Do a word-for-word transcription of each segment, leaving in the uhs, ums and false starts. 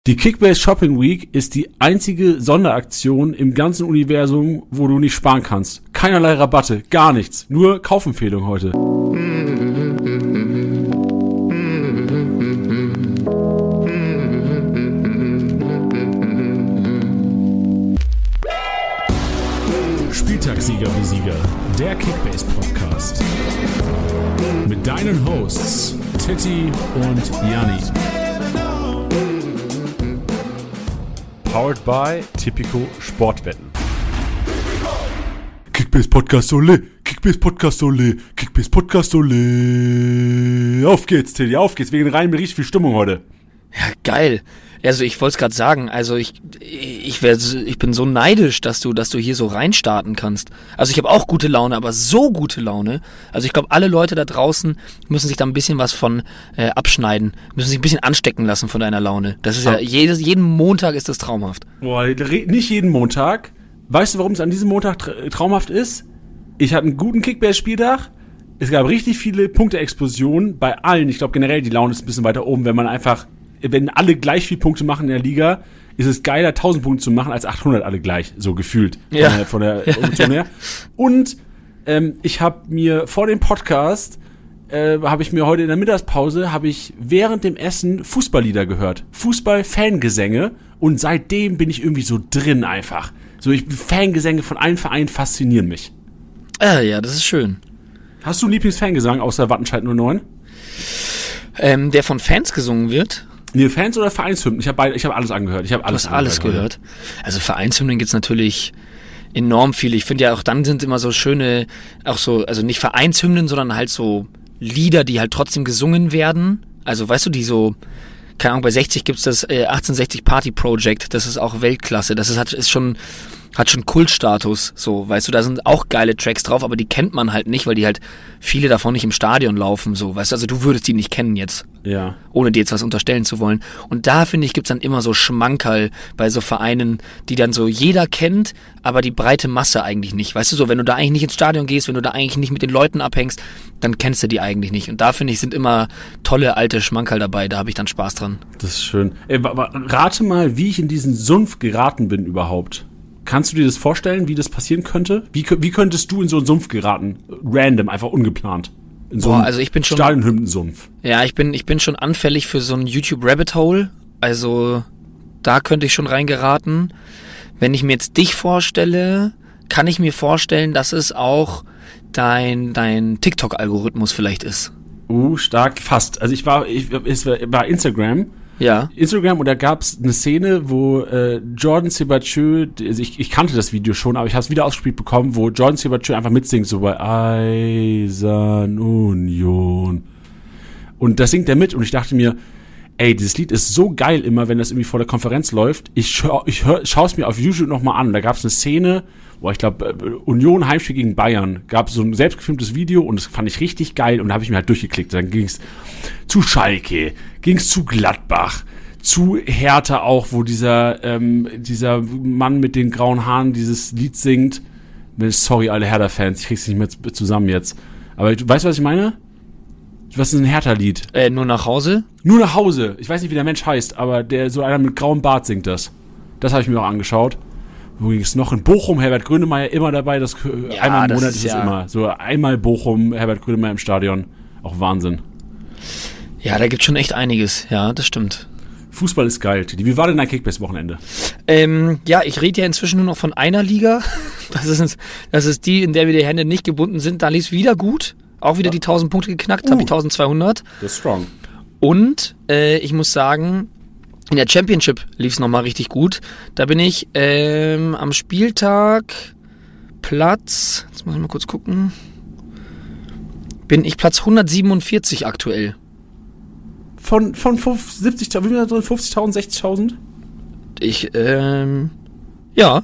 Die Kickbase Shopping Week ist die einzige Sonderaktion im ganzen Universum, wo du nicht sparen kannst. Keinerlei Rabatte, gar nichts. Nur Kaufempfehlung heute. Spieltagssieger wie Sieger, der Kickbase Podcast. Mit deinen Hosts Titti und Janni. Powered by Tipico Sportwetten. Kickbase Podcast Ole, Kickbase Podcast Ole, Kickbase Podcast Ole. Auf geht's, Titti, auf geht's. Wir gehen rein mit richtig viel Stimmung heute. Ja, geil. Also ich wollte es gerade sagen, also ich ich, wär, ich bin so neidisch, dass du dass du hier so reinstarten kannst. Also ich habe auch gute Laune, aber so gute Laune. Also ich glaube, alle Leute da draußen müssen sich da ein bisschen was von äh, abschneiden, müssen sich ein bisschen anstecken lassen von deiner Laune. Das ist ja, jedes, jeden Montag ist das traumhaft. Boah, nicht jeden Montag. Weißt du, warum es an diesem Montag tra- traumhaft ist? Ich hatte einen guten Kickbase-Spieltag. Es gab richtig viele Punkte-Explosionen bei allen. Ich glaube generell, die Laune ist ein bisschen weiter oben, wenn man einfach... Wenn alle gleich viel Punkte machen in der Liga, ist es geiler, tausend Punkte zu machen, als achthundert alle gleich, so gefühlt, ja. von der, von der Emotion her. Und ähm, ich habe mir vor dem Podcast, äh, habe ich mir heute in der Mittagspause, habe ich während dem Essen Fußballlieder gehört. Fußball-Fangesänge. Und seitdem bin ich irgendwie so drin einfach. So, ich, Fangesänge von allen Vereinen faszinieren mich. Äh, ja, das ist schön. Hast du einen Lieblingsfangesang außer Wattenscheid null neun? Ähm, der von Fans gesungen wird? Nee, Fans oder Vereinshymnen? Ich habe beide, ich habe alles angehört. Ich habe alles, du hast alles gehört. Also Vereinshymnen gibt's natürlich enorm viele. Ich finde ja auch dann sind immer so schöne, auch so, also nicht Vereinshymnen, sondern halt so Lieder, die halt trotzdem gesungen werden. Also weißt du, die so, keine Ahnung, bei sechzig gibt's das äh, achtzehnhundertsechzig Party Project. Das ist auch Weltklasse. Das ist, hat, ist schon... hat schon Kultstatus, so, weißt du, da sind auch geile Tracks drauf, aber die kennt man halt nicht, weil die halt viele davon nicht im Stadion laufen, so, weißt du, also du würdest die nicht kennen jetzt, ja, ohne dir jetzt was unterstellen zu wollen. Und da, finde ich, gibt's dann immer so Schmankerl bei so Vereinen, die dann so jeder kennt, aber die breite Masse eigentlich nicht, weißt du, so, wenn du da eigentlich nicht ins Stadion gehst, wenn du da eigentlich nicht mit den Leuten abhängst, dann kennst du die eigentlich nicht. Und da, finde ich, sind immer tolle alte Schmankerl dabei, da habe ich dann Spaß dran. Das ist schön. Ey, rate mal, wie ich in diesen Sumpf geraten bin überhaupt. Kannst du dir das vorstellen, wie das passieren könnte? Wie, wie könntest du in so einen Sumpf geraten? Random, einfach ungeplant. In so Boah, einen also ich bin schon Stadionhymnen-Sumpf. Ja, ich bin, ich bin schon anfällig für so ein YouTube-Rabbit-Hole. Also da könnte ich schon reingeraten. Wenn ich mir jetzt dich vorstelle, kann ich mir vorstellen, dass es auch dein, dein TikTok-Algorithmus vielleicht ist. Uh, stark, fast. Also ich war, ich, es war Instagram. Ja. Instagram, und da gab es eine Szene, wo äh, Jordan Sébastien, also ich, ich kannte das Video schon, aber ich habe es wieder ausgespielt bekommen, wo Jordan Sébastien einfach mitsingt, so bei Eisern Union. Und das singt er mit, und ich dachte mir, ey, dieses Lied ist so geil immer, wenn das irgendwie vor der Konferenz läuft. Ich, schau, ich hör, schaue es mir auf YouTube nochmal an. Da gab es eine Szene, wo ich glaube, Union Heimspiel gegen Bayern, gab so ein selbstgefilmtes Video, und das fand ich richtig geil, und da habe ich mir halt durchgeklickt. Dann ging es zu Schalke, ging es zu Gladbach, zu Hertha auch, wo dieser ähm, dieser Mann mit den grauen Haaren dieses Lied singt. Sorry, alle Hertha-Fans, ich krieg's nicht mehr zusammen jetzt. Aber du weißt, was ich meine? Was ist ein Hertha-Lied? Äh, nur nach Hause? Nur nach Hause. Ich weiß nicht, wie der Mensch heißt, aber der so einer mit grauem Bart singt das. Das habe ich mir auch angeschaut. Wo ging es noch? In Bochum, Herbert Grönemeyer immer dabei. Das, ja, einmal im das Monat ist ist es ja immer. So einmal Bochum, Herbert Grönemeyer im Stadion. Auch Wahnsinn. Ja, da gibt's schon echt einiges. Ja, das stimmt. Fußball ist geil. Wie war denn dein Kickbase-Wochenende? Ähm, ja, ich rede ja inzwischen nur noch von einer Liga. Das ist, das ist die, in der wir die Hände nicht gebunden sind. Da lief's wieder gut. Auch wieder die tausend Punkte geknackt, uh, habe ich eintausendzweihundert. Das ist strong. Und äh, ich muss sagen, in der Championship lief es nochmal richtig gut. Da bin ich ähm, am Spieltag Platz, jetzt muss ich mal kurz gucken, bin ich Platz hundertsiebenundvierzig aktuell. Von, von siebzigtausend, wie viel da drin? fünfzigtausend, sechzigtausend? Ich, ähm, ja.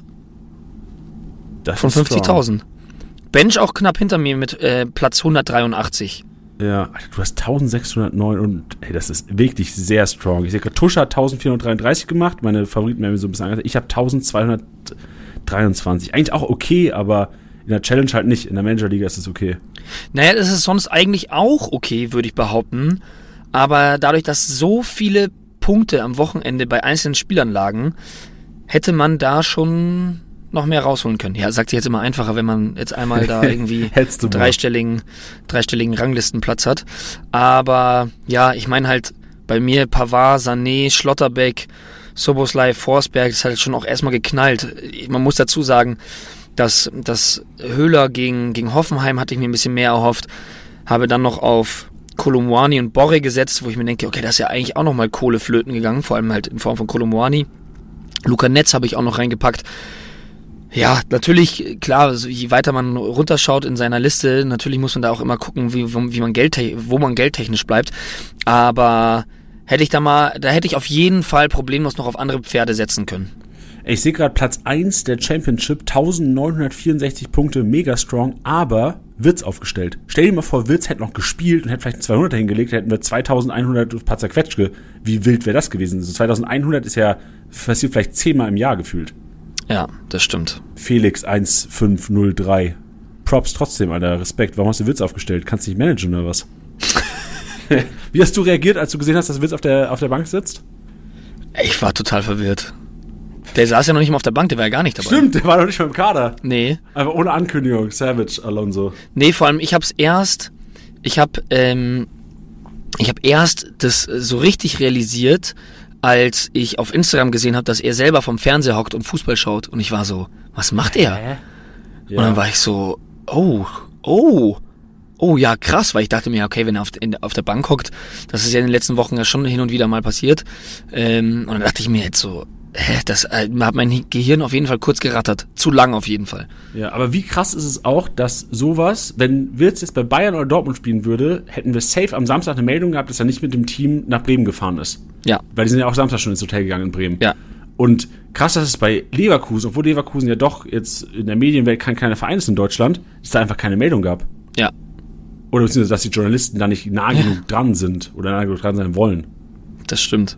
Das von fünfzigtausend. Bench auch knapp hinter mir mit äh, Platz hundertdreiundachtzig. Ja, du hast eintausendsechshundertneun und ey, das ist wirklich sehr strong. Ich sehe, Tusche hat eintausendvierhundertdreiunddreißig gemacht, meine Favoriten haben mir so ein bisschen angesagt. Ich habe eintausendzweihundertdreiundzwanzig. Eigentlich auch okay, aber in der Challenge halt nicht. In der Manager-Liga ist es okay. Naja, das ist sonst eigentlich auch okay, würde ich behaupten. Aber dadurch, dass so viele Punkte am Wochenende bei einzelnen Spielern lagen, hätte man da schon noch mehr rausholen können. Ja, sagt sich jetzt immer einfacher, wenn man jetzt einmal da irgendwie dreistelligen, dreistelligen Ranglistenplatz hat. Aber ja, ich meine halt bei mir Pavard, Sané, Schlotterbeck, Szoboszlai, Forsberg, das hat jetzt schon auch erstmal geknallt. Man muss dazu sagen, dass das Höhler gegen, gegen Hoffenheim hatte ich mir ein bisschen mehr erhofft. Habe dann noch auf Kolomouani und Borre gesetzt, wo ich mir denke, okay, da ist ja eigentlich auch nochmal Kohle flöten gegangen, vor allem halt in Form von Kolomouani. Luca Netz habe ich auch noch reingepackt. Ja, natürlich, klar, also je weiter man runterschaut in seiner Liste, natürlich muss man da auch immer gucken, wie, wie man Geld, wo man geldtechnisch bleibt. Aber hätte ich da mal, da hätte ich auf jeden Fall problemlos noch auf andere Pferde setzen können. Ich sehe gerade Platz eins der Championship, neunzehnhundertvierundsechzig Punkte, mega strong, aber Wirtz aufgestellt. Stell dir mal vor, Wirtz hätte noch gespielt und hätte vielleicht einen zweihunderter hingelegt, hätten wir zweitausendeinhundert ein paar zerquetschte. Wie wild wäre das gewesen? Also zweitausendeinhundert ist ja, passiert vielleicht zehnmal im Jahr gefühlt. Ja, das stimmt. Felix eins fünf null drei. Props trotzdem, Alter. Respekt. Warum hast du Wirtz aufgestellt? Kannst du nicht managen oder was? Wie hast du reagiert, als du gesehen hast, dass Wirtz auf der, auf der Bank sitzt? Ich war total verwirrt. Der saß ja noch nicht mal auf der Bank, der war ja gar nicht dabei. Stimmt, der war noch nicht mal im Kader. Nee. Einfach ohne Ankündigung. Savage, Alonso. Nee, vor allem, ich hab's erst, ich hab, ähm, ich hab erst das so richtig realisiert, als ich auf Instagram gesehen habe, dass er selber vom Fernseher hockt und Fußball schaut. Und ich war so, was macht er? Hä? Ja. Und dann war ich so, oh, oh, oh ja, krass, weil ich dachte mir, okay, wenn er auf, in, auf der Bank hockt, das ist ja in den letzten Wochen ja schon hin und wieder mal passiert. Ähm, und dann dachte ich mir jetzt so, hä, das äh, hat mein Gehirn auf jeden Fall kurz gerattert. Zu lang auf jeden Fall. Ja, aber wie krass ist es auch, dass sowas, wenn Wirtz jetzt bei Bayern oder Dortmund spielen würde, hätten wir safe am Samstag eine Meldung gehabt, dass er nicht mit dem Team nach Bremen gefahren ist. Ja. Weil die sind ja auch Samstag schon ins Hotel gegangen in Bremen. Ja. Und krass, dass es bei Leverkusen, obwohl Leverkusen ja doch jetzt in der Medienwelt kein kleiner Verein ist in Deutschland, dass da einfach keine Meldung gab. Ja. Oder beziehungsweise, dass die Journalisten da nicht nah genug dran sind oder nah genug dran sein wollen. Das stimmt.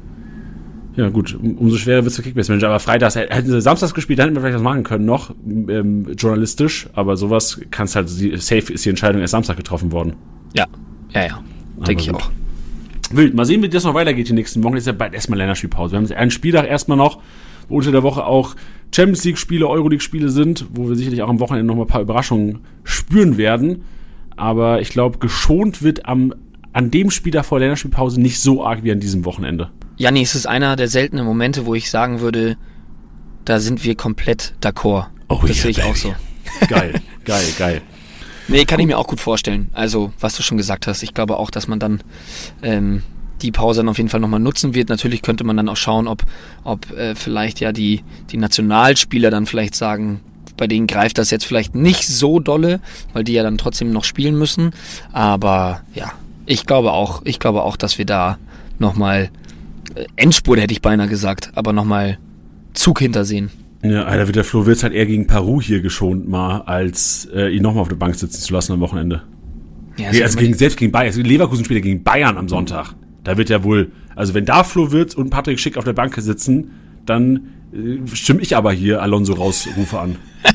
Ja gut, um, umso schwerer wird es für Kickbase-Manager. Aber freitags, hätten sie samstags gespielt, dann hätten wir vielleicht was machen können noch, ähm, journalistisch. Aber sowas kannst halt, safe ist die Entscheidung erst Samstag getroffen worden. Ja, ja, ja. Denke ich auch. Wild. Mal sehen, wie das noch weitergeht die nächsten Wochen. Jetzt ist ja bald erstmal Länderspielpause. Wir haben einen Spieltag erstmal noch, wo unter der Woche auch Champions League-Spiele, Euroleague-Spiele sind, wo wir sicherlich auch am Wochenende noch mal ein paar Überraschungen spüren werden. Aber ich glaube, geschont wird am, an dem Spieltag vor der Länderspielpause nicht so arg wie an diesem Wochenende. Janni, es ist einer der seltenen Momente, wo ich sagen würde, da sind wir komplett d'accord. Oh, das ja, sehe ich Baby. auch so. Geil, geil, geil. Nee, kann ich mir auch gut vorstellen. Also, was du schon gesagt hast, ich glaube auch, dass man dann ähm, die Pause dann auf jeden Fall nochmal nutzen wird. Natürlich könnte man dann auch schauen, ob, ob äh, vielleicht ja die, die Nationalspieler dann vielleicht sagen, bei denen greift das jetzt vielleicht nicht so dolle, weil die ja dann trotzdem noch spielen müssen. Aber ja, ich glaube auch, ich glaube auch, dass wir da nochmal äh, Endspurt hätte ich beinahe gesagt, aber nochmal Zug hintersehen. Ja, Alter, wird der Flo Wirtz halt eher gegen Peru hier geschont mal, als äh, ihn nochmal auf der Bank sitzen zu lassen am Wochenende. Ja, nee, also gegen, selbst gegen Bayern, also Leverkusen spielt er gegen Bayern am Sonntag. Da wird ja wohl, also wenn da Flo Wirtz und Patrick Schick auf der Bank sitzen, dann äh, stimme ich aber hier Alonso rausrufe an.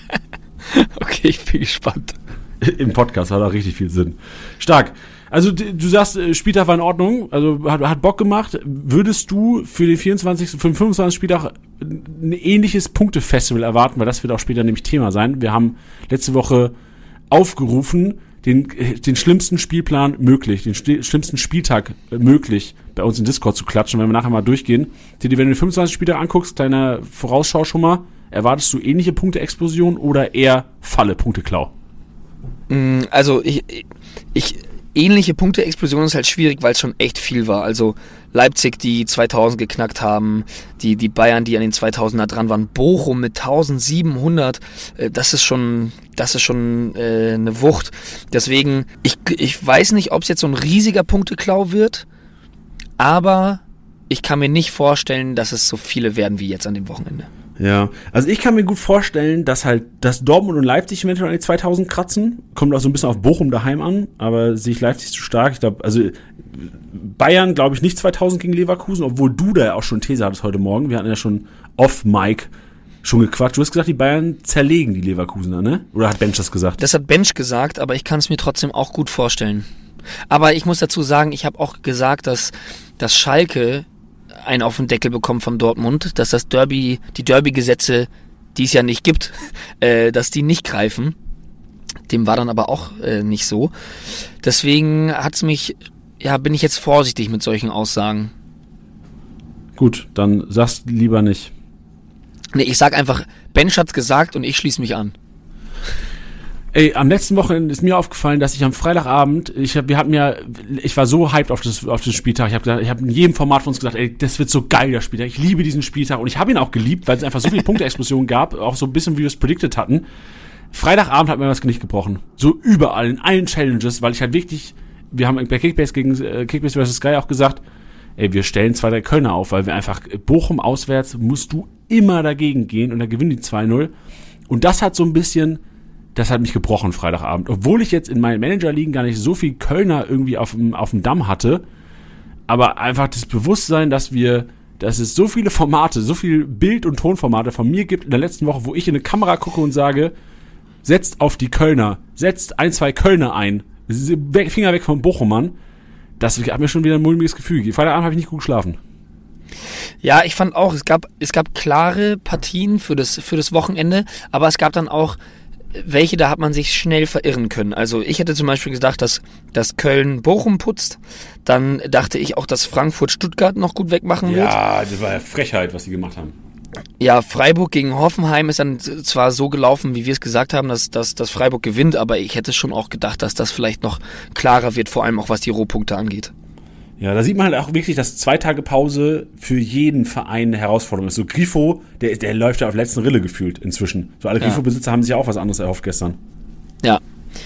Okay, ich bin gespannt. Im Podcast hat auch richtig viel Sinn. Stark. Also du sagst, Spieltag war in Ordnung, also hat, hat Bock gemacht. Würdest du für den vierundzwanzigsten, für den fünfundzwanzigsten Spieltag ein ähnliches Punktefestival erwarten, weil das wird auch später nämlich Thema sein. Wir haben letzte Woche aufgerufen, den, den schlimmsten Spielplan möglich, den schlimmsten Spieltag möglich bei uns in Discord zu klatschen, wenn wir nachher mal durchgehen. Wenn du den fünfundzwanzigsten Spieltag anguckst, kleine Vorausschau schon mal, erwartest du ähnliche Punkte-Explosion oder eher Falle, Punkteklau? Also ich, ich ähnliche Punkte-Explosion ist halt schwierig, weil es schon echt viel war. Also Leipzig, die zweitausend geknackt haben, die, die Bayern, die an den zweitausender dran waren, Bochum mit eintausendsiebenhundert, äh, das ist schon, das ist schon äh, eine Wucht. Deswegen, ich, ich weiß nicht, ob es jetzt so ein riesiger Punkteklau wird, aber ich kann mir nicht vorstellen, dass es so viele werden wie jetzt an dem Wochenende. Ja, also ich kann mir gut vorstellen, dass halt, dass Dortmund und Leipzig eventuell an die zweitausend kratzen. Kommt auch so ein bisschen auf Bochum daheim an, aber sehe ich Leipzig zu stark. Ich glaube, also Bayern glaube ich nicht zweitausend gegen Leverkusen, obwohl du da ja auch schon These hattest heute Morgen. Wir hatten ja schon off-Mic schon gequatscht. Du hast gesagt, die Bayern zerlegen die Leverkusener, ne? Oder hat Bench das gesagt? Das hat Bench gesagt, aber ich kann es mir trotzdem auch gut vorstellen. Aber ich muss dazu sagen, ich habe auch gesagt, dass, dass Schalke einen auf den Deckel bekommen von Dortmund, dass das Derby, die Derby-Gesetze, die es ja nicht gibt, äh, dass die nicht greifen. Dem war dann aber auch äh, nicht so. Deswegen hat's mich, ja, bin ich jetzt vorsichtig mit solchen Aussagen. Gut, dann sag's lieber nicht. Nee, ich sag einfach, Bench hat's gesagt und ich schließe mich an. Ey, am letzten Wochenende ist mir aufgefallen, dass ich am Freitagabend, ich hab, wir hatten ja, ich war so hyped auf das, auf das Spieltag. Ich habe ich hab in jedem Format von uns gesagt, ey, das wird so geil, der Spieltag. Ich liebe diesen Spieltag und ich habe ihn auch geliebt, weil es einfach so viele Punkteexplosionen gab, auch so ein bisschen, wie wir es predicted hatten. Freitagabend hat mir das Genick gebrochen. So überall, in allen Challenges, weil ich halt wirklich, wir haben bei Kickbase gegen äh, Kickbase versus Sky auch gesagt, ey, wir stellen zwei, drei Kölner auf, weil wir einfach, Bochum auswärts musst du immer dagegen gehen und dann gewinnen die zwei null. Und das hat so ein bisschen, das hat mich gebrochen Freitagabend. Obwohl ich jetzt in meinen Manager-Ligen gar nicht so viel Kölner irgendwie auf dem, auf dem Damm hatte, aber einfach das Bewusstsein, dass wir, dass es so viele Formate, so viel Bild- und Tonformate von mir gibt in der letzten Woche, wo ich in eine Kamera gucke und sage, setzt auf die Kölner, setzt ein, zwei Kölner ein, Finger weg vom Bochumern. Das hat mir schon wieder ein mulmiges Gefühl gegeben. Freitagabend habe ich nicht gut geschlafen. Ja, ich fand auch, es gab, es gab klare Partien für das, für das Wochenende, aber es gab dann auch welche, da hat man sich schnell verirren können. Also ich hätte zum Beispiel gedacht, dass, dass Köln Bochum putzt. Dann dachte ich auch, dass Frankfurt Stuttgart noch gut wegmachen wird. Ja, das war ja Frechheit, was die gemacht haben. Ja, Freiburg gegen Hoffenheim ist dann zwar so gelaufen, wie wir es gesagt haben, dass, dass, dass Freiburg gewinnt, aber ich hätte schon auch gedacht, dass das vielleicht noch klarer wird, vor allem auch was die Rohpunkte angeht. Ja, da sieht man halt auch wirklich, dass zwei Tage Pause für jeden Verein eine Herausforderung ist. So Grifo, der, der läuft ja auf letzten Rille gefühlt inzwischen. So alle ja. Grifo-Besitzer haben sich ja auch was anderes erhofft gestern. Ja.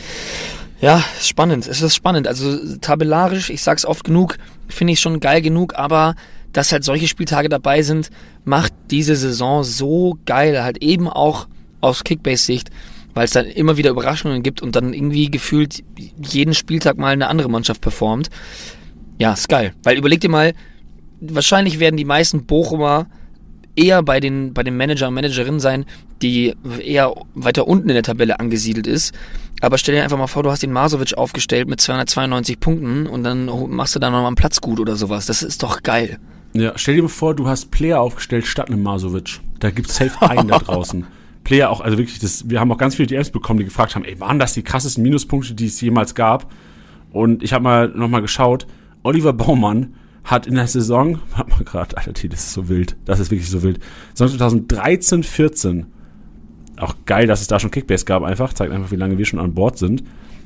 Ja, spannend. Es ist spannend. Also tabellarisch, ich sag's oft genug, finde ich schon geil genug, aber dass halt solche Spieltage dabei sind, macht diese Saison so geil. Halt eben auch aus Kickbase-Sicht, weil es dann immer wieder Überraschungen gibt und dann irgendwie gefühlt jeden Spieltag mal eine andere Mannschaft performt. Ja, ist geil. Weil überleg dir mal, wahrscheinlich werden die meisten Bochumer eher bei den, bei den Manager und Managerinnen sein, die eher weiter unten in der Tabelle angesiedelt ist. Aber stell dir einfach mal vor, du hast den Masovic aufgestellt mit zweihundertzweiundneunzig Punkten und dann machst du da nochmal einen Platz gut oder sowas. Das ist doch geil. Ja, stell dir mal vor, du hast Player aufgestellt statt einem Masovic. Da gibt's safe einen da draußen. Player auch, also wirklich, das, wir haben auch ganz viele D Ms bekommen, die gefragt haben, ey, waren das die krassesten Minuspunkte, die es jemals gab? Und ich habe mal nochmal geschaut, Oliver Baumann hat in der Saison, warte mal gerade, Alter, das ist so wild, das ist wirklich so wild, Saison zweitausenddreizehn vierzehn, auch geil, dass es da schon Kickbase gab einfach, zeigt einfach, wie lange wir schon an Bord sind,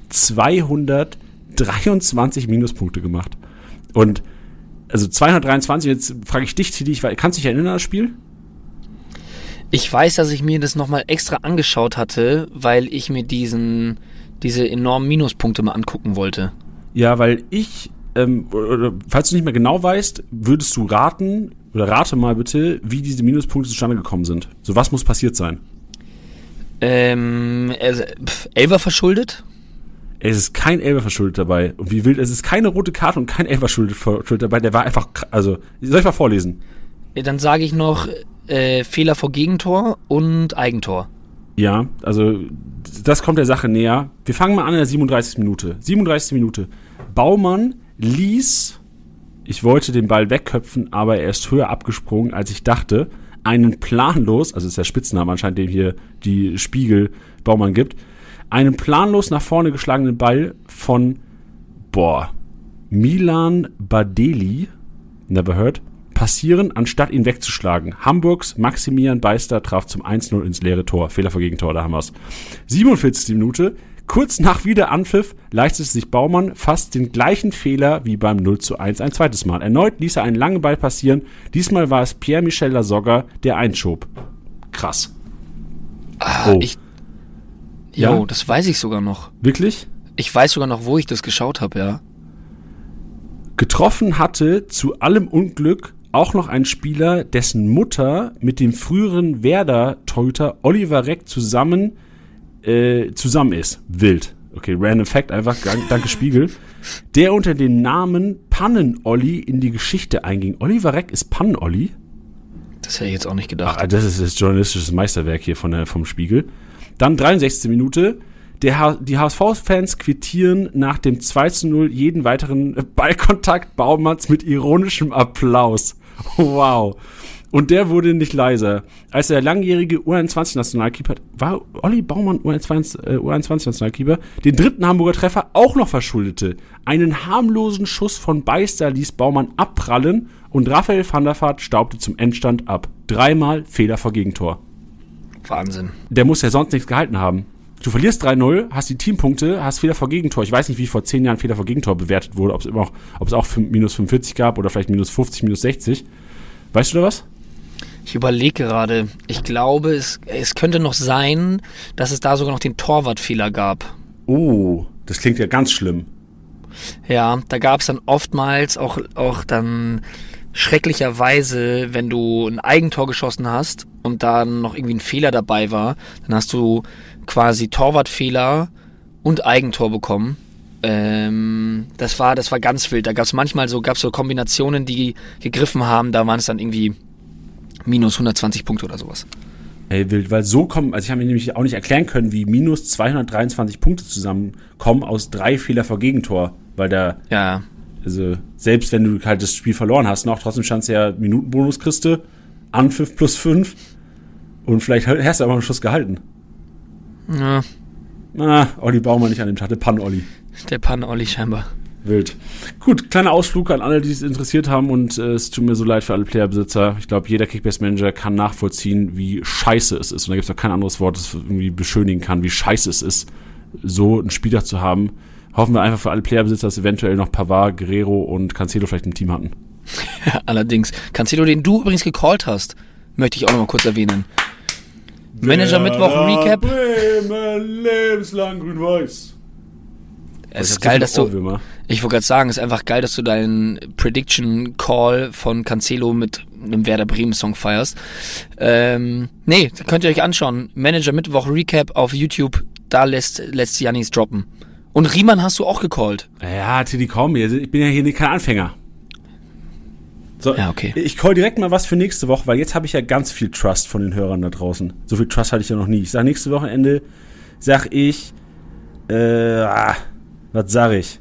zweihundertdreiundzwanzig Minuspunkte gemacht. Und, also zweihundertdreiundzwanzig, jetzt frage ich dich, Titi, kannst du dich erinnern an das Spiel? Ich weiß, dass ich mir das nochmal extra angeschaut hatte, weil ich mir diesen, diese enormen Minuspunkte mal angucken wollte. Ja, weil ich, ähm, oder, falls du nicht mehr genau weißt, würdest du raten, oder rate mal bitte, wie diese Minuspunkte zustande gekommen sind. So, was muss passiert sein? Ähm, also, pf, Elfer verschuldet? Es ist kein Elfer verschuldet dabei. Und wie wild, es ist keine rote Karte und kein Elfer verschuldet dabei. Der war einfach, also, soll ich mal vorlesen? Dann sage ich noch, äh, Fehler vor Gegentor und Eigentor. Ja, also, das kommt der Sache näher. Wir fangen mal an in der siebenunddreißigsten Minute. siebenunddreißigste Minute. Baumann ließ, ich wollte den Ball wegköpfen, aber er ist höher abgesprungen, als ich dachte, einen planlos, also ist der Spitzname anscheinend, den hier die Spiegel Baumann gibt, einen planlos nach vorne geschlagenen Ball von, boah, Milan Badeli, never heard, passieren, anstatt ihn wegzuschlagen. Hamburgs Maximilian Beister traf zum eins null ins leere Tor. Fehler vor Gegentor, da haben wir's. siebenundvierzigste Minute, kurz nach Wiederanpfiff leistete sich Baumann fast den gleichen Fehler wie beim null zu eins ein zweites Mal. Erneut ließ er einen langen Ball passieren. Diesmal war es Pierre-Michel Lasogga, der einschob. Krass. Ah, oh. ich, jo, ja? Das weiß ich sogar noch. Wirklich? Ich weiß sogar noch, wo ich das geschaut habe, ja. Getroffen hatte zu allem Unglück auch noch ein Spieler, dessen Mutter mit dem früheren Werder-Torhüter Oliver Reck zusammen äh, zusammen ist. Wild. Okay, random Fact einfach, danke Spiegel. Der unter dem Namen Pannen-Olli in die Geschichte einging. Oliver Reck ist Pannen-Olli? Das hätte ich jetzt auch nicht gedacht. Ach, das ist das journalistische Meisterwerk hier von der, vom Spiegel. Dann dreiundsechzigste Minute. Der, die H S V-Fans quittieren nach dem zwei zu null jeden weiteren Ballkontakt Baumanns mit ironischem Applaus. Wow. Und der wurde nicht leiser. Als der langjährige U einundzwanzig-Nationalkeeper, war Olli Baumann U einundzwanzig-Nationalkeeper, den dritten Hamburger Treffer auch noch verschuldete. Einen harmlosen Schuss von Beister ließ Baumann abprallen und Raphael van der Vaart staubte zum Endstand ab. Dreimal Fehler vor Gegentor. Wahnsinn. Der muss ja sonst nichts gehalten haben. Du verlierst drei null, hast die Teampunkte, hast Fehler vor Gegentor. Ich weiß nicht, wie vor zehn Jahren Fehler vor Gegentor bewertet wurde, ob es immer auch, ob es auch minus fünfundvierzig gab oder vielleicht minus fünfzig, minus sechzig. Weißt du da was? Ich überlege gerade. Ich glaube, es, es könnte noch sein, dass es da sogar noch den Torwartfehler gab. Oh, das klingt ja ganz schlimm. Ja, da gab es dann oftmals auch, auch dann schrecklicherweise, wenn du ein Eigentor geschossen hast und dann noch irgendwie ein Fehler dabei war, dann hast du quasi Torwartfehler und Eigentor bekommen. Ähm, das war, das war ganz wild. Da gab es manchmal so, gab's so Kombinationen, die gegriffen haben, da waren es dann irgendwie minus hundertzwanzig Punkte oder sowas. Ey, wild, weil so kommen, also ich habe mir nämlich auch nicht erklären können, wie minus zweihundertdreiundzwanzig Punkte zusammenkommen aus drei Fehler vor Gegentor, weil da, ja, also selbst wenn du halt das Spiel verloren hast, noch trotzdem stand es ja Minutenbonus kriegst du, Anpfiff plus fünf und vielleicht hast du aber einen Schuss gehalten. Ja. Ah, Olli Baumann nicht an dem Tag, der Pan-Olli. Der Pan-Olli scheinbar. Wild. Gut, kleiner Ausflug an alle, die es interessiert haben und äh, es tut mir so leid für alle Playerbesitzer. Ich glaube, jeder Kickbase-Manager kann nachvollziehen, wie scheiße es ist. Und da gibt es auch kein anderes Wort, das irgendwie beschönigen kann, wie scheiße es ist, so einen Spieler zu haben. Hoffen wir einfach für alle Playerbesitzer, dass eventuell noch Pavard, Guerrero und Cancelo vielleicht im Team hatten. Ja, allerdings. Cancelo, den du übrigens gecallt hast, möchte ich auch noch mal kurz erwähnen. Manager Mittwoch Recap. Bremen, lebenslang grün-weiß. Es ist geil, dass du, ich wollte gerade sagen, es ist einfach geil, dass du deinen Prediction Call von Cancelo mit einem Werder Bremen Song feierst. Ähm, nee, könnt ihr euch anschauen. Manager Mittwoch Recap auf YouTube, da lässt, lässt Jannis droppen. Und Riemann hast du auch gecallt. Ja, Tilly, komm, ich bin ja hier nicht kein Anfänger. So, ja, okay. Ich call direkt mal was für nächste Woche, weil jetzt habe ich ja ganz viel Trust von den Hörern da draußen. So viel Trust hatte ich ja noch nie. Ich sage nächste Wochenende, sag ich, äh, ah, was sag ich?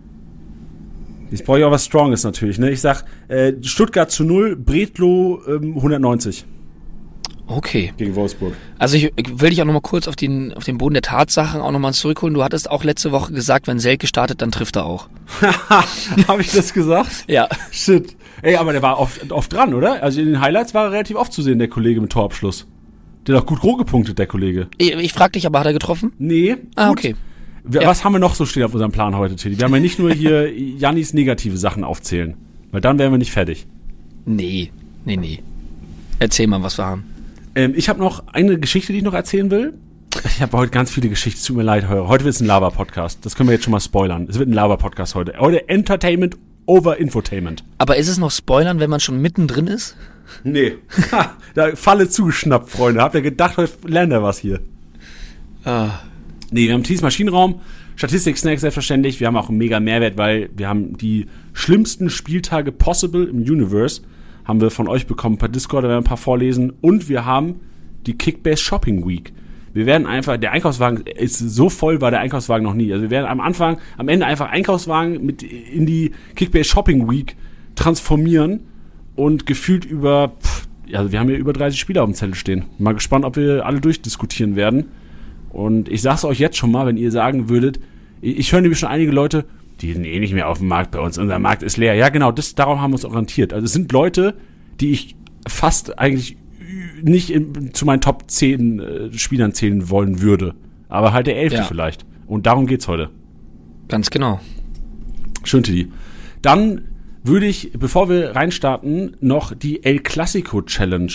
Jetzt brauche ich auch was Stronges natürlich, ne? Ich sag, äh, Stuttgart zu null, Bredlow ähm, hundertneunzig. Okay. Gegen Wolfsburg. Also ich, ich will dich auch nochmal kurz auf den, auf den Boden der Tatsachen auch nochmal zurückholen. Du hattest auch letzte Woche gesagt, wenn Selke startet, dann trifft er auch. Habe ich das gesagt? Ja. Shit. Ey, aber der war oft, oft dran, oder? Also in den Highlights war er relativ oft zu sehen, der Kollege mit Torabschluss. Der hat auch gut roh gepunktet, der Kollege. Ich, ich frag dich aber, hat er getroffen? Nee. Ah, gut. okay. Was ja. haben wir noch so stehen auf unserem Plan heute, Tilly? Wir haben ja nicht nur hier Jannis negative Sachen aufzählen, weil dann wären wir nicht fertig. Nee, nee, nee. Erzähl mal, was wir haben. Ähm, ich habe noch eine Geschichte, die ich noch erzählen will. Ich habe heute ganz viele Geschichten, tut mir leid. Heute wird es ein Lava-Podcast. Das können wir jetzt schon mal spoilern. Es wird ein Lava-Podcast heute. Heute Entertainment over Infotainment. Aber ist es noch Spoilern, wenn man schon mittendrin ist? Nee. Ha, da Falle zugeschnappt, Freunde. Habt ihr gedacht, heute lernt ihr was hier? Ah. Nee, wir haben Thies Maschinenraum, Statistik-Snacks selbstverständlich. Wir haben auch einen mega Mehrwert, weil wir haben die schlimmsten Spieltage possible im Universe. Haben wir von euch bekommen per Discord, da werden wir ein paar vorlesen. Und wir haben die Kickbase Shopping Week. Wir werden einfach, der Einkaufswagen ist so voll, war der Einkaufswagen noch nie. Also wir werden am Anfang, am Ende einfach Einkaufswagen mit in die Kickbase Shopping Week transformieren und gefühlt über, pff, also wir haben hier über dreißig Spieler auf dem Zettel stehen. Mal gespannt, ob wir alle durchdiskutieren werden. Und ich sag's euch jetzt schon mal, wenn ihr sagen würdet, ich höre nämlich schon einige Leute, die sind eh nicht mehr auf dem Markt bei uns, unser Markt ist leer. Ja genau, das, darauf haben wir uns orientiert. Also es sind Leute, die ich fast eigentlich nicht in, zu meinen Top zehn äh, Spielern zählen wollen würde. Aber halt der elfte ja. vielleicht. Und darum geht's heute. Ganz genau. Schön, Tilly. Dann würde ich, bevor wir reinstarten, noch die El Clasico Challenge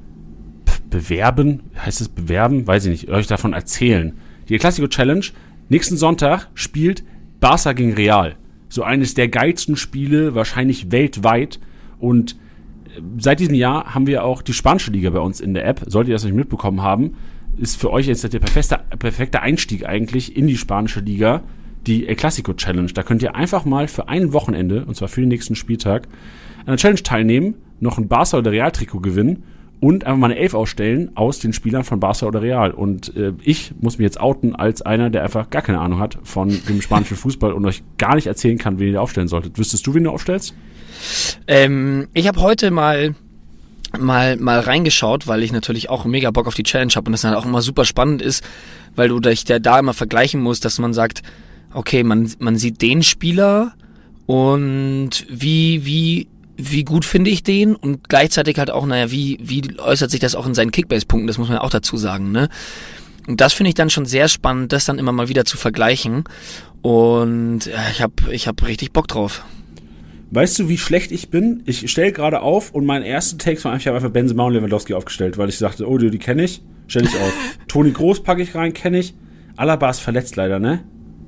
bewerben. Heißt es bewerben? Weiß ich nicht. Euch davon erzählen. Die El Clasico Challenge. Nächsten Sonntag spielt Barca gegen Real. So eines der geilsten Spiele, wahrscheinlich weltweit. Und seit diesem Jahr haben wir auch die spanische Liga bei uns in der App. Solltet ihr das nicht mitbekommen haben, ist für euch jetzt der perfekte, perfekte Einstieg eigentlich in die spanische Liga, die El Clasico Challenge. Da könnt ihr einfach mal für ein Wochenende, und zwar für den nächsten Spieltag, an der Challenge teilnehmen, noch ein Barca- oder Real-Trikot gewinnen und einfach mal eine Elf ausstellen aus den Spielern von Barca oder Real. Und äh, ich muss mich jetzt outen als einer, der einfach gar keine Ahnung hat von dem spanischen Fußball und euch gar nicht erzählen kann, wen ihr aufstellen solltet. Wüsstest du, wen du aufstellst? Ähm, ich habe heute mal mal mal reingeschaut, weil ich natürlich auch mega Bock auf die Challenge habe und das dann auch immer super spannend ist, weil du dich da, da immer vergleichen musst, dass man sagt, okay, man man sieht den Spieler und wie wie wie gut finde ich den und gleichzeitig halt auch, naja, wie wie äußert sich das auch in seinen Kickbase-Punkten, das muss man ja auch dazu sagen, ne? Und das finde ich dann schon sehr spannend, das dann immer mal wieder zu vergleichen und ja, ich habe ich hab richtig Bock drauf. Weißt du, wie schlecht ich bin? Ich stelle gerade auf und mein erster Text war einfach, ich habe einfach Benzema und Lewandowski aufgestellt, weil ich sagte, oh, die, die kenne ich, stelle ich auf. Toni Kroos packe ich rein, kenne ich. Alaba ist verletzt leider, ne?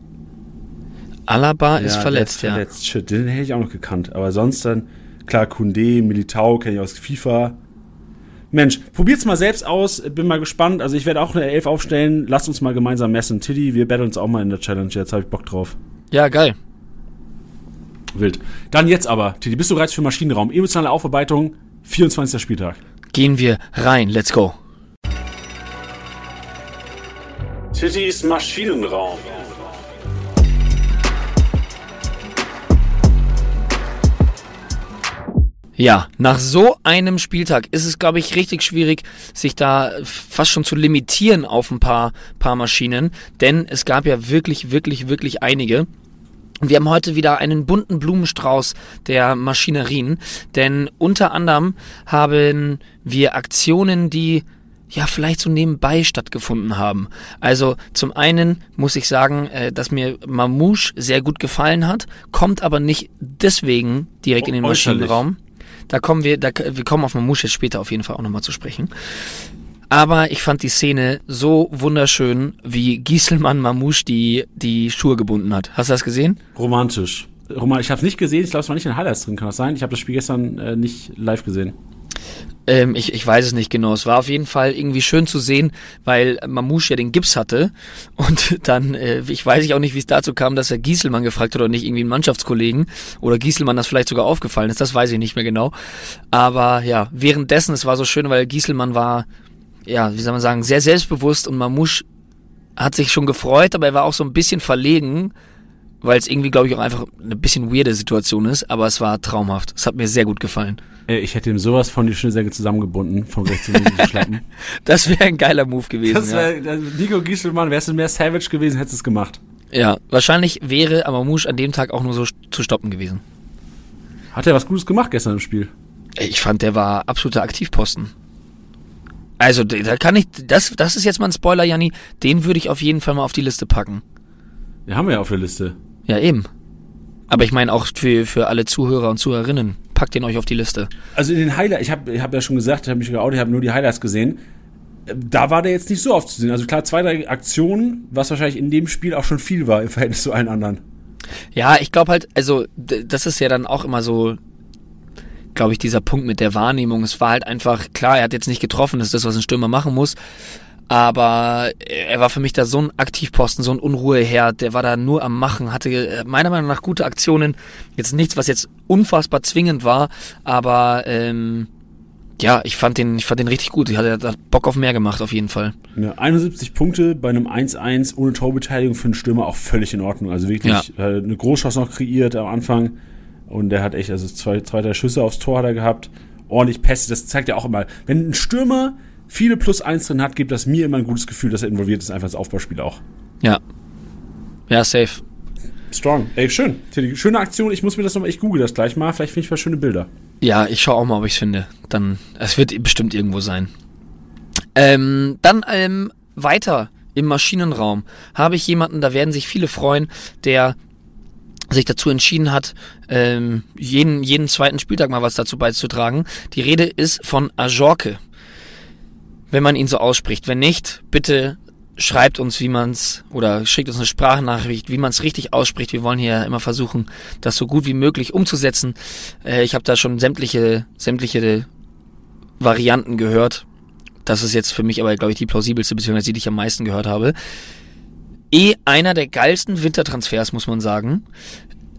Alaba ist ja, verletzt, ist ja. Verletzt. Shit, den hätte ich auch noch gekannt. Aber sonst dann, klar, Koundé, Militao kenne ich aus FIFA. Mensch, probiert's mal selbst aus, bin mal gespannt. Also ich werde auch eine Elf aufstellen. Lasst uns mal gemeinsam messen. Tiddy, wir battlen uns auch mal in der Challenge. Jetzt habe ich Bock drauf. Ja, geil. Wild. Dann jetzt aber, Tiddy, bist du bereit für Maschinenraum? Emotionale Aufarbeitung, vierundzwanzigster Spieltag. Gehen wir rein, let's go. Tittys Maschinenraum. Ja, nach so einem Spieltag ist es, glaube ich, richtig schwierig, sich da fast schon zu limitieren auf ein paar, paar Maschinen, denn es gab ja wirklich, wirklich, wirklich einige. Wir haben heute wieder einen bunten Blumenstrauß der Maschinerien, denn unter anderem haben wir Aktionen, die ja vielleicht so nebenbei stattgefunden haben. Also zum einen muss ich sagen, dass mir Mamouche sehr gut gefallen hat, kommt aber nicht deswegen direkt in den Maschinenraum. Da kommen wir, da, wir kommen auf Mamouche jetzt später auf jeden Fall auch nochmal zu sprechen. Aber ich fand die Szene so wunderschön, wie Gieselmann Mamouche die, die Schuhe gebunden hat. Hast du das gesehen? Romantisch. Roman, ich habe es nicht gesehen, ich glaube, es war nicht in Highlights drin, kann das sein? Ich habe das Spiel gestern äh, nicht live gesehen. Ähm, ich, ich weiß es nicht genau. Es war auf jeden Fall irgendwie schön zu sehen, weil Mamouche ja den Gips hatte. Und dann, äh, ich weiß ich auch nicht, wie es dazu kam, dass er Gieselmann gefragt hat oder nicht irgendwie einen Mannschaftskollegen. Oder Gieselmann das vielleicht sogar aufgefallen ist, das weiß ich nicht mehr genau. Aber ja, währenddessen, es war so schön, weil Gieselmann war, ja, wie soll man sagen, sehr selbstbewusst und Mamouche hat sich schon gefreut, aber er war auch so ein bisschen verlegen, weil es irgendwie, glaube ich, auch einfach eine bisschen weirde Situation ist, aber es war traumhaft. Es hat mir sehr gut gefallen. Ich hätte ihm sowas von die Schnürsenkel zusammengebunden, von rechts und links zu schleppen. Das wäre ein geiler Move gewesen. Das wär, ja. Nico Gieselmann, wärst du mehr Savage gewesen, hättest du es gemacht. Ja, wahrscheinlich wäre Mamouche an dem Tag auch nur so zu stoppen gewesen. Hat er was Gutes gemacht gestern im Spiel? Ich fand, der war absoluter Aktivposten. Also, da kann ich, das, das ist jetzt mal ein Spoiler, Janni, den würde ich auf jeden Fall mal auf die Liste packen. Ja, haben wir ja auf der Liste. Ja, eben. Aber ich meine auch für, für alle Zuhörer und Zuhörerinnen, packt den euch auf die Liste. Also in den Highlights, ich habe ich hab ja schon gesagt, ich habe mich geoutet, ich habe nur die Highlights gesehen. Da war der jetzt nicht so oft zu sehen. Also klar, zwei, drei Aktionen, was wahrscheinlich in dem Spiel auch schon viel war im Verhältnis zu allen anderen. Ja, ich glaube halt, also das ist ja dann auch immer so, glaube ich, dieser Punkt mit der Wahrnehmung. Es war halt einfach, klar, er hat jetzt nicht getroffen, das ist das, was ein Stürmer machen muss. Aber er war für mich da so ein Aktivposten, so ein Unruheherd, der war da nur am Machen, hatte meiner Meinung nach gute Aktionen. Jetzt nichts, was jetzt unfassbar zwingend war, aber ähm, ja, ich fand den, ich fand den richtig gut. Ich hatte da Bock auf mehr gemacht, auf jeden Fall. Ja, einundsiebzig Punkte bei einem eins eins ohne Torbeteiligung für einen Stürmer auch völlig in Ordnung. Also wirklich ja. äh, eine Großchance noch kreiert am Anfang und der hat echt, also zwei, zwei, drei Schüsse aufs Tor hat er gehabt, ordentlich Pässe, das zeigt ja auch immer, wenn ein Stürmer viele Plus eins drin hat, gibt das mir immer ein gutes Gefühl, dass er involviert ist, einfach ins Aufbauspiel auch. Ja. Ja, safe. Strong. Ey, schön. Schöne Aktion. Ich muss mir das nochmal, ich google das gleich mal. Vielleicht finde ich mal schöne Bilder. Ja, ich schaue auch mal, ob ich es finde. Dann, es wird bestimmt irgendwo sein. Ähm, dann ähm, weiter im Maschinenraum habe ich jemanden, da werden sich viele freuen, der sich dazu entschieden hat, ähm, jeden, jeden zweiten Spieltag mal was dazu beizutragen. Die Rede ist von Ajorque. Wenn man ihn so ausspricht. Wenn nicht, bitte schreibt uns, wie man es, oder schickt uns eine Sprachnachricht, wie man es richtig ausspricht. Wir wollen hier immer versuchen, das so gut wie möglich umzusetzen. Äh, ich habe da schon sämtliche, sämtliche Varianten gehört. Das ist jetzt für mich aber, glaube ich, die plausibelste, beziehungsweise die, die ich am meisten gehört habe. Eh einer der geilsten Wintertransfers, muss man sagen.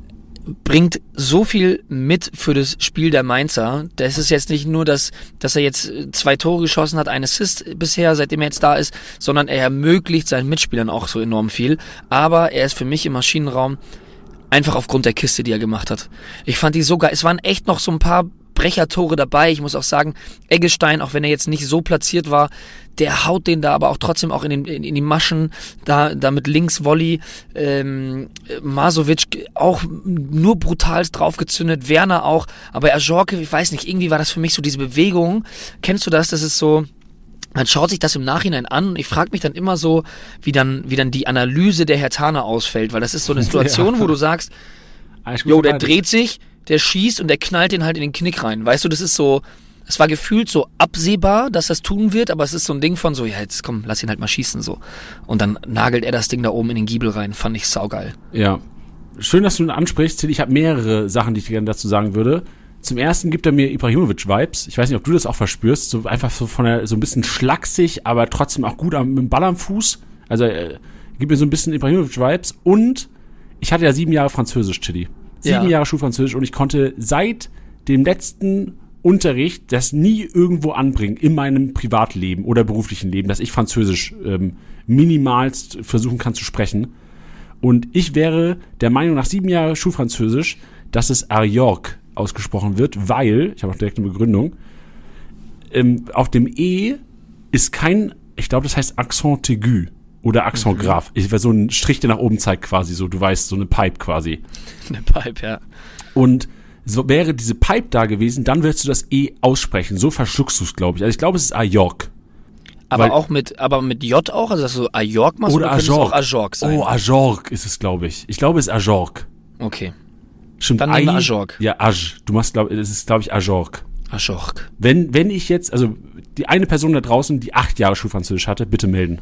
bringt so viel mit für das Spiel der Mainzer. Das ist jetzt nicht nur, dass, dass er jetzt zwei Tore geschossen hat, ein Assist bisher, seitdem er jetzt da ist, sondern er ermöglicht seinen Mitspielern auch so enorm viel. Aber er ist für mich im Maschinenraum einfach aufgrund der Kiste, die er gemacht hat. Ich fand die so geil. Es waren echt noch so ein paar Brechertore dabei. Ich muss auch sagen, Eggestein, auch wenn er jetzt nicht so platziert war, der haut den da aber auch trotzdem auch in, den, in, in die Maschen, da, da mit links Volley, ähm, Masovic auch nur brutalst draufgezündet, Werner auch, aber Ajorque, ich weiß nicht, irgendwie war das für mich so diese Bewegung. Kennst du das? Das ist so, man schaut sich das im Nachhinein an und ich frage mich dann immer so, wie dann, wie dann die Analyse der Herthaner ausfällt, weil das ist so eine Situation, ja, wo du sagst, jo, der dreht sich, der schießt und der knallt den halt in den Knick rein. Weißt du, das ist so, es war gefühlt so absehbar, dass das tun wird, aber es ist so ein Ding von so, ja, jetzt komm, lass ihn halt mal schießen, so. Und dann nagelt er das Ding da oben in den Giebel rein, fand ich saugeil. Ja. Schön, dass du ihn ansprichst. Ich habe mehrere Sachen, die ich gerne dazu sagen würde. Zum ersten gibt er mir Ibrahimovic-Vibes. Ich weiß nicht, ob du das auch verspürst. So einfach so von der, so ein bisschen schlaksig, aber trotzdem auch gut am, mit dem Ball am Fuß. Also, äh, gibt mir so ein bisschen Ibrahimovic-Vibes. Und ich hatte ja sieben Jahre Französisch, Chili. Sieben ja. Jahre Schulfranzösisch und ich konnte seit dem letzten Unterricht das nie irgendwo anbringen in meinem Privatleben oder beruflichen Leben, dass ich Französisch ähm, minimalst versuchen kann zu sprechen. Und ich wäre der Meinung, nach sieben Jahren Schulfranzösisch, dass es Ajorque ausgesprochen wird, weil, ich habe auch direkt eine Begründung, ähm, auf dem E ist kein, ich glaube, das heißt Accent aigu. Oder Accent mhm. grave. Ich war so ein Strich, der nach oben zeigt quasi, so, du weißt, so eine Pipe quasi. Eine Pipe, ja. Und so wäre diese Pipe da gewesen, dann würdest du das E aussprechen. So verschluckst du es, glaube ich. Also ich glaube, es ist Ajorque. Aber Weil, auch mit, aber mit J auch? Also dass du Ajorque machst oder, oder könnte es auch Ajorque sein? Oh, Ajorque ist es, glaube ich. Ich glaube, es ist Ajorque. Okay. Stimmt. Dann nehmen wir Ajorque. Ja, Aj. Du machst, glaube ich, es ist, glaube ich, Ajorque. Ajorque. Wenn, wenn ich jetzt, also die eine Person da draußen, die acht Jahre Schulfranzösisch hatte, bitte melden.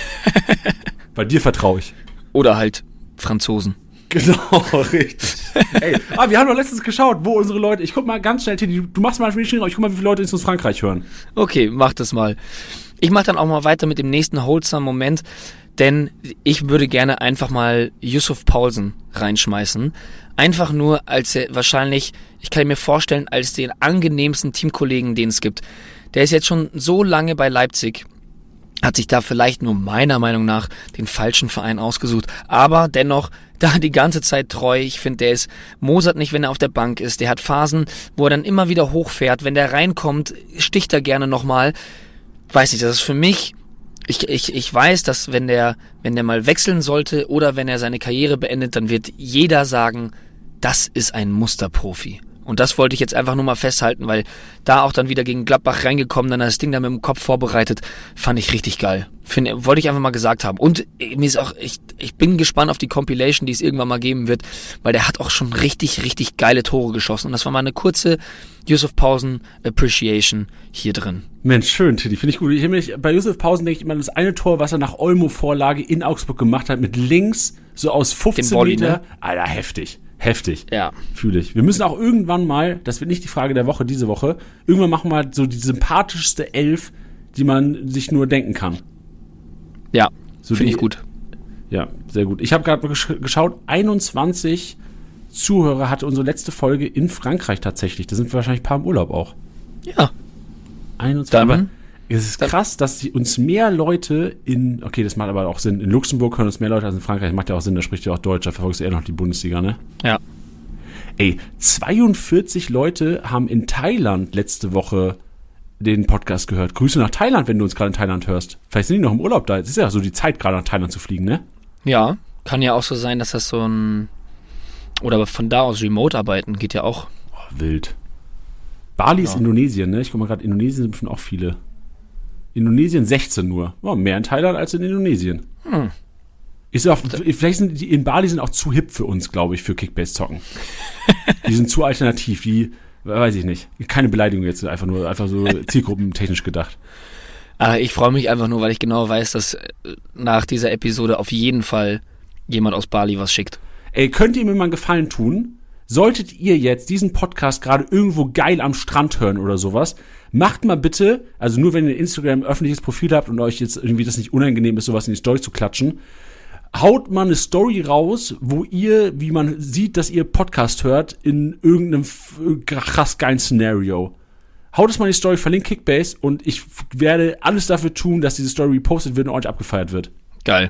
Bei dir vertraue ich. Oder halt Franzosen. Genau, richtig. Ey, ah, wir haben doch letztens geschaut, wo unsere Leute, ich guck mal ganz schnell, Teddy, du machst mal ein Spiel, ich guck mal, wie viele Leute uns aus Frankreich hören. Okay, mach das mal. Ich mach dann auch mal weiter mit dem nächsten wholesome Moment, denn ich würde gerne einfach mal Yussuf Poulsen reinschmeißen. Einfach nur als er wahrscheinlich, ich kann mir vorstellen, als den angenehmsten Teamkollegen, den es gibt. Der ist jetzt schon so lange bei Leipzig, hat sich da vielleicht nur meiner Meinung nach den falschen Verein ausgesucht, aber dennoch da die ganze Zeit treu. Ich finde, der ist mosert nicht, wenn er auf der Bank ist. Der hat Phasen, wo er dann immer wieder hochfährt. Wenn der reinkommt, sticht er gerne nochmal. Weiß nicht, das ist für mich, ich, ich, ich weiß, dass wenn der, wenn der mal wechseln sollte oder wenn er seine Karriere beendet, dann wird jeder sagen, das ist ein Musterprofi. Und das wollte ich jetzt einfach nur mal festhalten, weil da auch dann wieder gegen Gladbach reingekommen, dann das Ding da mit dem Kopf vorbereitet, fand ich richtig geil. Find, wollte ich einfach mal gesagt haben. Und mir ist auch, ich, ich bin gespannt auf die Compilation, die es irgendwann mal geben wird, weil der hat auch schon richtig, richtig geile Tore geschossen. Und das war mal eine kurze Yussuf Poulsen Appreciation hier drin. Mensch, schön, Tiddy, finde ich gut. Ich, mich, bei Yussuf Poulsen denke ich immer, das eine Tor, was er nach Olmo-Vorlage in Augsburg gemacht hat, mit links, so aus fünfzehn Volley, Meter. Ne? Alter, heftig. Heftig. Ja. Fühle ich. Wir müssen auch irgendwann mal, das wird nicht die Frage der Woche diese Woche, irgendwann machen wir so die sympathischste Elf, die man sich nur denken kann. Ja, so finde ich gut. Ja, sehr gut. Ich habe gerade gesch- geschaut, einundzwanzig Zuhörer hatte unsere letzte Folge in Frankreich tatsächlich. Da sind wir wahrscheinlich ein paar im Urlaub auch. Ja. einundzwanzig. Dann, aber es ist krass, dass die uns mehr Leute in, okay, das macht aber auch Sinn, in Luxemburg hören uns mehr Leute als in Frankreich. Das macht ja auch Sinn, da spricht ja auch Deutsch, da verfolgst du eher noch die Bundesliga, ne? Ja. Ey, zweiundvierzig Leute haben in Thailand letzte Woche den Podcast gehört. Grüße nach Thailand, wenn du uns gerade in Thailand hörst. Vielleicht sind die noch im Urlaub da. Es ist ja so die Zeit, gerade nach Thailand zu fliegen, ne? Ja, kann ja auch so sein, dass das so ein, oder von da aus remote arbeiten geht ja auch. Oh, wild. Bali ja. ist Indonesien, ne? Ich guck mal gerade, Indonesien sind schon auch viele. Indonesien sechzehn nur. Oh, mehr in Thailand als in Indonesien. Hm. Ist auch, vielleicht sind die in Bali sind auch zu hip für uns, glaube ich, für Kickbase-Zocken. Die sind zu alternativ, die, weiß ich nicht. Keine Beleidigung jetzt, einfach nur, einfach so zielgruppentechnisch gedacht. Aber ich freue mich einfach nur, weil ich genau weiß, dass nach dieser Episode auf jeden Fall jemand aus Bali was schickt. Ey, könnt ihr mir mal einen Gefallen tun? Solltet ihr jetzt diesen Podcast gerade irgendwo geil am Strand hören oder sowas, macht mal bitte, also nur wenn ihr Instagram ein öffentliches Profil habt und euch jetzt irgendwie das nicht unangenehm ist, sowas in die Story zu klatschen, haut mal eine Story raus, wo ihr, wie man sieht, dass ihr Podcast hört, in irgendeinem f- krass geilen Szenario. Haut es mal in die Story, verlinkt Kickbase und ich f- werde alles dafür tun, dass diese Story repostet wird und ordentlich abgefeiert wird. Geil.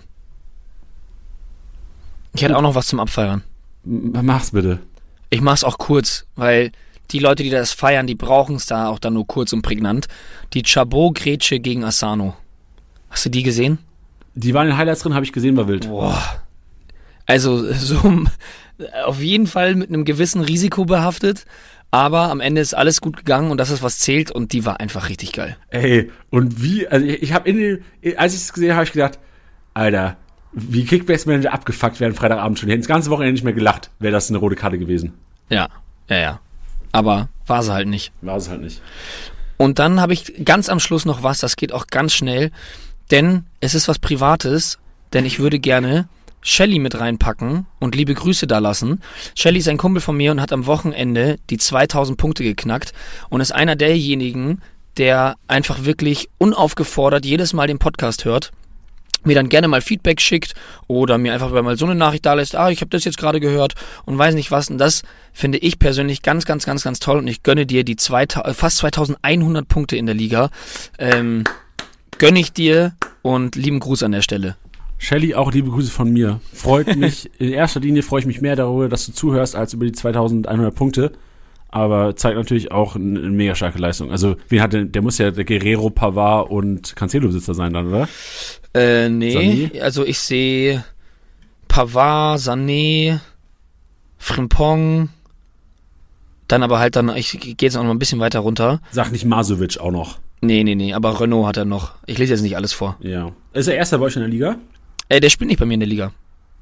Ich hätte auch noch was zum Abfeiern. M- mach's bitte. Ich mach's auch kurz, weil die Leute, die das feiern, die brauchen es da auch dann nur kurz und prägnant. Die Chabot-Grätsche gegen Asano. Hast du die gesehen? Die waren in den Highlights drin, habe ich gesehen, war wild. Boah. Also so auf jeden Fall mit einem gewissen Risiko behaftet, aber am Ende ist alles gut gegangen und das ist, was zählt und die war einfach richtig geil. Ey, und wie, also ich, ich habe in den, als ich es gesehen habe, habe ich gedacht, Alter, wie Kickbase-Manager abgefuckt werden Freitagabend schon. Die hätten das ganze Wochenende nicht mehr gelacht, wäre das eine rote Karte gewesen. Ja, ja, ja. Aber war sie halt nicht. War es halt nicht. Und dann habe ich ganz am Schluss noch was, das geht auch ganz schnell, denn es ist was Privates, denn ich würde gerne Shelly mit reinpacken und liebe Grüße da lassen. Shelly ist ein Kumpel von mir und hat am Wochenende die zweitausend Punkte geknackt und ist einer derjenigen, der einfach wirklich unaufgefordert jedes Mal den Podcast hört, mir dann gerne mal Feedback schickt oder mir einfach mal so eine Nachricht da lässt, ah, ich habe das jetzt gerade gehört und weiß nicht was. Und das finde ich persönlich ganz, ganz, ganz, ganz toll und ich gönne dir die zwei, fast zweitausendeinhundert Punkte in der Liga. Ähm, gönne ich dir und lieben Gruß an der Stelle. Shelly, auch liebe Grüße von mir. Freut mich, in erster Linie freue ich mich mehr darüber, dass du zuhörst, als über die zweitausendeinhundert Punkte. Aber zeigt natürlich auch eine, eine mega starke Leistung. Also, wen hat der, der muss ja der Guerrero, Pavard und Cancelo-Besitzer sein dann, oder? Äh, nee, Sané? Also ich sehe Pavard, Sané, Frimpong, dann aber halt dann, ich gehe jetzt auch noch ein bisschen weiter runter. Sag nicht Masovic auch noch. Nee, nee, nee, aber Renault hat er noch. Ich lese jetzt nicht alles vor. Ja. Ist er erster bei euch in der Liga? Äh, der spielt nicht bei mir in der Liga.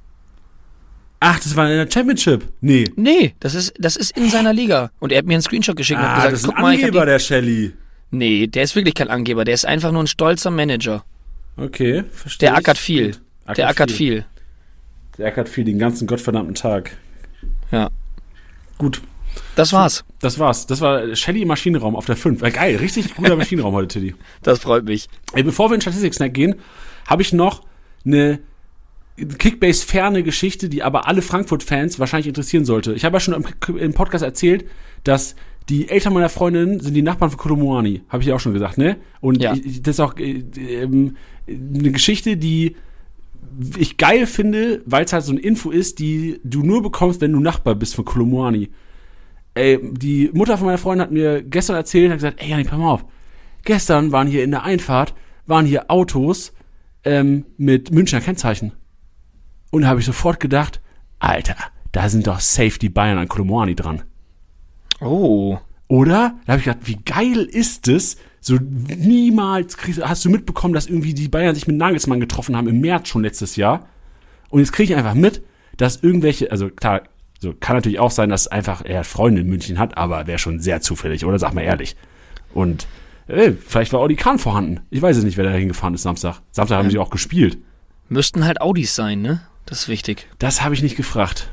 Ach, das war in der Championship. Nee. Nee, das ist, das ist in seiner Liga. Und er hat mir einen Screenshot geschickt und Ah, hat gesagt, das ist ein guck mal, ich hab Angeber, die... der Shelly. Nee, der ist wirklich kein Angeber, der ist einfach nur ein stolzer Manager. Okay, verstehe. Der ich. ackert viel. Gut. Der ackert viel. Der ackert viel den ganzen gottverdammten Tag. Ja. Gut. Das war's. Das war's. Das war Shelly im Maschinenraum auf der fünf. Äh, geil, richtig guter Maschinenraum heute, Tiddy. Das freut mich. Ey, bevor wir in Statistik-Snack gehen, habe ich noch eine Kickbase-ferne Geschichte, die aber alle Frankfurt-Fans wahrscheinlich interessieren sollte. Ich habe ja schon im, im Podcast erzählt, dass die Eltern meiner Freundin sind die Nachbarn von Kolomoani. Habe ich ja auch schon gesagt, ne? Und Ja. ich, das ist auch äh, ähm, eine Geschichte, die ich geil finde, weil es halt so eine Info ist, die du nur bekommst, wenn du Nachbar bist von Kolomoani. Ey, die Mutter von meiner Freundin hat mir gestern erzählt, hat gesagt, ey Janik, pass mal auf. Gestern waren hier in der Einfahrt, waren hier Autos ähm, mit Münchner Kennzeichen. Und da habe ich sofort gedacht, Alter, da sind doch safe die Bayern an Kolomoani dran. Oh. Oder? Da habe ich gedacht, wie geil ist es? So niemals kriegst, hast du mitbekommen, dass irgendwie die Bayern sich mit Nagelsmann getroffen haben im März schon letztes Jahr. Und jetzt kriege ich einfach mit, dass irgendwelche, also klar, so kann natürlich auch sein, dass einfach er Freunde in München hat, aber wäre schon sehr zufällig, oder? Sag mal ehrlich. Und ey, vielleicht war Audi Kahn vorhanden. Ich weiß es nicht, wer da hingefahren ist Samstag. Samstag haben Ja. sie auch gespielt. Müssten halt Audis sein, ne? Das ist wichtig. Das habe ich nicht gefragt.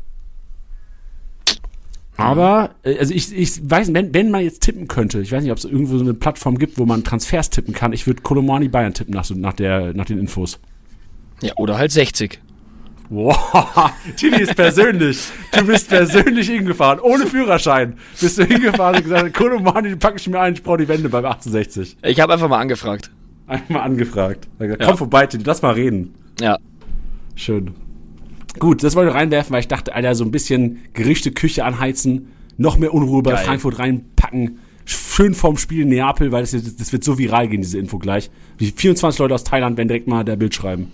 Aber, äh, also ich, ich weiß, wenn, wenn man jetzt tippen könnte, ich weiß nicht, ob es irgendwo so eine Plattform gibt, wo man Transfers tippen kann, ich würde Kolomoani Bayern tippen nach, so, nach, der, nach den Infos. Ja, oder halt sechzig. Wow, Tilly ist persönlich. Du bist persönlich hingefahren, ohne Führerschein. Bist du hingefahren und gesagt, Kolomoani pack ich mir ein, ich brauche die Wende beim achtundsechzig. Ich habe einfach mal angefragt. Einmal angefragt. Gesagt, Ja. komm vorbei, Tilly, lass mal reden. Ja. Schön. Gut, das wollte ich reinwerfen, weil ich dachte, Alter, so ein bisschen Gerichte, Küche anheizen, noch mehr Unruhe bei Geil. Frankfurt reinpacken, schön vorm Spiel in Neapel, weil das, das wird so viral gehen, diese Info gleich. Wie vierundzwanzig Leute aus Thailand werden direkt mal der Bild schreiben.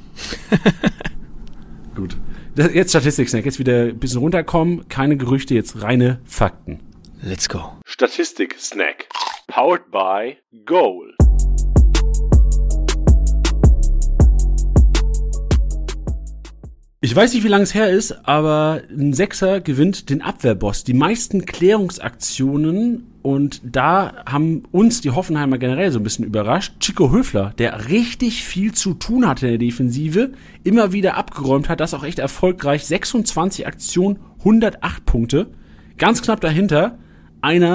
Gut. Das, jetzt Statistik-Snack, jetzt wieder ein bisschen runterkommen, keine Gerüchte, jetzt reine Fakten. Let's go. Statistik-Snack. Powered by Goal. Ich weiß nicht, wie lange es her ist, aber ein Sechser gewinnt den Abwehrboss. Die meisten Klärungsaktionen, und da haben uns die Hoffenheimer generell so ein bisschen überrascht. Chico Höfler, der richtig viel zu tun hatte in der Defensive, immer wieder abgeräumt hat, das auch echt erfolgreich. sechsundzwanzig Aktionen, hundertacht Punkte. Ganz knapp dahinter einer,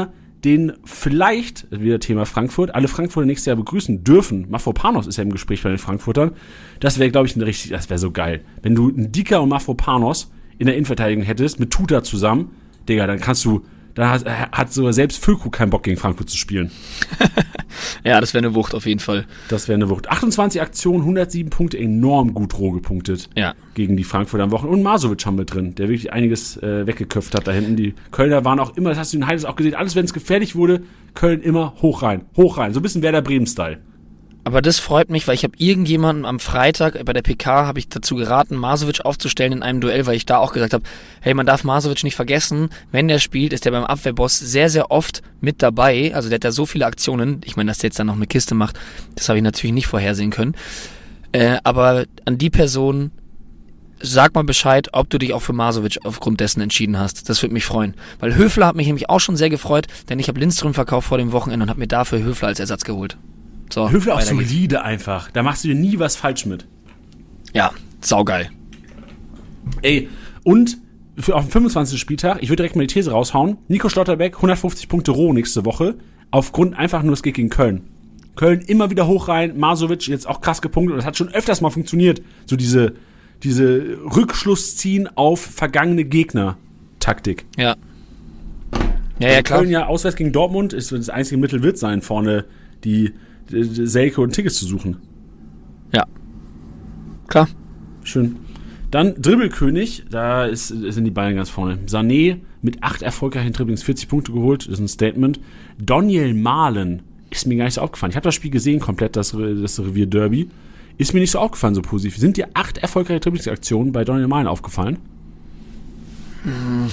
den vielleicht, wieder Thema Frankfurt, alle Frankfurter nächstes Jahr begrüßen dürfen. Mafropanos ist ja im Gespräch bei den Frankfurtern. Das wäre, glaube ich, ein richtig, das wäre so geil. Wenn du einen Dicker und Mafropanos in der Innenverteidigung hättest, mit Tuta zusammen, Digga, dann kannst du, da hat, hat sogar selbst Füllkrug keinen Bock gegen Frankfurt zu spielen. Ja, das wäre eine Wucht auf jeden Fall. Das wäre eine Wucht. achtundzwanzig Aktionen, hundertsieben Punkte, enorm gut roh gepunktet. Ja. Gegen die Frankfurter am Wochenende. Und Masovic haben wir drin, der wirklich einiges äh, weggeköpft hat da hinten. Die Kölner waren auch immer, das hast du in Heides auch gesehen, alles wenn es gefährlich wurde, Köln immer hoch rein, hoch rein. So ein bisschen Werder Bremen-Style. Aber das freut mich, weil ich habe irgendjemanden am Freitag bei der P K habe ich dazu geraten, Masovic aufzustellen in einem Duell, weil ich da auch gesagt habe, hey, man darf Masovic nicht vergessen, wenn der spielt, ist der beim Abwehrboss sehr, sehr oft mit dabei. Also der hat da so viele Aktionen. Ich meine, dass der jetzt dann noch eine Kiste macht, das habe ich natürlich nicht vorhersehen können. Äh, aber an die Person, sag mal Bescheid, ob du dich auch für Masovic aufgrund dessen entschieden hast. Das würde mich freuen. Weil Höfler hat mich nämlich auch schon sehr gefreut, denn ich habe Lindström verkauft vor dem Wochenende und habe mir dafür Höfler als Ersatz geholt. So, Höfler auch solide einfach. Da machst du dir nie was falsch mit. Ja, saugeil. Ey, und für auf dem fünfundzwanzigsten Spieltag, ich würde direkt mal die These raushauen, Nico Schlotterbeck, hundertfünfzig Punkte roh nächste Woche, aufgrund einfach nur, es geht gegen Köln. Köln immer wieder hoch rein, Masovic jetzt auch krass gepunktet und das hat schon öfters mal funktioniert. So diese, diese Rückschluss ziehen auf vergangene Gegner-Taktik. Ja. Ja, ja, klar. Köln ja auswärts gegen Dortmund, ist das einzige Mittel wird sein, vorne die Selke und Tigges zu suchen. Ja. Klar. Schön. Dann Dribbelkönig, da ist, sind die Bayern ganz vorne. Sané mit acht erfolgreichen Dribblings, vierzig Punkte geholt, das ist ein Statement. Daniel Mahlen ist mir gar nicht so aufgefallen. Ich habe das Spiel gesehen, komplett, das, das Revier-Derby. Ist mir nicht so aufgefallen, so positiv. Sind dir acht erfolgreiche Dribblingsaktionen bei Daniel Mahlen aufgefallen? Hm.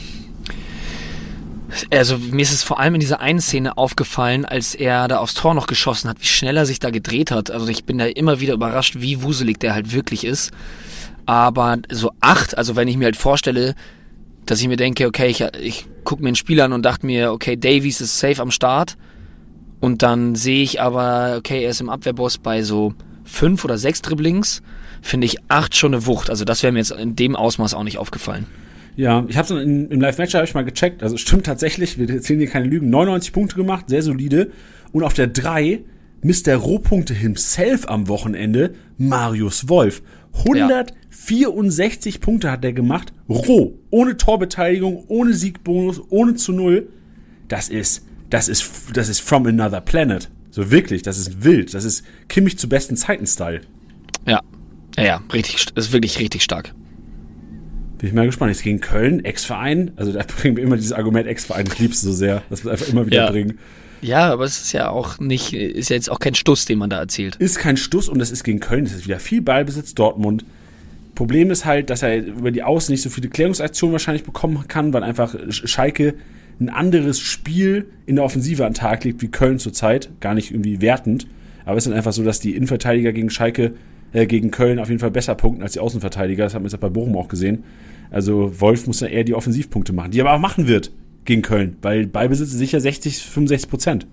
Also mir ist es vor allem in dieser einen Szene aufgefallen, als er da aufs Tor noch geschossen hat, wie schnell er sich da gedreht hat. Also ich bin da immer wieder überrascht, wie wuselig der halt wirklich ist. Aber so acht, also wenn ich mir halt vorstelle, dass ich mir denke, okay, ich, ich gucke mir einen Spieler an und dachte mir, okay, Davies ist safe am Start. Und dann sehe ich aber, okay, er ist im Abwehrboss bei so fünf oder sechs Dribblings, finde ich acht schon eine Wucht. Also das wäre mir jetzt in dem Ausmaß auch nicht aufgefallen. Ja, ich habe es im Live-Match habe ich mal gecheckt, also stimmt tatsächlich, wir erzählen hier keine Lügen, neunundneunzig Punkte gemacht, sehr solide. Und auf der drei Mister Rohpunkte himself am Wochenende, Marius Wolf. hundertvierundsechzig ja. Punkte hat er gemacht, roh, ohne Torbeteiligung, ohne Siegbonus, ohne zu null. Das ist, das ist, das ist from another planet. So wirklich, das ist wild, das ist Kimmich zu besten Zeiten-Style. Ja, ja, ja, richtig, das ist wirklich richtig stark. Bin ich mal gespannt. Jetzt gegen Köln, Ex-Verein. Also da bringen wir immer dieses Argument Ex-Verein. Ich lieb's so sehr. Das wird einfach immer wieder ja. bringen. Ja, aber es ist ja auch nicht, ist ja jetzt auch kein Stuss, den man da erzählt. Ist kein Stuss und das ist gegen Köln. Das ist wieder viel Ballbesitz, Dortmund. Problem ist halt, dass er über die Außen nicht so viele Klärungsaktionen wahrscheinlich bekommen kann, weil einfach Schalke ein anderes Spiel in der Offensive an den Tag legt wie Köln zurzeit. Gar nicht irgendwie wertend. Aber es ist einfach so, dass die Innenverteidiger gegen Schalke gegen Köln auf jeden Fall besser punkten als die Außenverteidiger. Das haben wir jetzt bei Bochum auch gesehen. Also Wolf muss dann eher die Offensivpunkte machen, die er aber auch machen wird gegen Köln, weil Ballbesitz ist sicher sechzig, fünfundsechzig Prozent.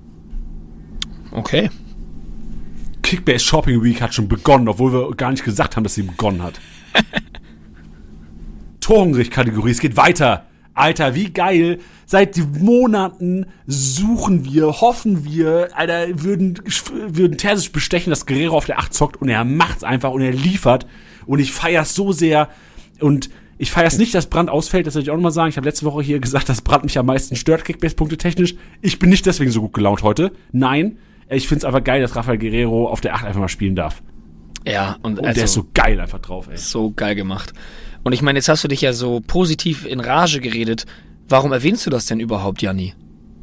Okay. Kickbase Shopping Week hat schon begonnen, obwohl wir gar nicht gesagt haben, dass sie begonnen hat. Torhungrig-Kategorie, es geht weiter. Alter, wie geil. Seit Monaten suchen wir, hoffen wir, Alter, würden, würden Terzic bestechen, dass Guerrero auf der acht zockt und er macht's einfach und er liefert und ich feier's so sehr und ich feier's nicht, dass Brandt ausfällt, das soll ich auch nochmal sagen. Ich habe letzte Woche hier gesagt, dass Brandt mich am meisten stört, Kickbase-Punkte technisch. Ich bin nicht deswegen so gut gelaunt heute. Nein, ich find's einfach geil, dass Rafael Guerrero auf der acht einfach mal spielen darf. Ja, und, und also, der ist so geil einfach drauf, ey. So geil gemacht. Und ich meine, jetzt hast du dich ja so positiv in Rage geredet. Warum erwähnst du das denn überhaupt, Janni?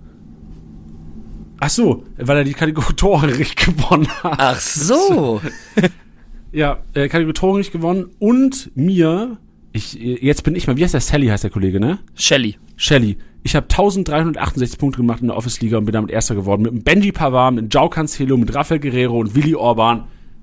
Ach so, weil er die Kategorie Torhungrig gewonnen hat. Ach so. Ja, äh, Kategorie Torhungrig gewonnen und mir, ich, jetzt bin ich mal, wie heißt der? Sally heißt der Kollege, ne? Shelly. Shelly. Ich habe eintausenddreihundertachtundsechzig Punkte gemacht in der Office-Liga und bin damit Erster geworden. Mit dem Benji Pavard, mit João Cancelo, mit Rafael Guerrero und Willi Orban.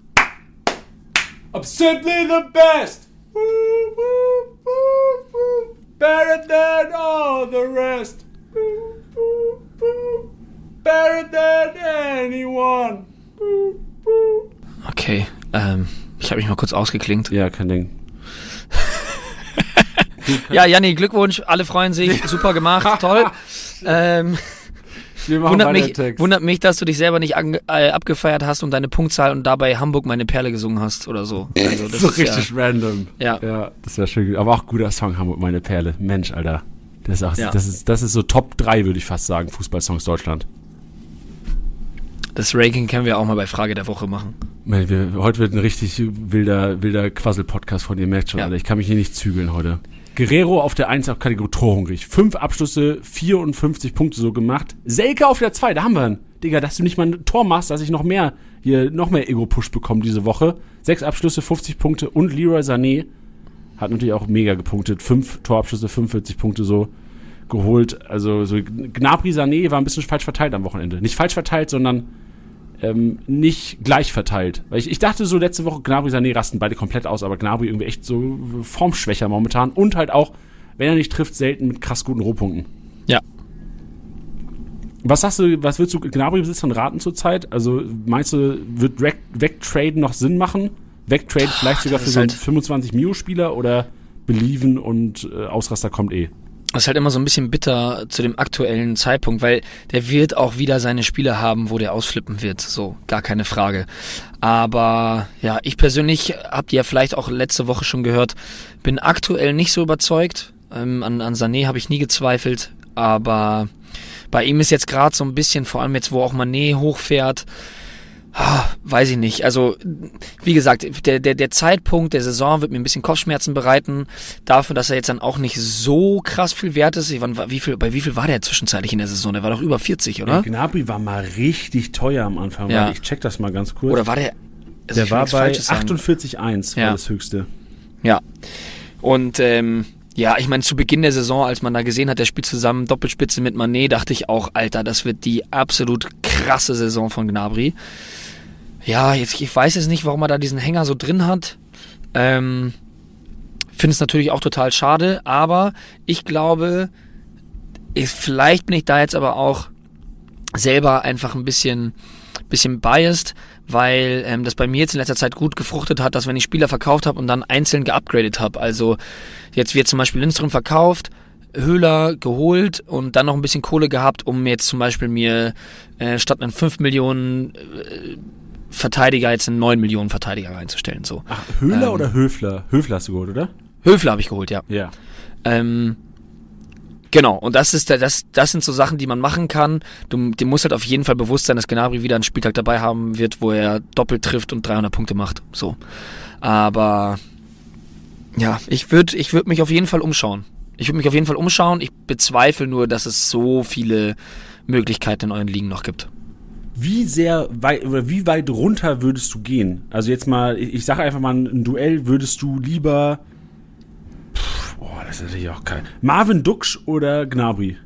I'm simply the best! Woo, woo, woo, woo. Better than all the rest. Woo, woo, woo. Better than anyone. Woo, woo. Okay, ähm, ich habe mich mal kurz ausgeklingt. Ja, kein Ding. Ja, Janni, Glückwunsch, alle freuen sich, super gemacht, toll. ähm, Wir machen wundert, weiter mich, Text. wundert mich, dass du dich selber nicht an, äh, abgefeiert hast und deine Punktzahl und dabei Hamburg meine Perle gesungen hast oder so. Also das so ist richtig ja, random. Ja. Ja, das wäre schön. Aber auch guter Song, Hamburg, meine Perle. Mensch, Alter. Das ist, auch, Ja. das ist, das ist so Top drei, würde ich fast sagen, Fußballsongs Deutschland. Das Ranking können wir auch mal bei Frage der Woche machen. Man, wir, heute wird ein richtig wilder, wilder Quassel-Podcast von dir, merkt schon, Ja. Alter. Ich kann mich hier nicht zügeln heute. Guerrero auf der eins auf Kategorie torhungrig. Fünf Abschlüsse, vierundfünfzig Punkte so gemacht. Selke auf der zwei, da haben wir ihn. Digga, dass du nicht mal ein Tor machst, dass ich noch mehr, hier, noch mehr Ego-Push bekomme diese Woche. Sechs Abschlüsse, fünfzig Punkte und Leroy Sané hat natürlich auch mega gepunktet. Fünf Torabschlüsse, fünfundvierzig Punkte so geholt. Also, so Gnabry, Sané war ein bisschen falsch verteilt am Wochenende. Nicht falsch verteilt, sondern ähm, nicht gleich verteilt. Weil ich, ich dachte so letzte Woche, Gnabry, Sané rasten beide komplett aus, aber Gnabry irgendwie echt so formschwächer momentan und halt auch, wenn er nicht trifft, selten mit krass guten Rohpunkten. Ja. Was sagst du, was würdest du Gnabry-Besitzern raten zurzeit? Also meinst du, wird Weg- Wegtraden noch Sinn machen? Wegtraden vielleicht sogar für ist so einen halt- fünfundzwanzig Mio-Spieler oder believen und äh, Ausraster kommt eh? Das ist halt immer so ein bisschen bitter zu dem aktuellen Zeitpunkt, weil der wird auch wieder seine Spiele haben, wo der ausflippen wird. So, gar keine Frage. Aber ja, ich persönlich, habt ihr ja vielleicht auch letzte Woche schon gehört, bin aktuell nicht so überzeugt. Ähm, an, an Sané habe ich nie gezweifelt, aber bei ihm ist jetzt gerade so ein bisschen, vor allem jetzt, wo auch Mané hochfährt, ah, weiß ich nicht. Also, wie gesagt, der, der, der Zeitpunkt der Saison wird mir ein bisschen Kopfschmerzen bereiten. Dafür, dass er jetzt dann auch nicht so krass viel wert ist. Ich, wann, wie viel, bei wie viel war der zwischenzeitlich in der Saison? Der war doch über vierzig, oder? Ja, Gnabry war mal richtig teuer am Anfang. Ja. Weil ich check das mal ganz kurz. Oder war der... Also der ich will war nichts bei Falsches sagen. achtundvierzig Komma eins, Ja. war das höchste. Ja. Und ähm, ja, ich meine, zu Beginn der Saison, als man da gesehen hat, der spielt zusammen Doppelspitze mit Mané, dachte ich auch, Alter, das wird die absolut krasse Saison von Gnabry. Ja, jetzt, ich weiß jetzt nicht, warum er da diesen Hänger so drin hat. Ähm, finde es natürlich auch total schade, aber ich glaube, ich, vielleicht bin ich da jetzt aber auch selber einfach ein bisschen, bisschen biased, weil ähm, das bei mir jetzt in letzter Zeit gut gefruchtet hat, dass wenn ich Spieler verkauft habe und dann einzeln geupgradet habe, also jetzt wird zum Beispiel Lindström verkauft, Höhler geholt und dann noch ein bisschen Kohle gehabt, um jetzt zum Beispiel mir äh, statt einen fünf Millionen äh, Verteidiger jetzt einen neun Millionen Verteidiger reinzustellen. So. Ach, Höhler Ähm, oder Höfler? Höfler hast du geholt, oder? Höfler habe ich geholt, ja. Ja. Ähm, genau, und das ist der, das, das sind so Sachen, die man machen kann. Du, dir muss halt auf jeden Fall bewusst sein, dass Gnabry wieder einen Spieltag dabei haben wird, wo er doppelt trifft und dreihundert Punkte macht. So. Aber ja, ich würde ich würd mich auf jeden Fall umschauen. Ich würde mich auf jeden Fall umschauen. Ich bezweifle nur, dass es so viele Möglichkeiten in euren Ligen noch gibt. Wie sehr weit oder wie weit runter würdest du gehen? Also jetzt mal, ich, ich sage einfach mal ein Duell, würdest du lieber pff, oh, das ist natürlich auch geil. Marvin Duksch oder Gnabry?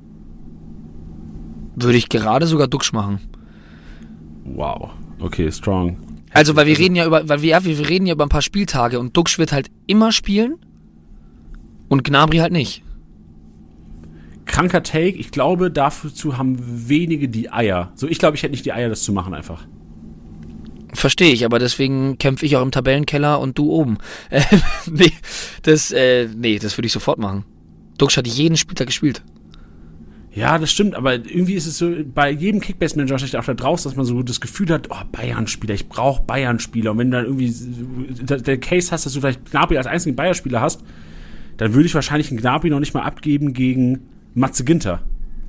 Würde ich gerade sogar Duxch machen. Wow. Okay, strong. Also, weil wir reden ja über, weil wir, ja, wir reden ja über ein paar Spieltage und Duxch wird halt immer spielen und Gnabry halt nicht. Kranker Take, ich glaube, dazu haben wenige die Eier. So, ich glaube, ich hätte nicht die Eier, das zu machen einfach. Verstehe ich, aber deswegen kämpfe ich auch im Tabellenkeller und du oben. Äh, nee, das, äh, nee, das würde ich sofort machen. Duxch hat jeden Spieltag gespielt. Ja, das stimmt, aber irgendwie ist es so, bei jedem Kickbase-Manager wahrscheinlich auch da draußen, dass man so das Gefühl hat, oh, Bayern-Spieler, ich brauche Bayern-Spieler. Und wenn du dann irgendwie der Case hast, dass du vielleicht Gnabry als einzigen Bayern-Spieler hast, dann würde ich wahrscheinlich einen Gnabry noch nicht mal abgeben gegen Matze Ginter.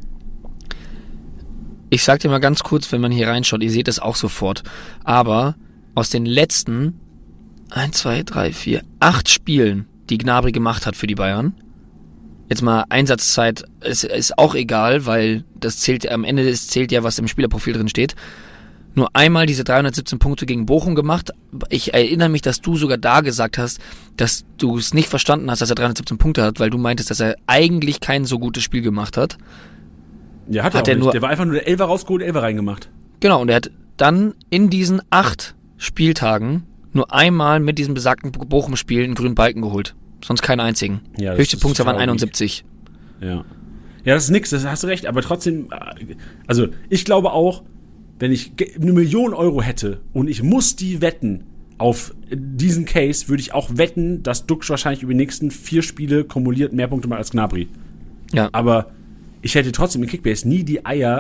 Ich sag dir mal ganz kurz, wenn man hier reinschaut, ihr seht es auch sofort, aber aus den letzten eins, zwei, drei, vier, acht Spielen, die Gnabry gemacht hat für die Bayern, jetzt mal Einsatzzeit ist, ist auch egal, weil das zählt am Ende das zählt ja, was im Spielerprofil drin steht. Nur einmal diese dreihundertsiebzehn Punkte gegen Bochum gemacht. Ich erinnere mich, dass du sogar da gesagt hast, dass du es nicht verstanden hast, dass er dreihundertsiebzehn Punkte hat, weil du meintest, dass er eigentlich kein so gutes Spiel gemacht hat. Ja, hat, Hat er er auch nicht. nur- Der war einfach nur der Elfer rausgeholt, Elfer reingemacht. Genau, und er hat dann in diesen acht Spieltagen nur einmal mit diesem besagten Bochum-Spiel einen grünen Balken geholt. Sonst keinen einzigen. Ja, das Höchste ist Punktzahl waren total einundsiebzig. Ja. Ja, das ist nix, das hast du recht, aber trotzdem, äh, also ich glaube auch, wenn ich ge- eine Million Euro hätte und ich muss die wetten auf diesen Case, würde ich auch wetten, dass Duxch wahrscheinlich über die nächsten vier Spiele kumuliert mehr Punkte macht als Gnabry. Ja. Aber ich hätte trotzdem in Kickbase nie die Eier,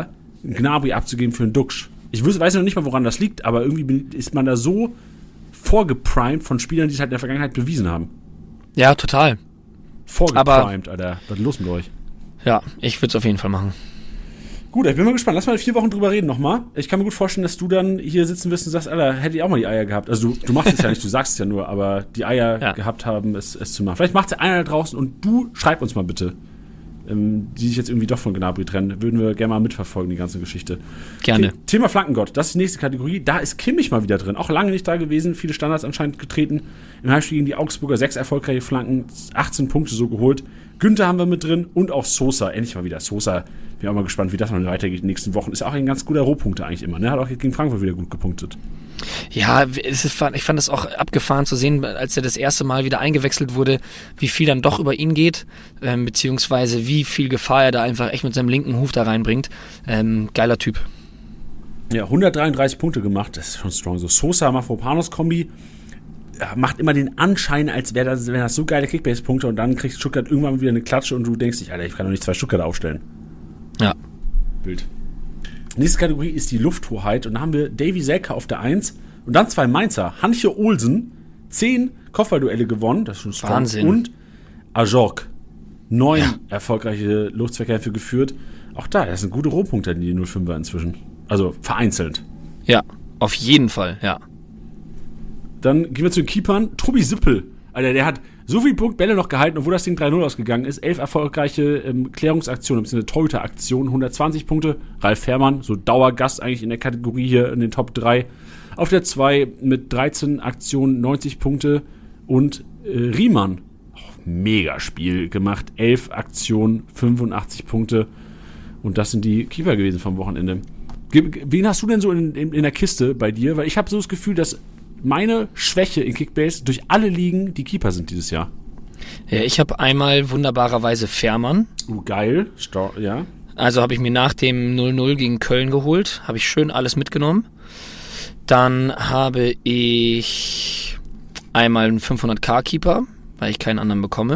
einen Gnabry abzugeben für einen Duxch. Ich weiß noch nicht mal, woran das liegt, aber irgendwie bin, ist man da so vorgeprimed von Spielern, die es halt in der Vergangenheit bewiesen haben. Ja, total. Vorgeprimed, Alter. Was ist los mit euch? Ja, ich würde es auf jeden Fall machen. Gut, ich bin mal gespannt. Lass mal vier Wochen drüber reden nochmal. Ich kann mir gut vorstellen, dass du dann hier sitzen wirst und sagst, Alter, hätte ich auch mal die Eier gehabt. Also du, du machst es ja nicht, du sagst es ja nur, aber die Eier ja. gehabt haben, es, es zu machen. Vielleicht macht es einer da draußen und du schreib uns mal bitte, ähm, die sich jetzt irgendwie doch von Gnabry trennen. Würden wir gerne mal mitverfolgen, die ganze Geschichte. Gerne. Okay, Thema Flankengott, das ist die nächste Kategorie. Da ist Kimmich mal wieder drin. Auch lange nicht da gewesen, viele Standards anscheinend getreten. Im Heimspiel gegen die Augsburger sechs erfolgreiche Flanken, achtzehn Punkte so geholt. Günther haben wir mit drin und auch Sosa. Endlich mal wieder Sosa. Bin auch mal gespannt, wie das noch weitergeht in den nächsten Wochen. Ist auch ein ganz guter Rohpunkter eigentlich immer. Ne? Hat auch gegen Frankfurt wieder gut gepunktet. Ja, es ist, ich fand das auch abgefahren zu sehen, als er das erste Mal wieder eingewechselt wurde, wie viel dann doch über ihn geht, ähm, beziehungsweise wie viel Gefahr er da einfach echt mit seinem linken Huf da reinbringt. Ähm, geiler Typ. Ja, hundertdreiunddreißig Punkte gemacht. Das ist schon strong. So Sosa-Mafropanos-Kombi macht immer den Anschein, als wäre das, wär das so geile Kickbase-Punkte und dann kriegt Stuttgart irgendwann wieder eine Klatsche und du denkst dich, Alter, ich kann doch nicht zwei Stuttgart aufstellen. Ja. Bild. Nächste Kategorie ist die Lufthoheit und da haben wir Davy Selke auf der eins und dann zwei Mainzer. Hanche Olsen, zehn Kopfballduelle gewonnen, das ist schon strong. Wahnsinn. Und Ajork, neun ja. erfolgreiche Luftzweikämpfe geführt. Auch da, das sind gute Rohpunkte, die null fünfer inzwischen. Also vereinzelt. Ja, auf jeden Fall, ja. Dann gehen wir zu den Keepern. Tobi Sippel, Alter, der hat so viele Punktbälle noch gehalten, obwohl das Ding drei null ausgegangen ist. Elf erfolgreiche ähm, Klärungsaktionen, beziehungsweise Torhüter-Aktionen, hundertzwanzig Punkte. Ralf Fährmann, so Dauergast eigentlich in der Kategorie hier in den Top drei. Auf der zwei mit dreizehn Aktionen, neunzig Punkte. Und äh, Riemann, oh, mega Spiel gemacht. elf Aktionen, fünfundachtzig Punkte. Und das sind die Keeper gewesen vom Wochenende. Wen hast du denn so in, in, in der Kiste bei dir? Weil ich habe so das Gefühl, dass meine Schwäche in Kickbase durch alle Ligen die Keeper sind dieses Jahr. Ja, ich habe einmal wunderbarerweise Fährmann. Uh, geil. Star- ja. Also habe ich mir nach dem null null gegen Köln geholt. Habe ich schön alles mitgenommen. Dann habe ich einmal einen fünfhundert-K-Keeper, weil ich keinen anderen bekomme.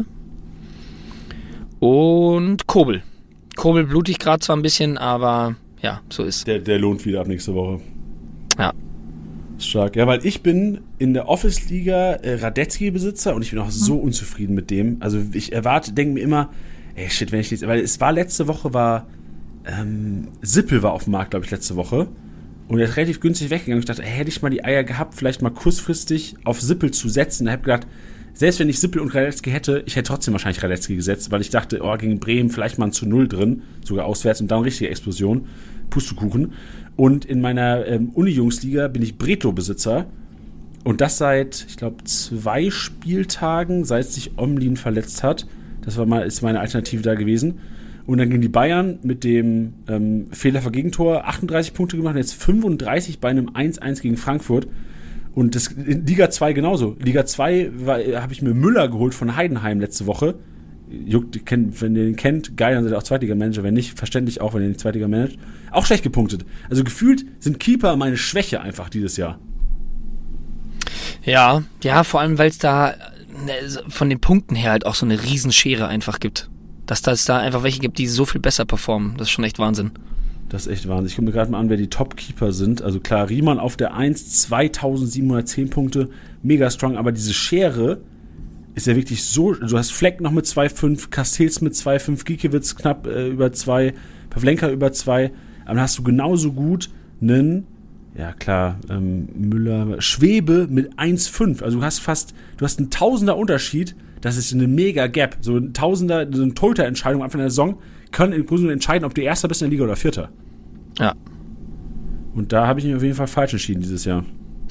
Und Kobel. Kobel blutig gerade zwar ein bisschen, aber ja, so ist. Der, der lohnt wieder ab nächste Woche. Ja. Stark. Ja, weil ich bin in der Office-Liga äh, Radetzky-Besitzer und ich bin auch so unzufrieden mit dem. Also ich erwarte, denke mir immer, ey shit, wenn ich jetzt, weil es war letzte Woche, war ähm, Sippel war auf dem Markt, glaube ich, letzte Woche. Und er ist relativ günstig weggegangen. Ich dachte, ey, hätte ich mal die Eier gehabt, vielleicht mal kurzfristig auf Sippel zu setzen. Da habe ich gedacht, selbst wenn ich Sippel und Radetzky hätte, ich hätte trotzdem wahrscheinlich Radetzky gesetzt, weil ich dachte, oh, gegen Bremen vielleicht mal ein zu null drin, sogar auswärts und dann richtige Explosion. Pustekuchen. Und in meiner ähm, Uni-Jungsliga bin ich Bretlo-Besitzer. Und das seit, ich glaube, zwei Spieltagen, seit sich Omlin verletzt hat. Das war mal, ist meine Alternative da gewesen. Und dann gegen die Bayern mit dem ähm, Fehler für Gegentor achtunddreißig Punkte gemacht und jetzt fünfunddreißig bei einem eins eins gegen Frankfurt. Und das in Liga zwei genauso. Liga zwei habe ich mir Müller geholt von Heidenheim letzte Woche. Juckt, wenn ihr den kennt, geil, dann seid ihr auch Zweitliga-Manager. Wenn nicht, verständlich auch, wenn ihr den Zweitliga managt. Auch schlecht gepunktet. Also gefühlt sind Keeper meine Schwäche einfach dieses Jahr. Ja, ja, vor allem, weil es da von den Punkten her halt auch so eine Riesenschere einfach gibt. Dass es da einfach welche gibt, die so viel besser performen. Das ist schon echt Wahnsinn. Das ist echt Wahnsinn. Ich gucke mir gerade mal an, wer die Top-Keeper sind. Also klar, Riemann auf der eins, zweitausendsiebenhundertzehn Punkte, mega strong. Aber diese Schere ist ja wirklich so, du hast Fleck noch mit zwei Komma fünf, Castells mit zwei Komma fünf, Giekewitz knapp äh, über zwei, Pavlenka über zwei, aber dann hast du genauso gut einen, ja klar, ähm, Müller, Schwebe mit eins Komma fünf, also du hast fast, du hast einen Tausender Unterschied, das ist eine mega Gap, so ein Tausender, so eine Torhüter-Entscheidung am Anfang der Saison, können im Grunde entscheiden, ob du Erster bist in der Liga oder Vierter. Ja. Und da habe ich mich auf jeden Fall falsch entschieden dieses Jahr.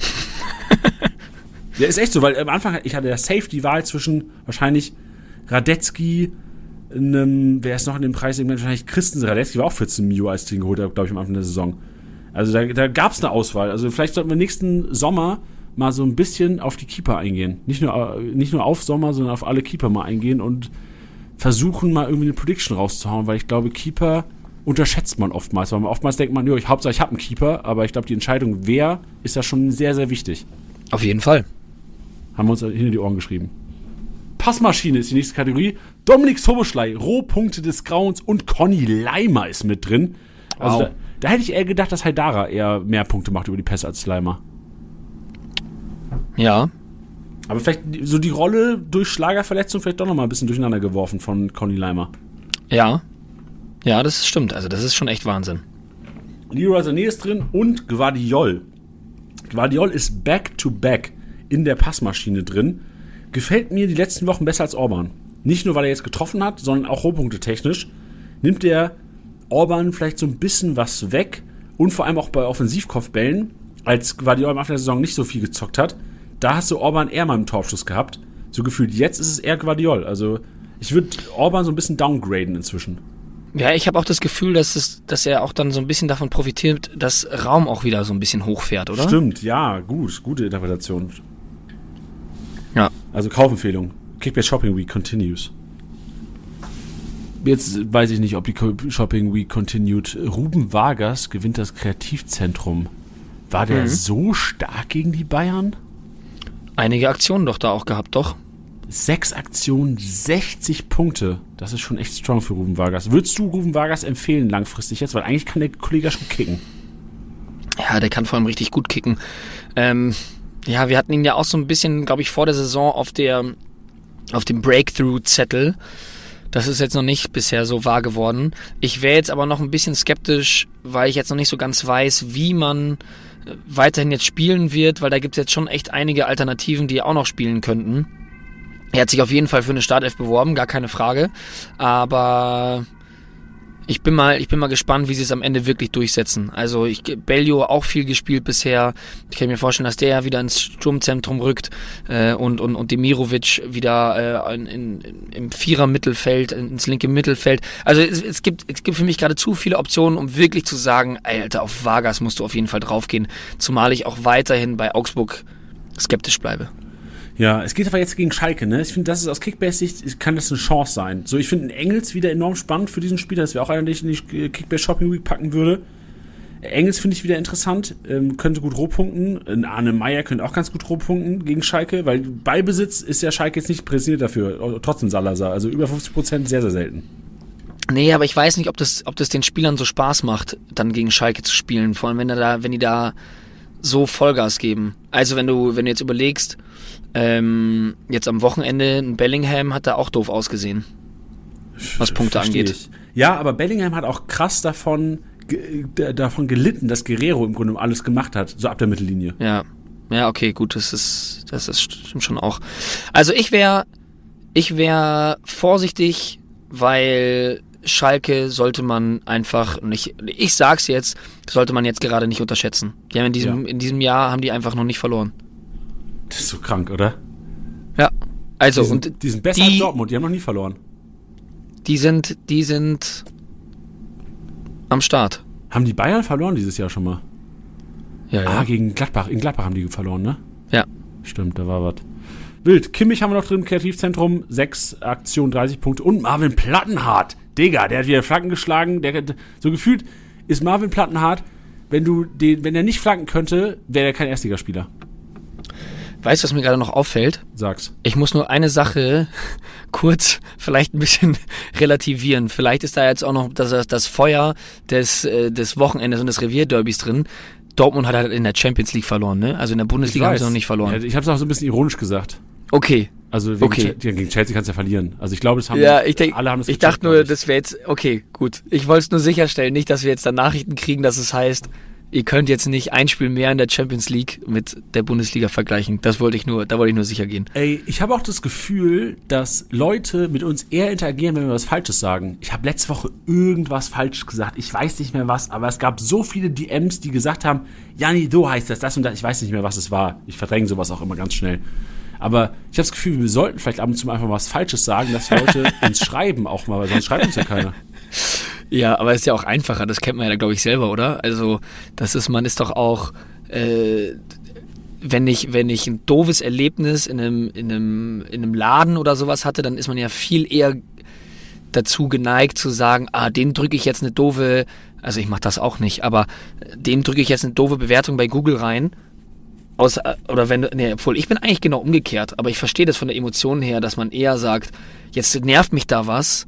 Ja, ist echt so, weil am Anfang, ich hatte ja safe die Wahl zwischen wahrscheinlich Radetzky, einem, wer ist noch in dem Preissegment, wahrscheinlich Christensen. Radetzky war auch vierzehn Mio, als ich den geholt habe, glaube ich, am Anfang der Saison. Also da, da gab es eine Auswahl. Also vielleicht sollten wir nächsten Sommer mal so ein bisschen auf die Keeper eingehen. Nicht nur, nicht nur auf Sommer, sondern auf alle Keeper mal eingehen und versuchen mal irgendwie eine Prediction rauszuhauen, weil ich glaube, Keeper unterschätzt man oftmals. Weil man oftmals denkt man, jo, ich, Hauptsache ich habe einen Keeper, aber ich glaube, die Entscheidung, wer, ist da schon sehr, sehr wichtig. Auf jeden Fall. Haben wir uns hinter die Ohren geschrieben. Passmaschine ist die nächste Kategorie. Dominik Soboschlei, Rohpunkte des Grauens und Conny Leimer ist mit drin. Also wow. da, Da hätte ich eher gedacht, dass Haidara eher mehr Punkte macht über die Pässe als Slimer. Ja. Aber vielleicht so die Rolle durch Schlagerverletzung vielleicht doch nochmal ein bisschen durcheinander geworfen von Conny Leimer. Ja. Ja, das stimmt. Also das ist schon echt Wahnsinn. Leroy Sané ist drin und Gvardiol. Gvardiol ist back-to-back in der Passmaschine drin. Gefällt mir die letzten Wochen besser als Orban. Nicht nur, weil er jetzt getroffen hat, sondern auch Rohpunkte technisch. Nimmt der Orban vielleicht so ein bisschen was weg und vor allem auch bei Offensivkopfbällen, als Gvardiol im Anfang der Saison nicht so viel gezockt hat, da hast du Orban eher mal im Torabschuss gehabt. So gefühlt, jetzt ist es eher Gvardiol. Also ich würde Orban so ein bisschen downgraden inzwischen. Ja, ich habe auch das Gefühl, dass, es, dass er auch dann so ein bisschen davon profitiert, dass Raum auch wieder so ein bisschen hochfährt, oder? Stimmt, ja, gut, gute Interpretation. Ja. Also Kaufempfehlung. Kickbase Shopping Week continues. Jetzt weiß ich nicht, ob die Shopping Week continued. Ruben Vargas gewinnt das Kreativzentrum. War der mhm. so stark gegen die Bayern? Einige Aktionen doch da auch gehabt, doch. Sechs Aktionen, sechzig Punkte. Das ist schon echt strong für Ruben Vargas. Würdest du Ruben Vargas empfehlen langfristig jetzt? Weil eigentlich kann der Kollege schon kicken. Ja, der kann vor allem richtig gut kicken. Ähm, ja, wir hatten ihn ja auch so ein bisschen, glaube ich, vor der Saison auf der auf dem Breakthrough-Zettel. Das ist jetzt noch nicht bisher so wahr geworden. Ich wäre jetzt aber noch ein bisschen skeptisch, weil ich jetzt noch nicht so ganz weiß, wie man weiterhin jetzt spielen wird, weil da gibt es jetzt schon echt einige Alternativen, die auch noch spielen könnten. Er hat sich auf jeden Fall für eine Startelf beworben, gar keine Frage. Aber ich bin mal, ich bin mal gespannt, wie sie es am Ende wirklich durchsetzen. Also ich, Bellio auch viel gespielt bisher. Ich kann mir vorstellen, dass der wieder ins Sturmzentrum rückt äh, und, und, und Demirovic wieder äh, in, in, im Vierer-Mittelfeld, ins linke Mittelfeld. Also es, es, gibt, es gibt für mich gerade zu viele Optionen, um wirklich zu sagen, ey, Alter, auf Vargas musst du auf jeden Fall draufgehen. Zumal ich auch weiterhin bei Augsburg skeptisch bleibe. Ja, es geht aber jetzt gegen Schalke, ne? Ich finde, das ist aus Kickbase-Sicht, kann das eine Chance sein. So, ich finde einen Engels wieder enorm spannend für diesen Spieler. Das wäre auch einer, den ich in die Kickbase Shopping Week packen würde. Engels finde ich wieder interessant, ähm, könnte gut rohpunkten. Ein Arne Meyer könnte auch ganz gut rohpunkten gegen Schalke, weil Ballbesitz ist ja Schalke jetzt nicht präsentiert dafür. Trotzdem Salazar, also über fünfzig Prozent sehr, sehr selten. Nee, aber ich weiß nicht, ob das, ob das den Spielern so Spaß macht, dann gegen Schalke zu spielen. Vor allem, wenn, er da, wenn die da so Vollgas geben. Also wenn du, wenn du jetzt überlegst, ähm, jetzt am Wochenende ein Bellingham hat da auch doof ausgesehen, was Punkte Versteh angeht. Ich. Ja, aber Bellingham hat auch krass davon, ge, davon gelitten, dass Guerrero im Grunde alles gemacht hat, so ab der Mittellinie. Ja, ja, okay, gut, das ist, das ist stimmt schon auch. Also ich wäre, ich wäre vorsichtig, weil Schalke sollte man einfach nicht, ich sag's jetzt, sollte man jetzt gerade nicht unterschätzen. Die haben in diesem, ja. in diesem Jahr haben die einfach noch nicht verloren. Das ist so krank, oder? Ja. Also, die sind, und die sind besser die, als Dortmund, die haben noch nie verloren. Die sind, die sind am Start. Haben die Bayern verloren dieses Jahr schon mal? Ja, ja. Ah, gegen Gladbach. In Gladbach haben die verloren, ne? Ja. Stimmt, da war was. Wild. Kimmich haben wir noch drin im Kreativzentrum. Sechs Aktionen, dreißig Punkte. Und Marvin Plattenhardt. Digga, der hat wieder Flanken geschlagen. Der, so gefühlt ist Marvin Plattenhardt, wenn du den, wenn er nicht flanken könnte, wäre er kein Erstligaspieler. Weißt du, was mir gerade noch auffällt? Sag's. Ich muss nur eine Sache kurz vielleicht ein bisschen relativieren. Vielleicht ist da jetzt auch noch das, das Feuer des, des Wochenendes und des Revierderbys drin. Dortmund hat halt in der Champions League verloren, ne? Also in der Bundesliga haben sie noch nicht verloren. Ja, ich habe es auch so ein bisschen ironisch gesagt. Okay. Also wegen okay. Ch- gegen Chelsea kannst du ja verlieren. Also ich glaube, das haben ja, ich denk, alle haben das Ich gecheckt, dachte nur, das wäre jetzt, okay, gut. Ich wollte es nur sicherstellen, nicht, dass wir jetzt dann Nachrichten kriegen, dass es heißt, ihr könnt jetzt nicht ein Spiel mehr in der Champions League mit der Bundesliga vergleichen. Das wollte ich nur, da wollte ich nur sicher gehen. Ey, ich habe auch das Gefühl, dass Leute mit uns eher interagieren, wenn wir was Falsches sagen. Ich habe letzte Woche irgendwas falsch gesagt. Ich weiß nicht mehr was, aber es gab so viele D Ms, die gesagt haben, Janni, so heißt das, das und das. Ich weiß nicht mehr, was es war. Ich verdränge sowas auch immer ganz schnell. Aber ich habe das Gefühl, wir sollten vielleicht ab und zu mal einfach was Falsches sagen, dass die Leute uns schreiben auch mal, weil sonst schreibt uns ja keiner. Ja, aber ist ja auch einfacher, das kennt man ja, glaube ich, selber, oder? Also, das ist, man ist doch auch, äh, wenn ich, wenn ich ein doofes Erlebnis in einem, in einem, in einem Laden oder sowas hatte, dann ist man ja viel eher dazu geneigt zu sagen, ah, dem drücke ich jetzt eine doofe, also ich mache das auch nicht, aber dem drücke ich jetzt eine doofe Bewertung bei Google rein. Aus, oder wenn, nee, obwohl ich bin eigentlich genau umgekehrt, aber ich verstehe das von der Emotion her, dass man eher sagt, jetzt nervt mich da was,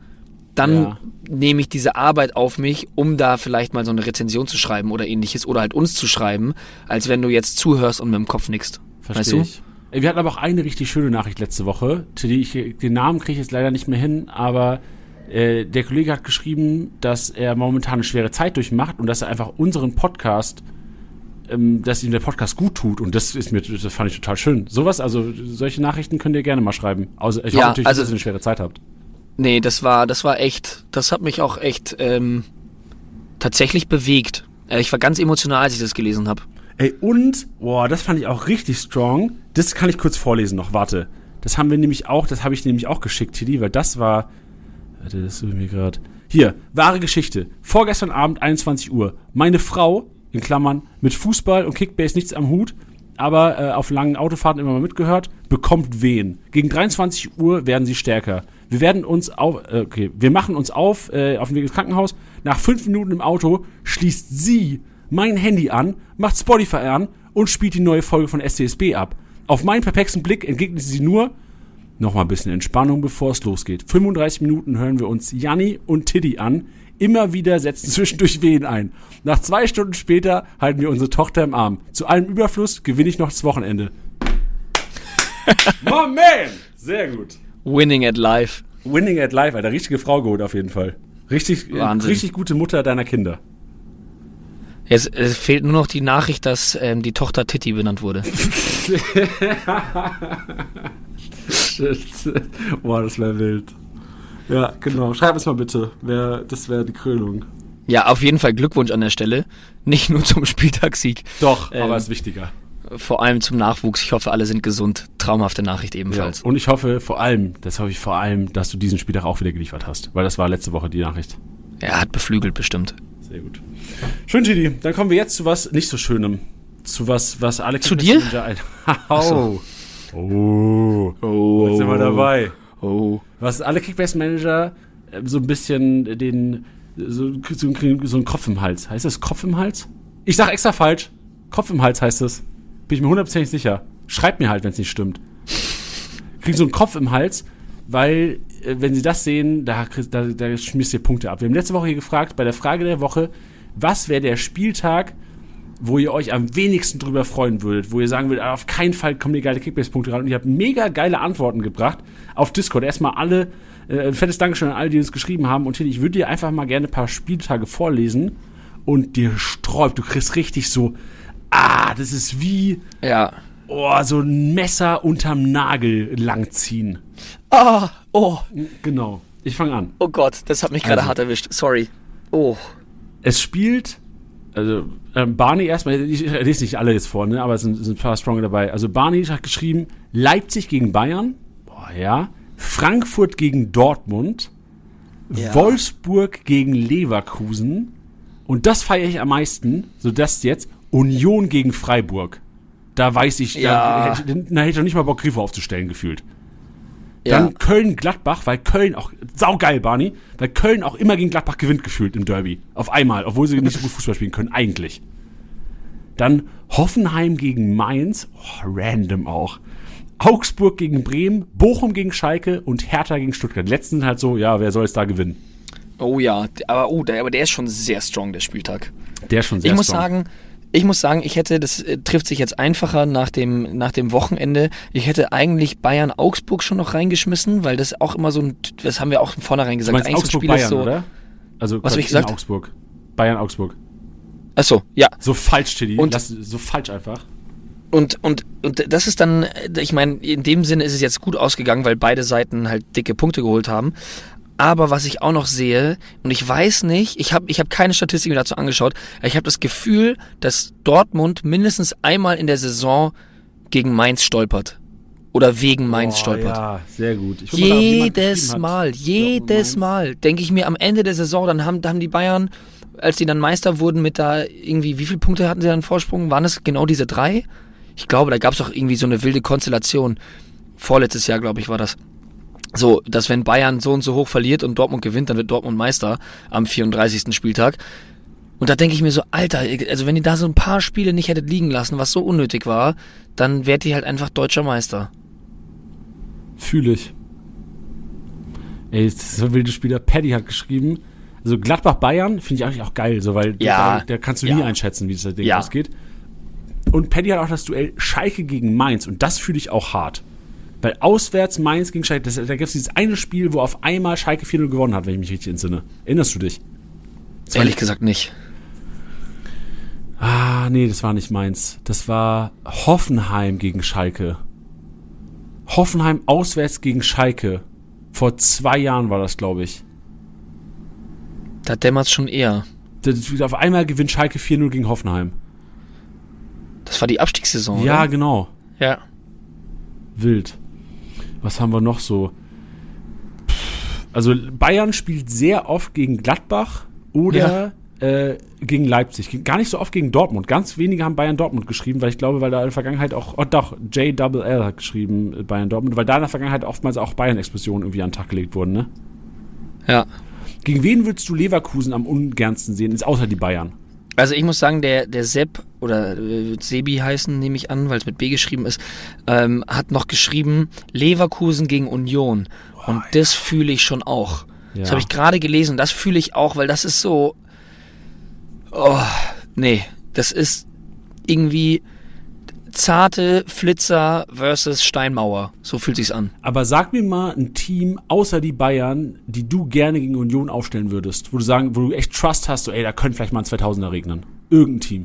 dann Ja. nehme ich diese Arbeit auf mich, um da vielleicht mal so eine Rezension zu schreiben oder ähnliches oder halt uns zu schreiben, als wenn du jetzt zuhörst und mit dem Kopf nickst. Verstehe Weißt du? ich. Ey, wir hatten aber auch eine richtig schöne Nachricht letzte Woche. Tilly, ich, den Namen kriege ich jetzt leider nicht mehr hin, aber äh, der Kollege hat geschrieben, dass er momentan eine schwere Zeit durchmacht und dass er einfach unseren Podcast, ähm, dass ihm der Podcast gut tut. Und das ist mir, das fand ich total schön. Sowas, also solche Nachrichten könnt ihr gerne mal schreiben. Also ich Ja, hoffe natürlich, also- dass ihr eine schwere Zeit habt. Nee, das war, das war echt, das hat mich auch echt ähm, tatsächlich bewegt. Äh, ich war ganz emotional, als ich das gelesen habe. Ey, und, boah, das fand ich auch richtig strong. Das kann ich kurz vorlesen noch, warte. Das haben wir nämlich auch, das habe ich nämlich auch geschickt, Tilly, weil das war, warte, das suche ich mir gerade. Hier, wahre Geschichte. Vorgestern Abend, einundzwanzig Uhr. Meine Frau, in Klammern, mit Fußball und Kickbase nichts am Hut, aber äh, auf langen Autofahrten immer mal mitgehört, bekommt Wehen. Gegen dreiundzwanzig Uhr werden sie stärker. Wir werden uns auf, äh, okay, wir machen uns auf, äh, auf dem Weg ins Krankenhaus. Nach fünf Minuten im Auto schließt sie mein Handy an, macht Spotify an und spielt die neue Folge von S C S B ab. Auf meinen perplexen Blick entgegnet sie nur, noch mal ein bisschen Entspannung, bevor es losgeht. fünfunddreißig Minuten hören wir uns Janni und Tiddy an. Immer wieder setzen zwischendurch Wehen ein. Nach zwei Stunden später halten wir unsere Tochter im Arm. Zu allem Überfluss gewinne ich noch das Wochenende. Oh man! Sehr gut. Winning at life. Winning at life, Alter. Richtige Frau geholt auf jeden Fall. Richtig, Wahnsinn. richtig gute Mutter deiner Kinder. Jetzt es fehlt nur noch die Nachricht, dass ähm, die Tochter Titti benannt wurde. Shit. Boah, das wäre wild. Ja, genau. Schreib es mal bitte. Wär, das wäre die Krönung. Ja, auf jeden Fall Glückwunsch an der Stelle. Nicht nur zum Spieltagssieg, Doch, Ähm, aber ist wichtiger. vor allem zum Nachwuchs. Ich hoffe, alle sind gesund. Traumhafte Nachricht Ja. ebenfalls. Und ich hoffe vor allem, das hoffe ich vor allem, dass du diesen Spieltag auch wieder geliefert hast. Weil das war letzte Woche die Nachricht. Er hat beflügelt bestimmt. Sehr gut. Schön, Gidi. Dann kommen wir jetzt zu was nicht so Schönem. Zu was, was alle Zu dir? Ein- oh. Oh. Oh. Jetzt sind wir dabei. Oh. Was alle Kickbase-Manager äh, so ein bisschen den so, so, so einen Kopf im Hals. Heißt das Kopf im Hals? Ich sag extra falsch. Kopf im Hals heißt es. Bin ich mir hundertprozentig sicher. Schreibt mir halt, wenn es nicht stimmt. Kriegen so einen Kopf im Hals, weil, äh, wenn sie das sehen, da, da, da schmierst ihr Punkte ab. Wir haben letzte Woche hier gefragt, bei der Frage der Woche, was wäre der Spieltag, wo ihr euch am wenigsten drüber freuen würdet, wo ihr sagen würdet, auf keinen Fall kommen die geile Kickbase-Punkte ran. Und ihr habt mega geile Antworten gebracht auf Discord. Erstmal alle, äh, ein fettes Dankeschön an alle, die uns geschrieben haben. Und Tilly, ich würde dir einfach mal gerne ein paar Spieltage vorlesen und dir sträubt. Du kriegst richtig so, ah, das ist wie, Ja. oh, so ein Messer unterm Nagel langziehen. Ah, oh, Genau. Ich fange an. oh Gott, das hat mich gerade Also. hart erwischt. Sorry. Oh. Es spielt, also ähm, Barney erstmal, ich lese nicht alle jetzt vor, ne, aber es sind, sind ein paar Stronger dabei. Also Barney hat geschrieben, Leipzig gegen Bayern, boah, ja, Frankfurt gegen Dortmund, Ja. Wolfsburg gegen Leverkusen und das feiere ich am meisten, so das jetzt, Union gegen Freiburg. Da weiß ich, Ja. da, hätte, da hätte ich noch nicht mal Bock, Grifo aufzustellen, gefühlt. Ja. Dann Köln-Gladbach, weil Köln auch, saugeil, Barney, weil Köln auch immer gegen Gladbach gewinnt gefühlt im Derby. Auf einmal, obwohl sie nicht so gut Fußball spielen können, eigentlich. Dann Hoffenheim gegen Mainz, oh, random auch. Augsburg gegen Bremen, Bochum gegen Schalke und Hertha gegen Stuttgart. Die letzten sind halt so, ja, wer soll es da gewinnen? Oh ja, aber, oh, der, aber der ist schon sehr strong, der Spieltag. Der ist schon sehr Ich muss strong. sagen, ich muss sagen, ich hätte, das äh, trifft sich jetzt einfacher nach dem, nach dem Wochenende. Ich hätte eigentlich Bayern-Augsburg schon noch reingeschmissen, weil das auch immer so ein, das haben wir auch von vornherein Du gesagt, meinst eigentlich so ein Spiel Augsburg-Bayern, ist so. oder? Also Was hab ich in gesagt? Augsburg. Bayern-Augsburg. Achso, ja. So falsch, Chili. Und- Lass, so falsch einfach. Und, und, und das ist dann, ich meine, in dem Sinne ist es jetzt gut ausgegangen, weil beide Seiten halt dicke Punkte geholt haben. Aber was ich auch noch sehe, und ich weiß nicht, ich habe ich hab keine Statistiken dazu angeschaut, aber ich habe das Gefühl, dass Dortmund mindestens einmal in der Saison gegen Mainz stolpert. Oder wegen Mainz Oh, stolpert. Ja, sehr gut. Ich guck mal, ob jemand Jedes geschrieben hat. Mal, Dortmund, jedes Mainz. Mal, denke ich mir am Ende der Saison, dann haben, haben die Bayern, als die dann Meister wurden mit da irgendwie, wie viele Punkte hatten sie dann Vorsprung? Waren es genau diese drei? Ich glaube, da gab es auch irgendwie so eine wilde Konstellation. Vorletztes Jahr, glaube ich, war das. So, dass wenn Bayern so und so hoch verliert und Dortmund gewinnt, dann wird Dortmund Meister am vierunddreißigsten Spieltag. Und da denke ich mir so, Alter, also wenn ihr da so ein paar Spiele nicht hättet liegen lassen, was so unnötig war, dann wärt ihr halt einfach deutscher Meister. Fühle ich. Ey, das ist so ein wilder Spieler. Paddy hat geschrieben, also Gladbach-Bayern finde ich eigentlich auch geil, so, weil ja. da, da kannst du ja. nie einschätzen, wie das Ding ja. ausgeht. Und Paddy hat auch das Duell Schalke gegen Mainz und das fühle ich auch hart. Weil auswärts Mainz gegen Schalke, das, da gibt es dieses eine Spiel, wo auf einmal Schalke vier null gewonnen hat, wenn ich mich richtig entsinne. Erinnerst du dich? Das Ehrlich gesagt nicht. Ah, nee, das war nicht Mainz. Das war Hoffenheim gegen Schalke. Hoffenheim auswärts gegen Schalke. Vor zwei Jahren war das, glaube ich. Da dämmert's schon eher. Das, auf einmal gewinnt Schalke vier null gegen Hoffenheim. Das war die Abstiegssaison, Ja, oder? genau. Ja. Wild. Was haben wir noch so? Also Bayern spielt sehr oft gegen Gladbach oder ja. äh, gegen Leipzig. Gar nicht so oft gegen Dortmund. Ganz wenige haben Bayern-Dortmund geschrieben, weil ich glaube, weil da in der Vergangenheit auch, oh doch, J L L hat geschrieben Bayern-Dortmund, weil da in der Vergangenheit oftmals auch Bayern-Explosionen irgendwie an den Tag gelegt wurden, ne? Ja. Gegen wen würdest du Leverkusen am ungernsten sehen, ist außer die Bayern? Also ich muss sagen, der, der Sepp, oder äh, Sebi heißen, nehme ich an, weil es mit B geschrieben ist, ähm, hat noch geschrieben, Leverkusen gegen Union. Oh, und das ja. fühle ich schon auch. Ja. Das habe ich gerade gelesen, das fühle ich auch, weil das ist so, oh, nee, das ist irgendwie zarte Flitzer versus Steinmauer. So fühlt sich's an. Aber sag mir mal ein Team außer die Bayern, die du gerne gegen Union aufstellen würdest, wo du sagen, wo du echt Trust hast, so ey, da könnte vielleicht mal ein zweitausender regnen. Irgendein Team.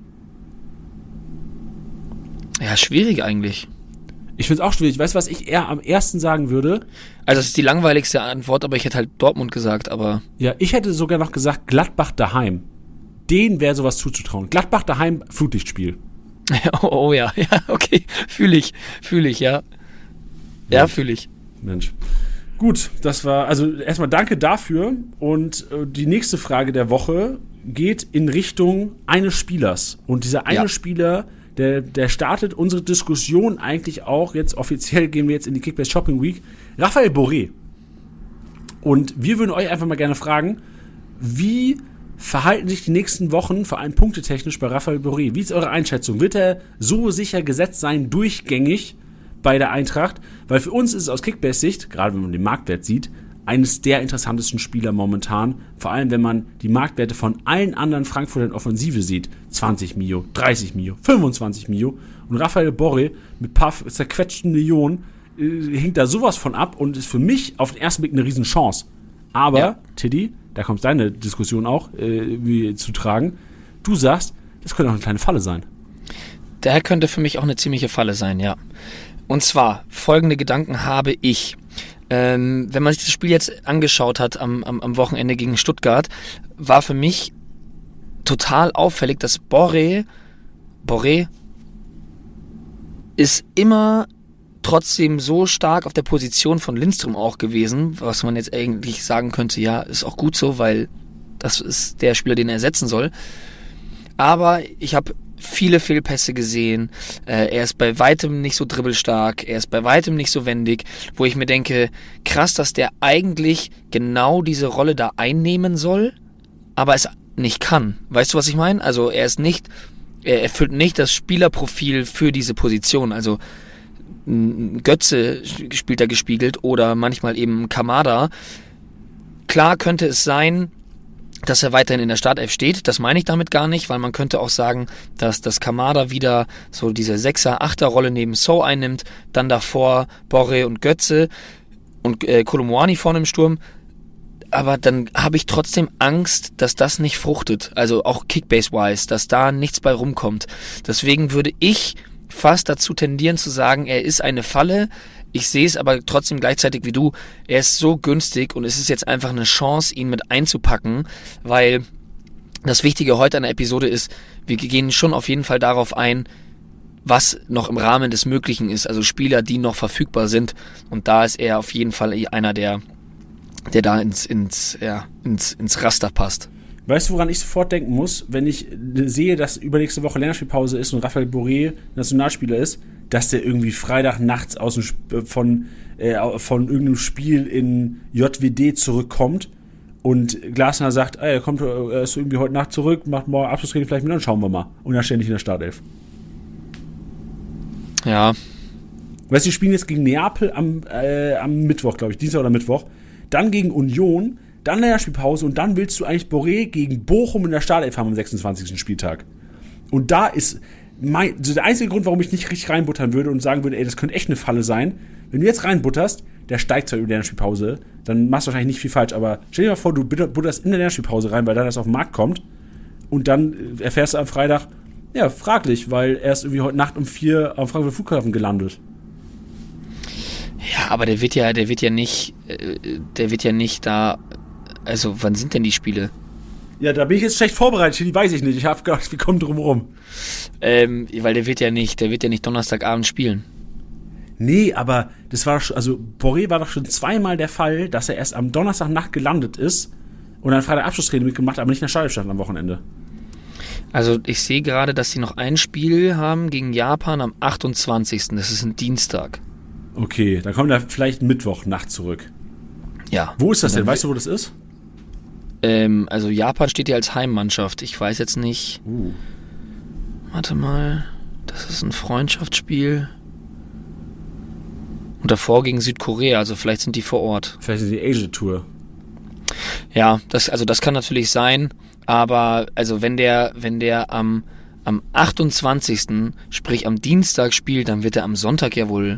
Ja, schwierig eigentlich. Ich find's auch schwierig. Weißt du, was ich eher am ersten sagen würde? Also das ist die langweiligste Antwort, aber ich hätte halt Dortmund gesagt, aber... Ja, ich hätte sogar noch gesagt Gladbach daheim. Denen wäre sowas zuzutrauen. Gladbach daheim, Flutlichtspiel. Oh, oh ja, ja, okay, fühle ich, fühle ich, ja. Ja, ja. fühle ich. Mensch. Gut, das war, also erstmal danke dafür und äh, die nächste Frage der Woche geht in Richtung eines Spielers. Und dieser eine ja. Spieler, der, der startet unsere Diskussion eigentlich auch, jetzt offiziell gehen wir jetzt in die Kickbase Shopping Week, Raphael Borré. Und wir würden euch einfach mal gerne fragen, wie verhalten sich die nächsten Wochen, vor allem punktetechnisch, bei Raphael Borré? Wie ist eure Einschätzung? Wird er so sicher gesetzt sein, durchgängig bei der Eintracht? Weil für uns ist es aus Kickbase-Sicht, gerade wenn man den Marktwert sieht, eines der interessantesten Spieler momentan. Vor allem, wenn man die Marktwerte von allen anderen Frankfurter Offensive sieht. zwanzig Mio, dreißig Mio, fünfundzwanzig Mio. Und Raphael Borré mit ein paar zerquetschten Millionen äh, hinkt da sowas von ab und ist für mich auf den ersten Blick eine Riesenchance. Aber, ja. Tiddy, da kommt deine Diskussion auch äh, wie, zu tragen. Du sagst, das könnte auch eine kleine Falle sein. Der könnte für mich auch eine ziemliche Falle sein, ja. Und zwar, folgende Gedanken habe ich. Ähm, wenn man sich das Spiel jetzt angeschaut hat am, am, am Wochenende gegen Stuttgart, war für mich total auffällig, dass Borré, Borré ist immer trotzdem so stark auf der Position von Lindström auch gewesen, was man jetzt eigentlich sagen könnte, ja, ist auch gut so, weil das ist der Spieler, den er ersetzen soll. Aber ich habe viele Fehlpässe gesehen, äh, er ist bei weitem nicht so dribbelstark, er ist bei weitem nicht so wendig, wo ich mir denke, krass, dass der eigentlich genau diese Rolle da einnehmen soll, aber es nicht kann. Weißt du, was ich meine? Also er ist nicht, er erfüllt nicht das Spielerprofil für diese Position, also Götze spielt da gespiegelt oder manchmal eben Kamada. Klar könnte es sein, dass er weiterhin in der Startelf steht. Das meine ich damit gar nicht, weil man könnte auch sagen, dass das Kamada wieder so diese Sechser-Achter-Rolle neben So einnimmt, dann davor Borré und Götze und äh, Kolomuani vorne im Sturm. Aber dann habe ich trotzdem Angst, dass das nicht fruchtet. Also auch Kickbase-wise, dass da nichts bei rumkommt. Deswegen würde ich fast dazu tendieren zu sagen, er ist eine Falle. Ich sehe es aber trotzdem gleichzeitig wie du. Er ist so günstig und es ist jetzt einfach eine Chance, ihn mit einzupacken, weil das Wichtige heute an der Episode ist, wir gehen schon auf jeden Fall darauf ein, was noch im Rahmen des Möglichen ist. Also Spieler, die noch verfügbar sind. Und da ist er auf jeden Fall einer, der, der da ins, ins, ja, ins, ins Raster passt. Weißt du, woran ich sofort denken muss, wenn ich sehe, dass übernächste Woche Länderspielpause ist und Raphael Borré Nationalspieler ist, dass der irgendwie Freitag nachts aus dem Sp- von, äh, von irgendeinem Spiel in J W D zurückkommt und Glasner sagt, ey, er kommt, er ist irgendwie heute Nacht zurück, macht morgen Abschlusstraining vielleicht mit, dann schauen wir mal. Und dann ständig in der Startelf. Ja. Weißt du, die spielen jetzt gegen Neapel am, äh, am Mittwoch, glaube ich, Dienstag oder Mittwoch. dann gegen Union, dann Länderspielpause und dann willst du eigentlich Borré gegen Bochum in der Startelf haben am sechsundzwanzigsten Spieltag. Und da ist mein, also der einzige Grund, warum ich nicht richtig reinbuttern würde und sagen würde, ey, das könnte echt eine Falle sein. Wenn du jetzt reinbutterst, der steigt zwar über die Länderspielpause, dann machst du wahrscheinlich nicht viel falsch, aber stell dir mal vor, du butterst in der Länderspielpause rein, weil dann das auf den Markt kommt und dann erfährst du am Freitag, ja, fraglich, weil er ist irgendwie heute Nacht um vier am Frankfurter Flughafen gelandet. Ja, aber der wird ja, der wird ja nicht, der wird ja nicht da, also wann sind denn die Spiele? Ja, da bin ich jetzt schlecht vorbereitet, die weiß ich nicht, ich habe gedacht, wir kommen drum rum. Ähm, weil der wird ja nicht, der wird ja nicht Donnerstagabend spielen. Nee, aber das war doch schon, also Borré war doch schon zweimal der Fall, dass er erst am Donnerstagnacht gelandet ist und dann Freitag Abschlusstraining mitgemacht, aber nicht in der Startelf stand am Wochenende. Also ich sehe gerade, dass sie noch ein Spiel haben gegen Japan am achtundzwanzigsten Das ist ein Dienstag. Okay, dann kommt er vielleicht Mittwochnacht zurück. Ja. Wo ist das denn? Weißt du, wo das ist? Ähm, also Japan steht ja als Heimmannschaft. Ich weiß jetzt nicht. Uh. Warte mal. Das ist ein Freundschaftsspiel. Und davor gegen Südkorea. Also vielleicht sind die vor Ort. Vielleicht ist die Asia-Tour. Ja, das, also das kann natürlich sein. Aber also wenn der, wenn der am, am achtundzwanzigsten sprich am Dienstag spielt, dann wird er am Sonntag ja wohl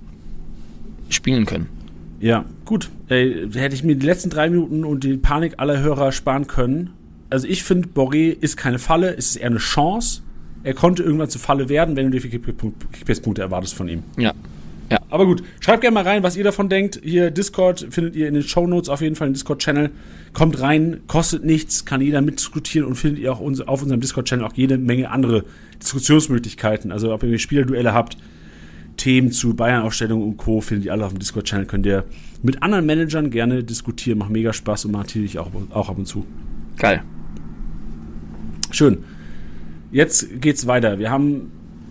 spielen können. Ja, gut. Ey, hätte ich mir die letzten drei Minuten und die Panik aller Hörer sparen können. Also ich finde, Borré ist keine Falle, es ist eher eine Chance. Er konnte irgendwann zur Falle werden, wenn du die Kickbase-Punkte erwartest von ihm. Ja. Ja. Aber gut, schreibt gerne mal rein, was ihr davon denkt. Hier Discord findet ihr in den Shownotes auf jeden Fall, den Discord-Channel. Kommt rein, kostet nichts, kann jeder mitdiskutieren und findet ihr auch uns, auf unserem Discord-Channel auch jede Menge andere Diskussionsmöglichkeiten. Also ob ihr Spielerduelle habt, Themen zu Bayern-Aufstellungen und Co. findet ihr alle auf dem Discord-Channel. Könnt ihr mit anderen Managern gerne diskutieren. Macht mega Spaß und macht natürlich auch, auch ab und zu. Geil. Schön. Jetzt geht's weiter. Wir haben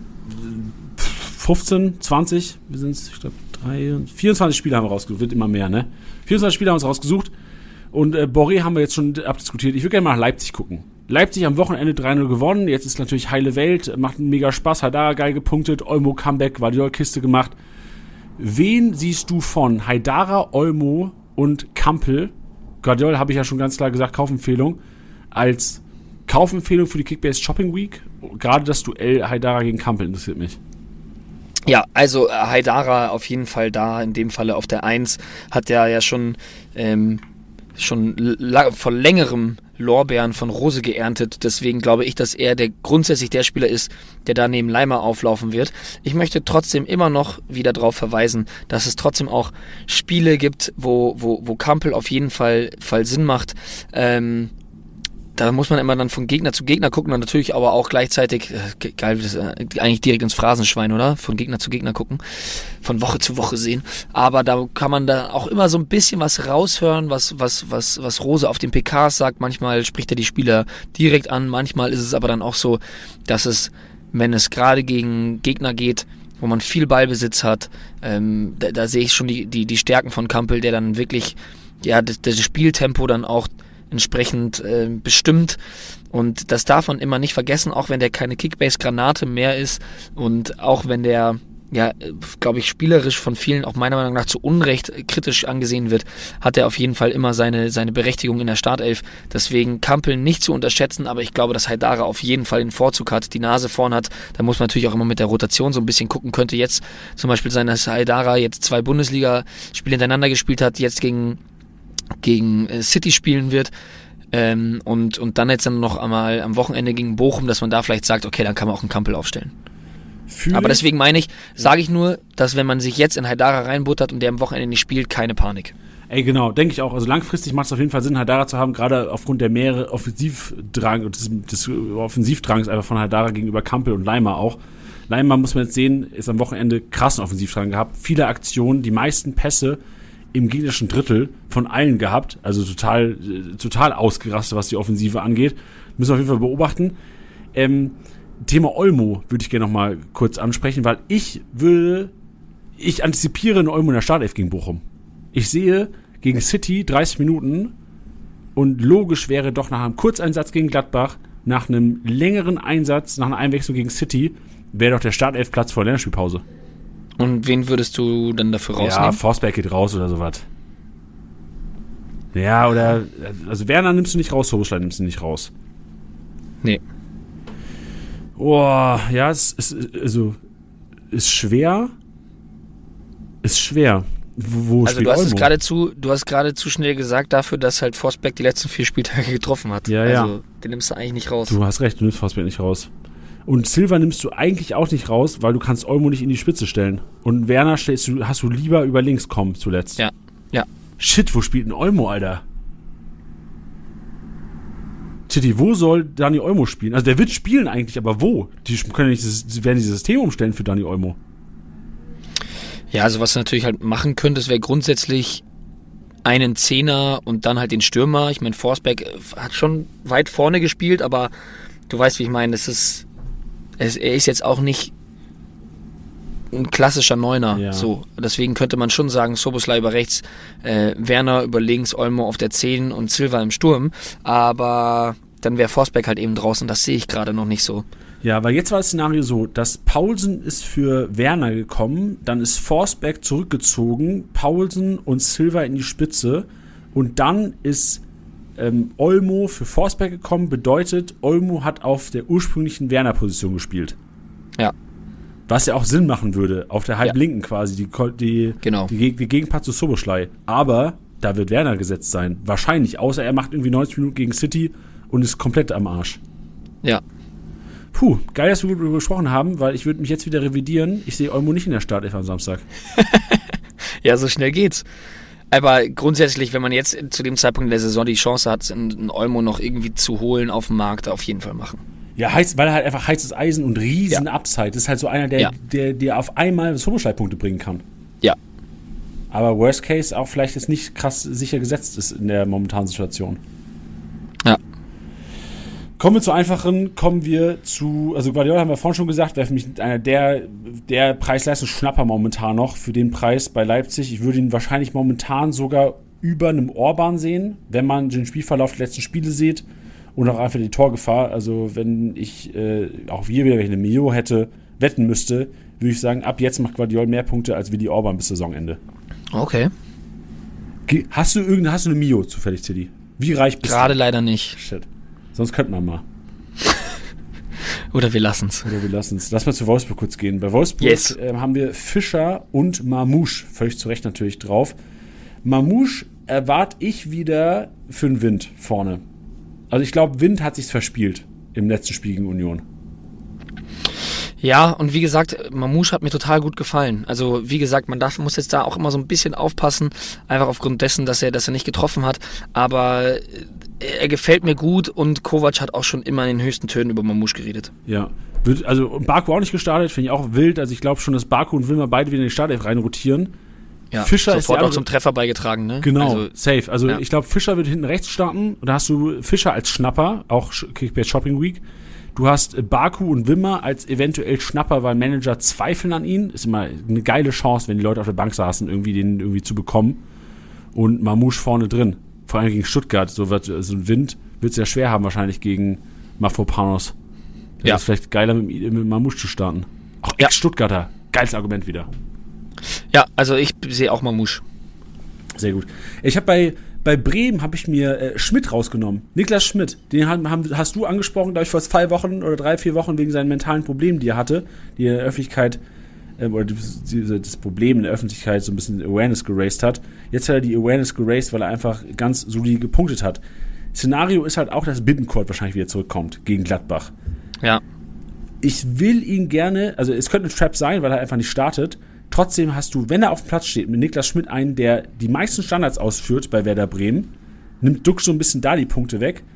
fünfzehn, zwanzig, wir sind, ich glaube, vierundzwanzig Spiele haben wir rausgesucht, wird immer mehr, ne? vierundzwanzig Spiele haben wir uns rausgesucht und äh, Borré haben wir jetzt schon abdiskutiert. Ich würde gerne mal nach Leipzig gucken. Leipzig am Wochenende drei null gewonnen, jetzt ist natürlich heile Welt, macht mega Spaß, Haidara geil gepunktet, Olmo Comeback, Guardiola-Kiste gemacht. Wen siehst du von Haidara, Olmo und Kampel? Guardiola habe ich ja schon ganz klar gesagt, Kaufempfehlung, als Kaufempfehlung für die Kickbase Shopping Week. Gerade das Duell Haidara gegen Kampel interessiert mich. Ja, also Haidara auf jeden Fall da, in dem Falle auf der eins, hat er ja schon, ähm, schon la- vor längerem Lorbeeren von Rose geerntet, deswegen glaube ich, dass er der grundsätzlich der Spieler ist, der da neben Leimer auflaufen wird. Ich möchte trotzdem immer noch wieder darauf verweisen, dass es trotzdem auch Spiele gibt, wo, wo, wo Kampel auf jeden Fall, Fall Sinn macht. Ähm, Da muss man immer dann von Gegner zu Gegner gucken und natürlich aber auch gleichzeitig, äh, geil, das, äh, eigentlich direkt ins Phrasenschwein, oder? Von Gegner zu Gegner gucken, von Woche zu Woche sehen. Aber da kann man da auch immer so ein bisschen was raushören, was, was, was, was Rose auf den P Ks sagt. Manchmal spricht er die Spieler direkt an, manchmal ist es aber dann auch so, dass es, wenn es gerade gegen Gegner geht, wo man viel Ballbesitz hat, ähm, da, da sehe ich schon die, die, die Stärken von Kampel, der dann wirklich, ja, das, das Spieltempo dann auch entsprechend äh, bestimmt und das darf man immer nicht vergessen, auch wenn der keine Kickbase-Granate mehr ist und auch wenn der, ja, glaube ich, spielerisch von vielen auch meiner Meinung nach zu Unrecht kritisch angesehen wird, hat er auf jeden Fall immer seine, seine Berechtigung in der Startelf. Deswegen Kampel nicht zu unterschätzen, aber ich glaube, dass Haidara auf jeden Fall den Vorzug hat, die Nase vorn hat. Da muss man natürlich auch immer mit der Rotation so ein bisschen gucken. Könnte jetzt zum Beispiel sein, dass Haidara jetzt zwei Bundesliga-Spiele hintereinander gespielt hat, jetzt gegen gegen City spielen wird ähm, und, und dann jetzt dann noch einmal am Wochenende gegen Bochum, dass man da vielleicht sagt, okay, dann kann man auch einen Kampel aufstellen. Fühl Aber deswegen meine ich, sage ich nur, dass wenn man sich jetzt in Haidara reinbuttert und der am Wochenende nicht spielt, keine Panik. Ey, genau, denke ich auch. Also langfristig macht es auf jeden Fall Sinn, Haidara zu haben, gerade aufgrund der mehrere Offensivdrang, des, des Offensivdrangs einfach von Haidara gegenüber Kampel und Leimer auch. Leimer, muss man jetzt sehen, ist am Wochenende krassen Offensivdrang gehabt. Viele Aktionen, die meisten Pässe im gegnerischen Drittel von allen gehabt, also total, total ausgerastet, was die Offensive angeht. Müssen wir auf jeden Fall beobachten. Ähm, Thema Olmo würde ich gerne nochmal kurz ansprechen, weil ich würde, ich antizipiere einen Olmo in der Startelf gegen Bochum. Ich sehe gegen City dreißig Minuten und logisch wäre doch nach einem Kurzeinsatz gegen Gladbach, nach einem längeren Einsatz, nach einer Einwechslung gegen City, wäre doch der Startelfplatz vor der Länderspielpause. Und wen würdest du dann dafür rausnehmen? Ja, Forsberg geht raus oder sowas. Ja, oder, also Werner nimmst du nicht raus, Szoboszlai nimmst du nicht raus. Nee. Boah, ja, es ist, also, ist schwer. Ist schwer. Wo, wo also du hast Olmo? es gerade zu, du hast gerade zu schnell gesagt dafür, dass halt Forsberg die letzten vier Spieltage getroffen hat. Ja, also ja. Den nimmst du eigentlich nicht raus. Du hast recht, du nimmst Forsberg nicht raus. Und Silva nimmst du eigentlich auch nicht raus, weil du kannst Olmo nicht in die Spitze stellen. Und Werner stellst du, hast du lieber über links kommen zuletzt. Ja, ja. Shit, wo spielt ein Olmo, Alter? Titi, wo soll Dani Olmo spielen? Also der wird spielen eigentlich, aber wo? Die können nicht, die werden dieses System umstellen für Dani Olmo. Ja, also was du natürlich halt machen könntest, wäre grundsätzlich einen Zehner und dann halt den Stürmer. Ich meine, Forsberg hat schon weit vorne gespielt, aber du weißt, wie ich meine, es ist, es, er ist jetzt auch nicht ein klassischer Neuner. Ja. So. Deswegen könnte man schon sagen, Szoboszlai über rechts, äh, Werner über links, Olmo auf der zehn und Silva im Sturm. Aber dann wäre Forsberg halt eben draußen. Das sehe ich gerade noch nicht so. Ja, weil jetzt war das Szenario so, dass Paulsen ist für Werner gekommen, dann ist Forsberg zurückgezogen, Paulsen und Silva in die Spitze und dann ist ähm, Olmo für Forsberg gekommen, bedeutet, Olmo hat auf der ursprünglichen Werner-Position gespielt. Ja. Was ja auch Sinn machen würde, auf der Halblinken ja. quasi, die, die, genau. die, die Gegenpart zu Szoboszlai. Aber da wird Werner gesetzt sein. Wahrscheinlich, außer er macht irgendwie neunzig Minuten gegen City und ist komplett am Arsch. Ja. Puh, geil, dass wir darüber gesprochen haben, weil ich würde mich jetzt wieder revidieren. Ich sehe Olmo nicht in der Startelf am Samstag. Ja, so schnell geht's. Aber grundsätzlich, wenn man jetzt zu dem Zeitpunkt der Saison die Chance hat, einen Olmo noch irgendwie zu holen auf dem Markt, auf jeden Fall machen. Ja, heiß, weil er halt einfach heißes Eisen und riesen ja. Upside. Das ist halt so einer, der, ja. der, der auf einmal Szoboszlai-Punkte bringen kann. Ja. Aber Worst Case auch vielleicht jetzt nicht krass sicher gesetzt ist in der momentanen Situation. Ja. Kommen wir zu einfachen, kommen wir zu, also Guardiola haben wir vorhin schon gesagt, wäre für mich einer der, der Preis-Leistungs-Schnapper momentan noch für den Preis bei Leipzig. Ich würde ihn wahrscheinlich momentan sogar über einem Orban sehen, wenn man den Spielverlauf der letzten Spiele sieht und auch einfach die Torgefahr. Also wenn ich äh, auch hier wieder, wenn ich eine Mio hätte, wetten müsste, würde ich sagen, ab jetzt macht Guardiola mehr Punkte als wie die Orban bis Saisonende. Okay. Hast du irgendeine, hast du eine Mio zufällig, Tilly? Wie reich bist Gerade du? leider nicht. Shit. Sonst könnte man mal. Oder wir lassen's. Oder wir lassen's. Lass mal zu Wolfsburg kurz gehen. Bei Wolfsburg yes. äh, haben wir Fischer und Mamouche, völlig zu Recht natürlich drauf. Mamouche erwarte ich wieder für den Wind vorne. Also ich glaube, Wind hat sich's verspielt im letzten Spiel gegen Union. Ja, und wie gesagt, Mamouche hat mir total gut gefallen. Also wie gesagt, man darf, muss jetzt da auch immer so ein bisschen aufpassen, einfach aufgrund dessen, dass er, dass er nicht getroffen hat. Aber er gefällt mir gut und Kovac hat auch schon immer in den höchsten Tönen über Mamouche geredet. Ja, also Baku auch nicht gestartet, finde ich auch wild. Also ich glaube schon, dass Baku und Wilmer beide wieder in die Startelf reinrotieren. Ja, Fischer sofort ist der auch andere, zum Treffer beigetragen, ne? Genau, also, safe. Also ja. ich glaube, Fischer wird hinten rechts starten und da hast du Fischer als Schnapper, auch Kickbase Shopping Week. Du hast Baku und Wimmer als eventuell Schnapper, weil Manager zweifeln an ihn. Ist immer eine geile Chance, wenn die Leute auf der Bank saßen, irgendwie den irgendwie zu bekommen. Und Mamouche vorne drin. Vor allem gegen Stuttgart. So wird so ein Wind wird es ja schwer haben, wahrscheinlich gegen Mafropanos. Das ja. ist vielleicht geiler, mit, mit Mamouche zu starten. Auch ja. Ex-Stuttgarter. Geiles Argument wieder. Ja, also ich sehe auch Mamouche. Sehr gut. Ich habe bei Bei Bremen habe ich mir äh, Schmidt rausgenommen. Niklas Schmidt, den haben, haben, hast du angesprochen, glaube ich, vor zwei Wochen oder drei, vier Wochen wegen seinen mentalen Problemen, die er hatte, die er in der Öffentlichkeit, äh, oder das, das Problem in der Öffentlichkeit so ein bisschen Awareness geraced hat. Jetzt hat er die Awareness geraced, weil er einfach ganz solide gepunktet hat. Szenario ist halt auch, dass Bittencourt wahrscheinlich wieder zurückkommt gegen Gladbach. Ja. Ich will ihn gerne, also es könnte ein Trap sein, weil er einfach nicht startet. Trotzdem hast du, wenn er auf dem Platz steht, mit Niklas Schmidt einen, der die meisten Standards ausführt bei Werder Bremen, nimmt Duck so ein bisschen da die Punkte weg,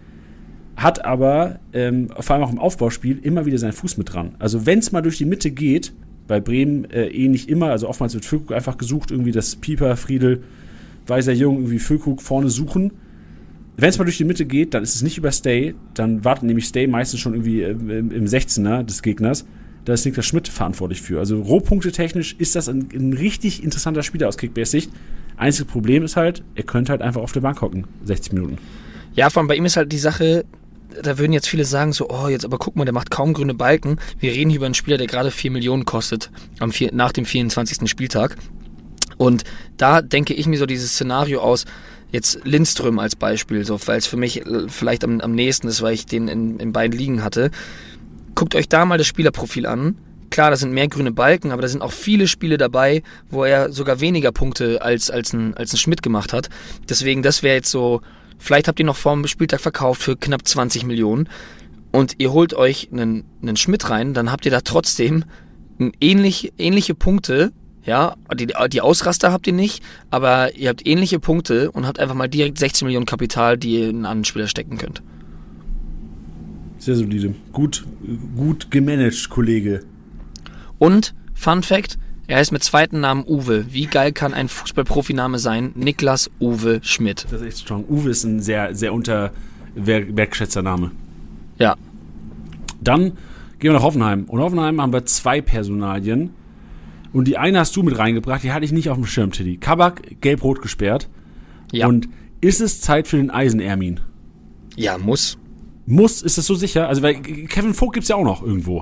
hat aber ähm, vor allem auch im Aufbauspiel immer wieder seinen Fuß mit dran. Also wenn es mal durch die Mitte geht, bei Bremen äh, eh nicht immer, also oftmals wird Füllkrug einfach gesucht, irgendwie das Pieper, Friedel, Weiser Jung, irgendwie Füllkrug vorne suchen. Wenn es mal durch die Mitte geht, dann ist es nicht über Stay, dann wartet nämlich Stay meistens schon irgendwie äh, im, im sechzehner des Gegners. Da ist Niklas Schmidt verantwortlich für. Also Rohpunkte technisch ist das ein, ein richtig interessanter Spieler aus Kickbase-Sicht. Einziges Problem ist halt, er könnte halt einfach auf der Bank hocken, sechzig Minuten. Ja, vor allem bei ihm ist halt die Sache, da würden jetzt viele sagen so, oh, jetzt aber guck mal, der macht kaum grüne Balken. Wir reden hier über einen Spieler, der gerade vier Millionen kostet am vier, nach dem vierundzwanzigsten Spieltag. Und da denke ich mir so dieses Szenario aus, jetzt Lindström als Beispiel, so, weil es für mich vielleicht am, am nächsten ist, weil ich den in, in beiden Ligen hatte. Guckt euch da mal das Spielerprofil an. Klar, da sind mehr grüne Balken, aber da sind auch viele Spiele dabei, wo er sogar weniger Punkte als, als, ein, als ein Schmidt gemacht hat. Deswegen, das wäre jetzt so, vielleicht habt ihr noch vor dem Spieltag verkauft für knapp zwanzig Millionen und ihr holt euch einen, einen Schmidt rein, dann habt ihr da trotzdem ähnlich, ähnliche Punkte. Ja, die, die Ausraster habt ihr nicht, aber ihr habt ähnliche Punkte und habt einfach mal direkt sechzehn Millionen Kapital, die ihr in einen anderen Spieler stecken könnt. Sehr solide. Gut, gut gemanagt, Kollege. Und, Fun Fact, er heißt mit zweiten Namen Uwe. Wie geil kann ein Fußballprofiname sein? Niklas Uwe Schmidt. Das ist echt strong. Uwe ist ein sehr, sehr unterwertgeschätzter Name. Ja. Dann gehen wir nach Hoffenheim. Und Hoffenheim haben wir zwei Personalien. Und die eine hast du mit reingebracht, die hatte ich nicht auf dem Schirm, Tiddy. Kabak, gelb-rot gesperrt. Ja. Und ist es Zeit für den Eisen-Ermin? Ja, muss. Muss? Ist das so sicher? Also, weil Kevin Vogt gibt's ja auch noch irgendwo.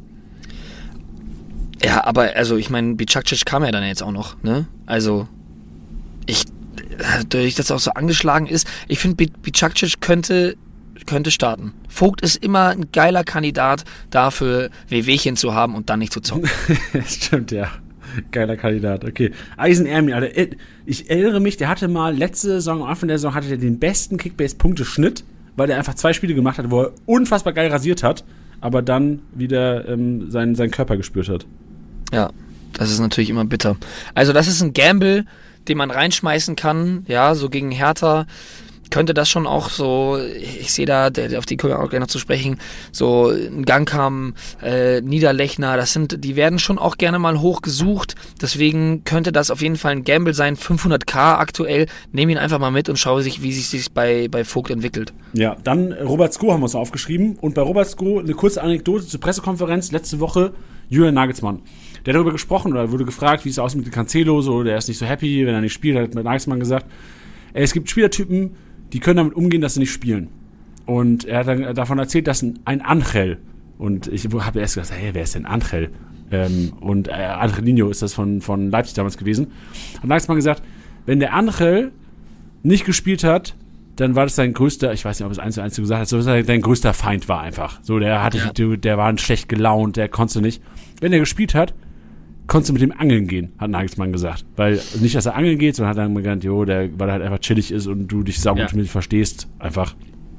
Ja, aber also ich meine, Bicakcic kam ja dann jetzt auch noch, ne? Also, ich, dadurch, dass er auch so angeschlagen ist, ich finde, Bicakcic könnte, könnte starten. Vogt ist immer ein geiler Kandidat dafür, Wehwehchen zu haben und dann nicht zu zocken. Stimmt, ja. Geiler Kandidat, okay. Eisen-Ermin, Alter. Ich erinnere mich, der hatte mal letzte Saison, am Anfang der Saison, hatte der den besten Kickbase-Punkteschnitt, weil der einfach zwei Spiele gemacht hat, wo er unfassbar geil rasiert hat, aber dann wieder ähm, seinen, seinen Körper gespürt hat. Ja, das ist natürlich immer bitter. Also das ist ein Gamble, den man reinschmeißen kann, ja, so gegen Hertha. Könnte das schon auch so, ich sehe da, der, auf die können wir auch gleich noch zu sprechen, so ein Gangkam, äh, Niederlechner, das sind, die werden schon auch gerne mal hoch gesucht, deswegen könnte das auf jeden Fall ein Gamble sein, fünfhunderttausend aktuell, nehme ihn einfach mal mit und schaue sich, wie sich sich bei, bei Vogt entwickelt. Ja, dann Robert Sko haben wir uns aufgeschrieben und bei Robert Sko eine kurze Anekdote zur Pressekonferenz letzte Woche, Julian Nagelsmann. Der hat darüber gesprochen oder wurde gefragt, wie es aussieht mit Cancelo, so, der ist nicht so happy, wenn er nicht spielt, hat Nagelsmann gesagt, ey, es gibt Spielertypen, die können damit umgehen, dass sie nicht spielen. Und er hat dann davon erzählt, dass ein, ein Angel, und ich habe erst gesagt, hey, wer ist denn Angel? Ähm, und äh, Angelino ist das von, von Leipzig damals gewesen. Hat Nagelsmann gesagt, wenn der Angel nicht gespielt hat, dann war das sein größter, ich weiß nicht, ob es eins zu eins gesagt hat, so dass er dein größter Feind war einfach. So, der hatte, ja. der war schlecht gelaunt, der konnte nicht. Wenn er gespielt hat, konntest du mit dem Angeln gehen, hat Nagelsmann gesagt. Weil, nicht, dass er angeln geht, sondern hat dann gesagt, jo, der, weil er halt einfach chillig ist und du dich saugut ja. mit ihm verstehst, einfach.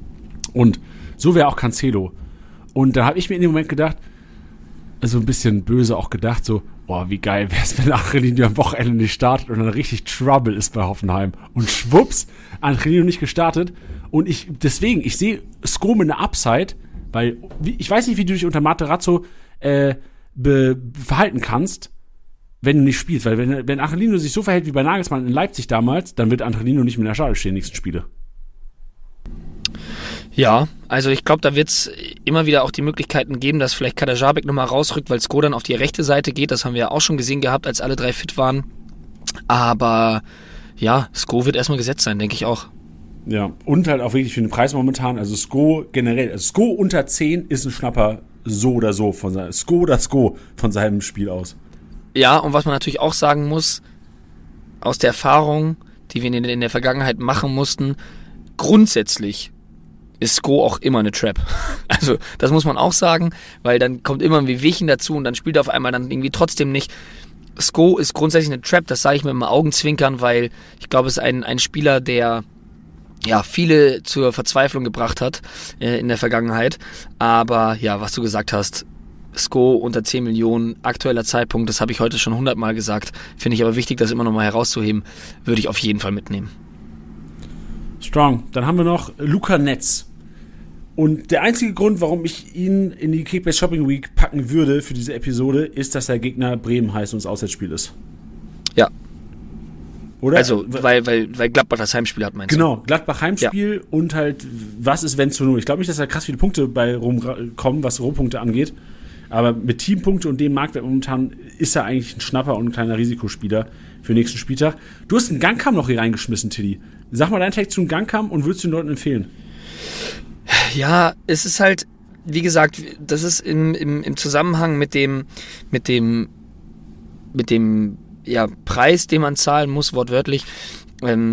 Und so wäre auch Cancelo. Und da habe ich mir in dem Moment gedacht, also ein bisschen böse auch gedacht, so, boah, wie geil wäre es, wenn Angelino am Wochenende nicht startet und dann richtig Trouble ist bei Hoffenheim. Und schwupps, Angelino nicht gestartet. Und ich, deswegen, ich sehe Sko mit einer Upside, weil, ich weiß nicht, wie du dich unter Materazzo äh, be, verhalten kannst, wenn du nicht spielst, weil wenn, wenn Angelino sich so verhält wie bei Nagelsmann in Leipzig damals, dann wird Angelino nicht mehr in der Schale stehen, nächsten Spiele. Ja, also ich glaube, da wird es immer wieder auch die Möglichkeiten geben, dass vielleicht Kadajabek nochmal rausrückt, weil Sko dann auf die rechte Seite geht, das haben wir ja auch schon gesehen gehabt, als alle drei fit waren, aber ja, Sko wird erstmal gesetzt sein, denke ich auch. Ja, und halt auch wirklich für den Preis momentan, also Sko generell, also Sko unter zehn ist ein Schnapper so oder so, von seinem, Sko oder Sko von seinem Spiel aus. Ja, und was man natürlich auch sagen muss, aus der Erfahrung, die wir in, in der Vergangenheit machen mussten, grundsätzlich ist Sko auch immer eine Trap. Also das muss man auch sagen, weil dann kommt immer ein Wehwehchen dazu und dann spielt er auf einmal dann irgendwie trotzdem nicht. Sko ist grundsätzlich eine Trap, das sage ich mit dem Augenzwinkern, weil ich glaube, es ist ein, ein Spieler, der ja viele zur Verzweiflung gebracht hat äh, in der Vergangenheit. Aber ja, was du gesagt hast, Sko unter zehn Millionen, aktueller Zeitpunkt, das habe ich heute schon hundertmal gesagt, finde ich aber wichtig, das immer nochmal herauszuheben, würde ich auf jeden Fall mitnehmen. Strong. Dann haben wir noch Luca Netz. Und der einzige Grund, warum ich ihn in die Kickbase Shopping Week packen würde für diese Episode, ist, dass der Gegner Bremen heißt und das Auswärtsspiel ist. Ja. Oder? Also, weil, weil, weil Gladbach das Heimspiel hat, meinst du? Genau, Gladbach Heimspiel ja. Und halt, was ist, wenn zu null? Ich glaube nicht, dass da krass viele Punkte bei rumkommen, was Rohpunkte angeht. Aber mit Teampunkte und dem Marktwert momentan ist er eigentlich ein Schnapper und ein kleiner Risikospieler für den nächsten Spieltag. Du hast einen Gangkam noch hier reingeschmissen, Tiddy. Sag mal deinen Take zu einem Gangkam und würdest du den Leuten empfehlen? Ja, es ist halt, wie gesagt, das ist im, im, im Zusammenhang mit dem, mit dem, mit dem ja, Preis, den man zahlen muss, wortwörtlich, ähm,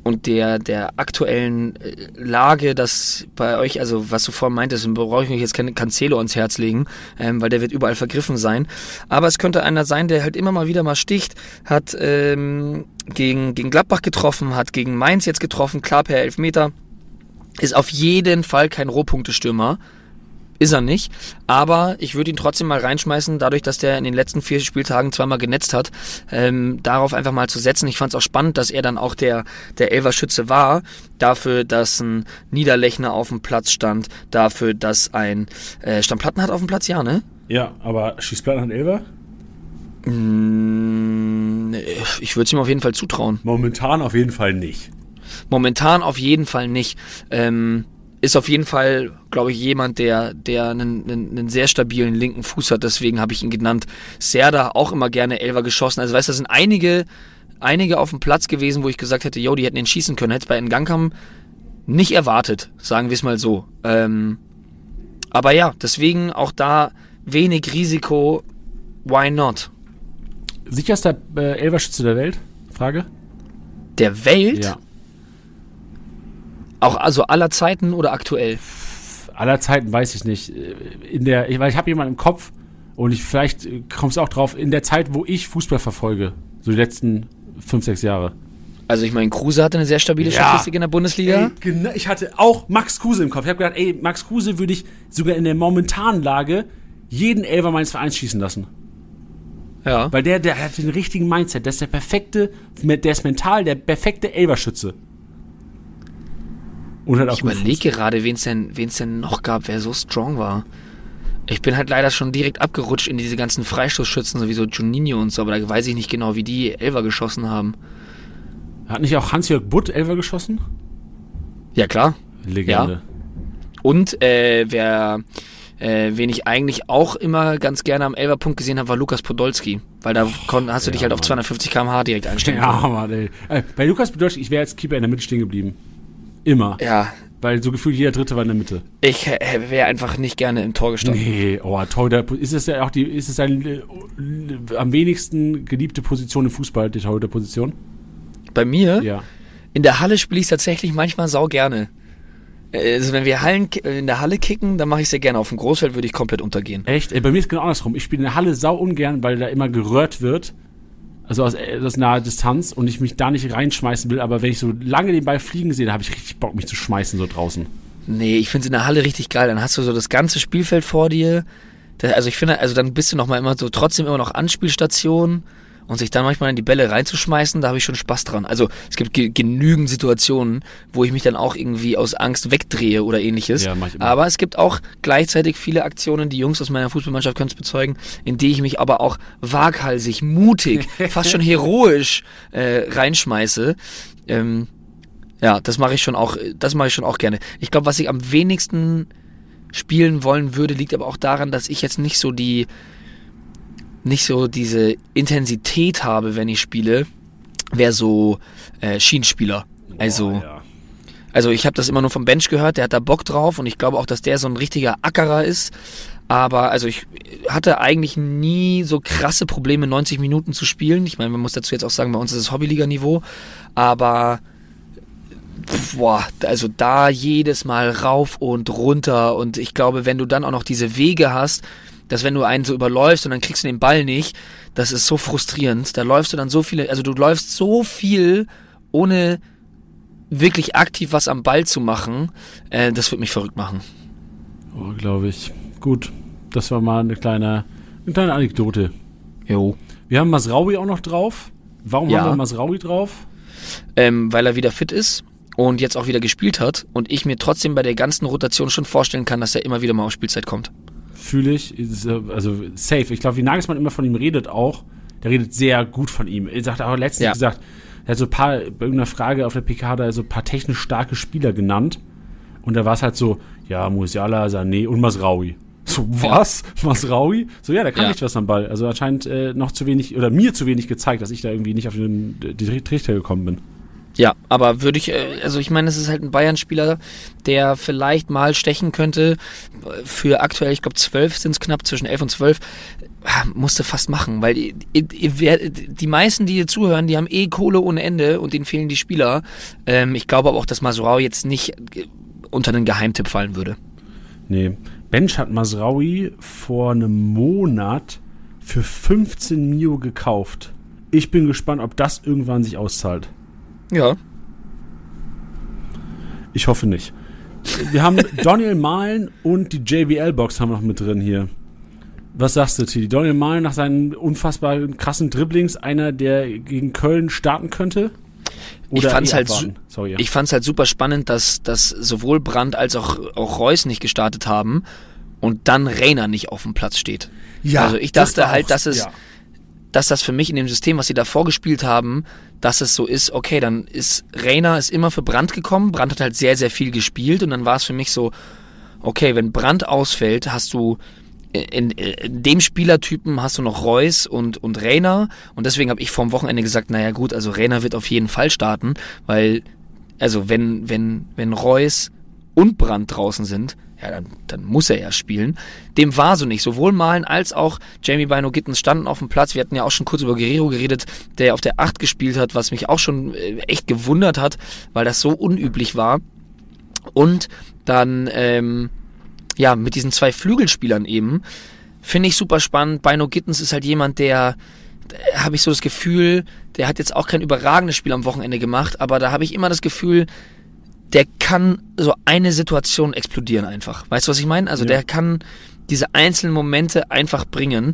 und der, der aktuellen Lage, dass bei euch, also was du vorhin meintest, brauche ich mich jetzt kein Cancelo ans Herz legen, ähm, weil der wird überall vergriffen sein. Aber es könnte einer sein, der halt immer mal wieder mal sticht, hat ähm, gegen, gegen Gladbach getroffen, hat gegen Mainz jetzt getroffen, klar per Elfmeter, ist auf jeden Fall kein Rohpunktestürmer. Ist er nicht, aber ich würde ihn trotzdem mal reinschmeißen, dadurch, dass der in den letzten vier Spieltagen zweimal genetzt hat, ähm, darauf einfach mal zu setzen. Ich fand es auch spannend, dass er dann auch der, der Elferschütze war, dafür, dass ein Niederlechner auf dem Platz stand, dafür, dass ein äh, Stammplatten hat auf dem Platz, ja, ne? Ja, aber schießt Platten an Elfer? Mm, ich würde es ihm auf jeden Fall zutrauen. Momentan auf jeden Fall nicht. Momentan auf jeden Fall nicht. Ähm, Ist auf jeden Fall, glaube ich, jemand, der, der einen, einen, einen sehr stabilen linken Fuß hat, deswegen habe ich ihn genannt. Serda auch immer gerne Elfer geschossen. Also weißt du, da sind einige, einige auf dem Platz gewesen, wo ich gesagt hätte, yo, die hätten ihn schießen können. Hätte es bei Ngankam nicht erwartet, sagen wir es mal so. Ähm, aber ja, deswegen auch da wenig Risiko, why not? Sicherster äh, Elferschütze der Welt? Frage? Der Welt? Ja. Auch also aller Zeiten oder aktuell? Aller Zeiten weiß ich nicht. In der, weil ich habe jemanden im Kopf und ich vielleicht kommst du auch drauf, in der Zeit, wo ich Fußball verfolge, so die letzten fünf, sechs Jahre. Also ich meine, Kruse hatte eine sehr stabile Ja. Statistik in der Bundesliga. Ey, genau, ich hatte auch Max Kruse im Kopf. Ich habe gedacht, ey, Max Kruse würde ich sogar in der momentanen Lage jeden Elfer meines Vereins schießen lassen. Ja. Weil der, der hat den richtigen Mindset. Der ist der perfekte, der ist mental der perfekte Elferschütze. Und halt auch Ich überlege gerade, wen es denn, wen's denn noch gab, wer so strong war. Ich bin halt leider schon direkt abgerutscht in diese ganzen Freistoßschützen, sowieso Juninho und so, aber da weiß ich nicht genau, wie die Elfer geschossen haben. Hat nicht auch Hans-Jörg Butt Elfer geschossen? Ja, klar. Legende. Ja. Und äh, wer, äh, wen ich eigentlich auch immer ganz gerne am Elferpunkt gesehen habe, war Lukas Podolski. Weil da kon, hast du ja, dich halt auf Mann. zweihundertfünfzig Kilometer pro Stunde direkt einstellen Ja, können. Mann, ey. Äh, Bei Lukas Podolski, ich wäre als Keeper in der Mitte stehen geblieben. Immer. Ja, Weil so gefühlt jeder Dritte war in der Mitte. ich äh, wäre einfach nicht gerne im Tor gestanden. Nee, oh, Torhüter, ist es ja auch die, ist es ein äh, am wenigsten geliebte Position im Fußball, die Torhüterposition? Bei mir? Ja. In der Halle spiele ich tatsächlich manchmal sau gerne. Also wenn wir Hallen in der Halle kicken, dann mache ich sehr gerne. Auf dem Großfeld würde ich komplett untergehen. Echt? Ey, bei mir ist es genau andersrum. Ich spiele in der Halle sau ungern, weil da immer gerührt wird. Also aus, aus naher Distanz und ich mich da nicht reinschmeißen will. Aber wenn ich so lange den Ball fliegen sehe, da habe ich richtig Bock, mich zu schmeißen so draußen. Nee, ich finde es in der Halle richtig geil. Dann hast du so das ganze Spielfeld vor dir. Da, also ich finde, also dann bist du noch mal immer so trotzdem immer noch Anspielstation. Und sich dann manchmal in die Bälle reinzuschmeißen, da habe ich schon Spaß dran. Also es gibt ge- genügend Situationen, wo ich mich dann auch irgendwie aus Angst wegdrehe oder ähnliches. Ja, mach ich immer. Aber es gibt auch gleichzeitig viele Aktionen, die Jungs aus meiner Fußballmannschaft können es bezeugen, in die ich mich aber auch waghalsig, mutig, fast schon heroisch äh, reinschmeiße. Ähm, ja, das mache ich schon auch, das mache ich schon auch gerne. Ich glaube, was ich am wenigsten spielen wollen würde, liegt aber auch daran, dass ich jetzt nicht so die nicht so diese Intensität habe, wenn ich spiele, wäre so äh, Schienenspieler. Also, Boah, ja. also ich habe das immer nur vom Bench gehört, der hat da Bock drauf und ich glaube auch, dass der so ein richtiger Ackerer ist. Aber also ich hatte eigentlich nie so krasse Probleme, neunzig Minuten zu spielen. Ich meine, man muss dazu jetzt auch sagen, bei uns ist es Hobbyliga-Niveau. Aber boah, also da jedes Mal rauf und runter. Und ich glaube, wenn du dann auch noch diese Wege hast, dass wenn du einen so überläufst und dann kriegst du den Ball nicht, das ist so frustrierend. Da läufst du dann so viele, also du läufst so viel, ohne wirklich aktiv was am Ball zu machen. Äh, das wird mich verrückt machen. Oh, glaube ich. Gut, das war mal eine kleine, eine kleine Anekdote. Jo. Wir haben Masraoui auch noch drauf. Warum Ja. haben wir Masraoui drauf? Ähm, weil er wieder fit ist und jetzt auch wieder gespielt hat und ich mir trotzdem bei der ganzen Rotation schon vorstellen kann, dass er immer wieder mal auf Spielzeit kommt. Fühle ich, ist, äh, also safe. Ich glaube, wie Nagelsmann immer von ihm redet auch, der redet sehr gut von ihm. Er sagt auch letztens Ja. gesagt, er hat so ein paar, bei irgendeiner Frage auf der P K da so ein paar technisch starke Spieler genannt und da war es halt so, ja, Musiala, Sané und Masraoui. So, was? Ja. Masraoui? So, ja, der kann Ja. nicht was am Ball. Also anscheinend äh, noch zu wenig, oder mir zu wenig gezeigt, dass ich da irgendwie nicht auf den, die Trichter gekommen bin. Ja, aber würde ich, also ich meine, es ist halt ein Bayern-Spieler, der vielleicht mal stechen könnte. Für aktuell, ich glaube zwölf sind es knapp, zwischen elf und zwölf, musste fast machen, weil die, die meisten, die hier zuhören, die haben eh Kohle ohne Ende und denen fehlen die Spieler. Ähm, ich glaube aber auch, dass Mazraoui jetzt nicht unter den Geheimtipp fallen würde. Nee, Bench hat Mazraoui vor einem Monat für fünfzehn Mio gekauft. Ich bin gespannt, ob das irgendwann sich auszahlt. Ja. Ich hoffe nicht. Wir haben Donyell Malen und die J B L-Box haben wir noch mit drin hier. Was sagst du, Titi? Donyell Malen nach seinen unfassbar krassen Dribblings einer, der gegen Köln starten könnte? Oder ich fand's eh halt, abwarten? Sorry, ja. ich fand's halt super spannend, dass, dass sowohl Brandt als auch, auch Reus nicht gestartet haben und dann Reina nicht auf dem Platz steht. Ja, also ich dachte das war halt, auch- dass es, ja. dass das für mich in dem System, was sie da vorgespielt haben, dass es so ist, okay, dann ist Reina ist immer für Brandt gekommen, Brandt hat halt sehr, sehr viel gespielt und dann war es für mich so, okay, wenn Brandt ausfällt, hast du in, in dem Spielertypen hast du noch Reus und, und Reina und deswegen habe ich vorm Wochenende gesagt, naja gut, also Reina wird auf jeden Fall starten, weil, also wenn, wenn, wenn Reus und Brandt draußen sind, ja, dann, dann muss er ja spielen. Dem war so nicht. Sowohl Malen als auch Jamie Bino-Gittens standen auf dem Platz. Wir hatten ja auch schon kurz über Guerrero geredet, der auf der acht gespielt hat, was mich auch schon äh, echt gewundert hat, weil das so unüblich war. Und dann, ähm, ja, mit diesen zwei Flügelspielern eben, finde ich super spannend. Bino-Gittens ist halt jemand, der, habe ich so das Gefühl, der hat jetzt auch kein überragendes Spiel am Wochenende gemacht, aber da habe ich immer das Gefühl, der kann so eine Situation explodieren einfach. Weißt du, was ich meine? Also Ja. der kann diese einzelnen Momente einfach bringen.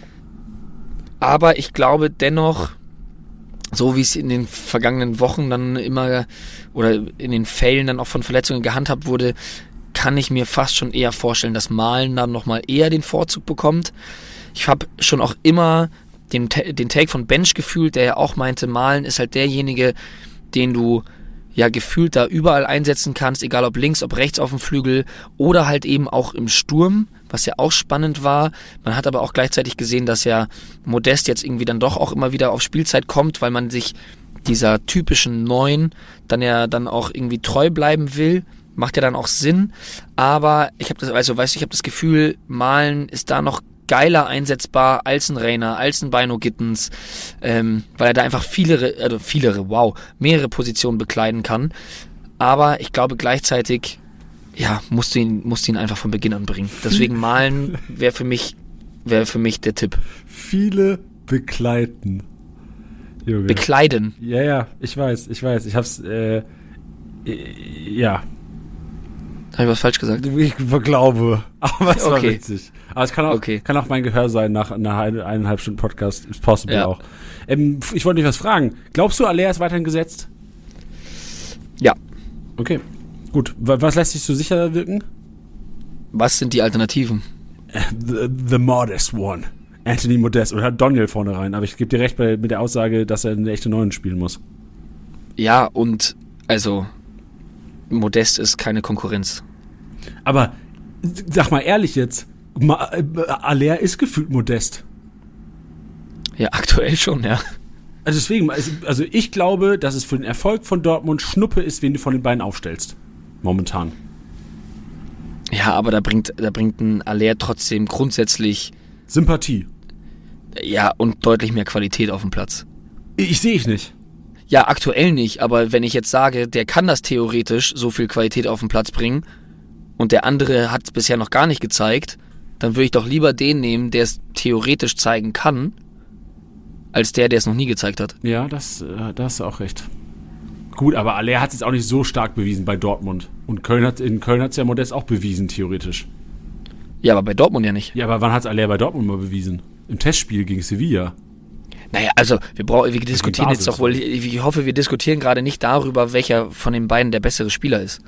Aber ich glaube dennoch, so wie es in den vergangenen Wochen dann immer oder in den Fällen dann auch von Verletzungen gehandhabt wurde, kann ich mir fast schon eher vorstellen, dass Malen dann nochmal eher den Vorzug bekommt. Ich habe schon auch immer den, den Take von Bench gefühlt, der ja auch meinte, Malen ist halt derjenige, den du ja gefühlt da überall einsetzen kannst, egal ob links, ob rechts auf dem Flügel oder halt eben auch im Sturm, was ja auch spannend war. Man hat aber auch gleichzeitig gesehen, dass ja Modest jetzt irgendwie dann doch auch immer wieder auf Spielzeit kommt, weil man sich dieser typischen Neun dann ja dann auch irgendwie treu bleiben will. Macht ja dann auch Sinn. Aber ich habe das, also weißt du, ich habe das Gefühl, Malen ist da noch geiler einsetzbar als ein Reina, als ein Bino-Gittens, ähm, weil er da einfach viele, also viele, wow, mehrere Positionen bekleiden kann. Aber ich glaube gleichzeitig, ja, musst du ihn, musst du ihn einfach von Beginn an bringen. Deswegen Malen wäre für mich, wäre für mich der Tipp. Viele begleiten. Junge. Bekleiden. Ja, ja, ich weiß, ich weiß. Ich hab's, äh, ja. Habe ich was falsch gesagt? Ich glaube. Aber es war Okay. witzig. Aber es kann auch, Okay. kann auch mein Gehör sein nach, nach eine, eineinhalb Stunden Podcast. Ist possible Ja. auch. Ähm, ich wollte dich was fragen. Glaubst du, Aller ist weiterhin gesetzt? Ja. Okay. Gut. Wa- Was lässt sich so sicher wirken? Was sind die Alternativen? The, the modest one. Anthony Modest. Oder hat Donyell vorne rein. Aber ich gebe dir recht bei, mit der Aussage, dass er eine echte Neun spielen muss. Ja, und also Modest ist keine Konkurrenz. Aber sag mal ehrlich jetzt, Ma- äh, Aller ist gefühlt Modest. Ja, aktuell schon, ja. Also deswegen, also also ich glaube, dass es für den Erfolg von Dortmund Schnuppe ist, wen du von den beiden aufstellst. Momentan. Ja, aber da bringt, da bringt ein Aller trotzdem grundsätzlich, Sympathie. ja, und deutlich mehr Qualität auf dem Platz. Ich sehe ich nicht. Ja, aktuell nicht, aber wenn ich jetzt sage, der kann das theoretisch so viel Qualität auf den Platz bringen und der andere hat es bisher noch gar nicht gezeigt, dann würde ich doch lieber den nehmen, der es theoretisch zeigen kann, als der, der es noch nie gezeigt hat. Ja, das, äh, da hast du auch recht. Gut, aber Aller hat es jetzt auch nicht so stark bewiesen bei Dortmund. Und Köln hat, in Köln hat es ja Modest auch bewiesen, theoretisch. Ja, aber bei Dortmund ja nicht. Ja, aber wann hat es Aller bei Dortmund mal bewiesen? Im Testspiel gegen Sevilla. Naja, also wir brauchen, wir diskutieren Basis. jetzt doch wohl, ich hoffe, wir diskutieren gerade nicht darüber, welcher von den beiden der bessere Spieler ist.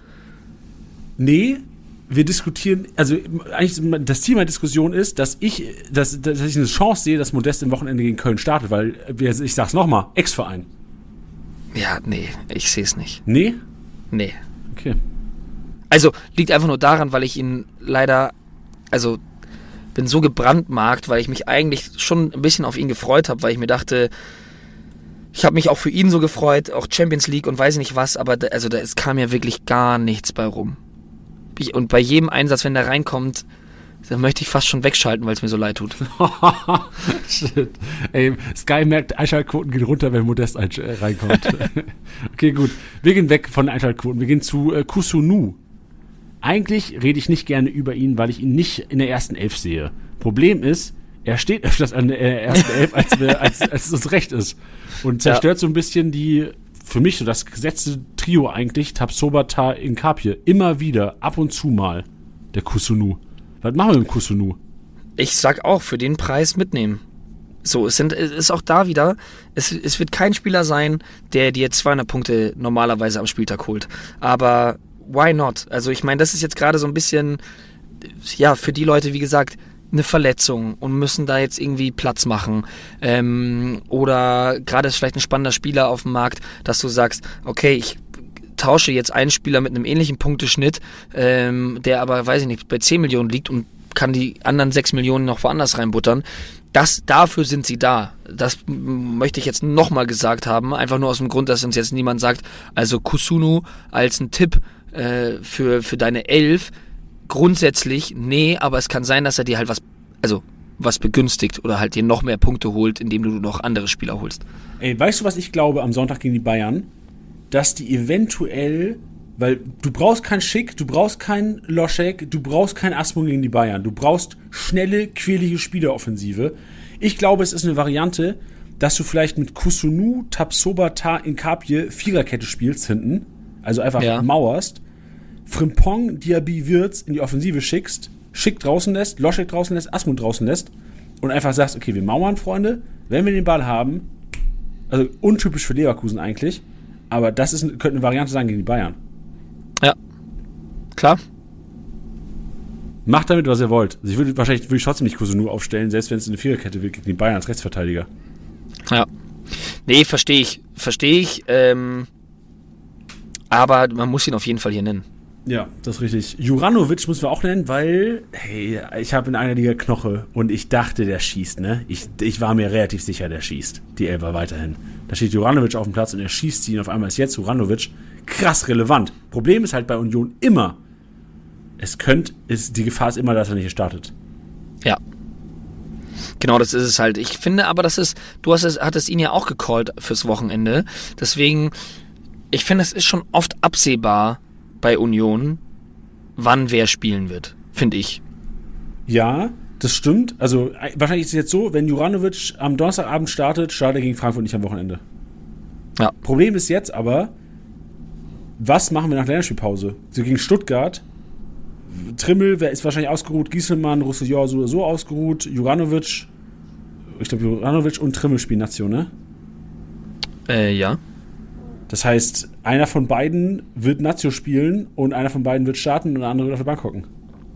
Nee, wir diskutieren, also eigentlich das Ziel meiner Diskussion ist, dass ich, dass, dass ich eine Chance sehe, dass Modest im Wochenende gegen Köln startet, weil, ich sag's nochmal, Ex-Verein. Ja, nee, ich sehe es nicht. Nee? Nee. Okay. Also liegt einfach nur daran, weil ich ihn leider, also bin so gebrandmarkt, weil ich mich eigentlich schon ein bisschen auf ihn gefreut habe, weil ich mir dachte, Ich habe mich auch für ihn so gefreut, auch Champions League und weiß nicht was, aber da, also da, es kam ja wirklich gar nichts bei rum. Ich, und bei jedem Einsatz, wenn der reinkommt, dann möchte ich fast schon wegschalten, weil es mir so leid tut. Shit. Ey, Sky merkt, Einschaltquoten gehen runter, wenn Modest einsch- äh, reinkommt. Okay, gut. Wir gehen weg von Einschaltquoten. Wir gehen zu äh, Kusunu. Eigentlich rede ich nicht gerne über ihn, weil ich ihn nicht in der ersten Elf sehe. Problem ist, er steht öfters an der ersten Elf, als, wir, als, als es uns recht ist. Und zerstört ja so ein bisschen die, für mich so das gesetzte Trio eigentlich, Tapsoba, Inkapie. Immer wieder, ab und zu mal, der Kusunu. Was machen wir mit dem Kusunu? Ich sag auch, für den Preis mitnehmen. So, es sind, es ist auch da wieder, es, es wird kein Spieler sein, der dir zweihundert Punkte normalerweise am Spieltag holt. Aber why not? Also ich meine, das ist jetzt gerade so ein bisschen, ja, für die Leute, wie gesagt, eine Verletzung und müssen da jetzt irgendwie Platz machen. Ähm, oder gerade ist vielleicht ein spannender Spieler auf dem Markt, dass du sagst, okay, ich tausche jetzt einen Spieler mit einem ähnlichen Punkteschnitt, ähm, der aber, weiß ich nicht, bei zehn Millionen liegt und kann die anderen sechs Millionen noch woanders reinbuttern. Das, dafür sind sie da. Das m- möchte ich jetzt nochmal gesagt haben, einfach nur aus dem Grund, dass uns jetzt niemand sagt, also Kusunu als ein Tipp äh, für, für deine Elf, grundsätzlich, nee, aber es kann sein, dass er dir halt was, also was begünstigt oder halt dir noch mehr Punkte holt, indem du noch andere Spieler holst. Ey, weißt du, was ich glaube am Sonntag gegen die Bayern? Dass die eventuell, weil du brauchst keinen Schick, du brauchst keinen Loschek, du brauchst keinen Asmung gegen die Bayern. Du brauchst schnelle, quirlige Spieleroffensive. Ich glaube, es ist eine Variante, dass du vielleicht mit Kusunu, Tapsoba, Inkapie Viererkette spielst hinten, also einfach ja. mauerst, Frimpong, Diaby, Wirtz in die Offensive schickst, Schick draußen lässt, Loschek draußen lässt, Asmund draußen lässt und einfach sagst, okay, wir mauern, Freunde, wenn wir den Ball haben, also untypisch für Leverkusen eigentlich, aber das ist, könnte eine Variante sein gegen die Bayern. Ja, klar. Macht damit, was ihr wollt. Also ich würde wahrscheinlich würde ich trotzdem nicht Kusunu aufstellen, selbst wenn es eine Viererkette wird gegen die Bayern als Rechtsverteidiger. Ja. Nee, verstehe ich. Verstehe ich. Ähm, aber man muss ihn auf jeden Fall hier nennen. Ja, das ist richtig. Juranovic müssen wir auch nennen, weil, hey, ich habe in einer Liga Knoche und ich dachte, der schießt, ne? Ich, ich war mir relativ sicher, der schießt. Die Elfer weiterhin. Da steht Juranovic auf dem Platz und er schießt sie und auf einmal ist jetzt Juranovic krass relevant. Problem ist halt bei Union immer, es könnte, ist, die Gefahr ist immer, dass er nicht startet. Ja. Genau, das ist es halt. Ich finde aber, das ist, du hast es, hattest ihn ja auch gecallt fürs Wochenende. Deswegen, ich finde, es ist schon oft absehbar bei Union, wann wer spielen wird, finde ich. Ja, das stimmt. Also wahrscheinlich ist es jetzt so, wenn Juranovic am Donnerstagabend startet, startet er gegen Frankfurt nicht am Wochenende. Ja. Problem ist jetzt aber, was machen wir nach der Länderspielpause? So gegen Stuttgart, Trimmel wer ist wahrscheinlich ausgeruht, Gieselmann, Roussillon so oder so ausgeruht, Juranovic, ich glaube Juranovic und Trimmel spielen Nation, ne? Äh, ja. Das heißt, einer von beiden wird Nazio spielen und einer von beiden wird starten und der andere wird auf der Bank hocken.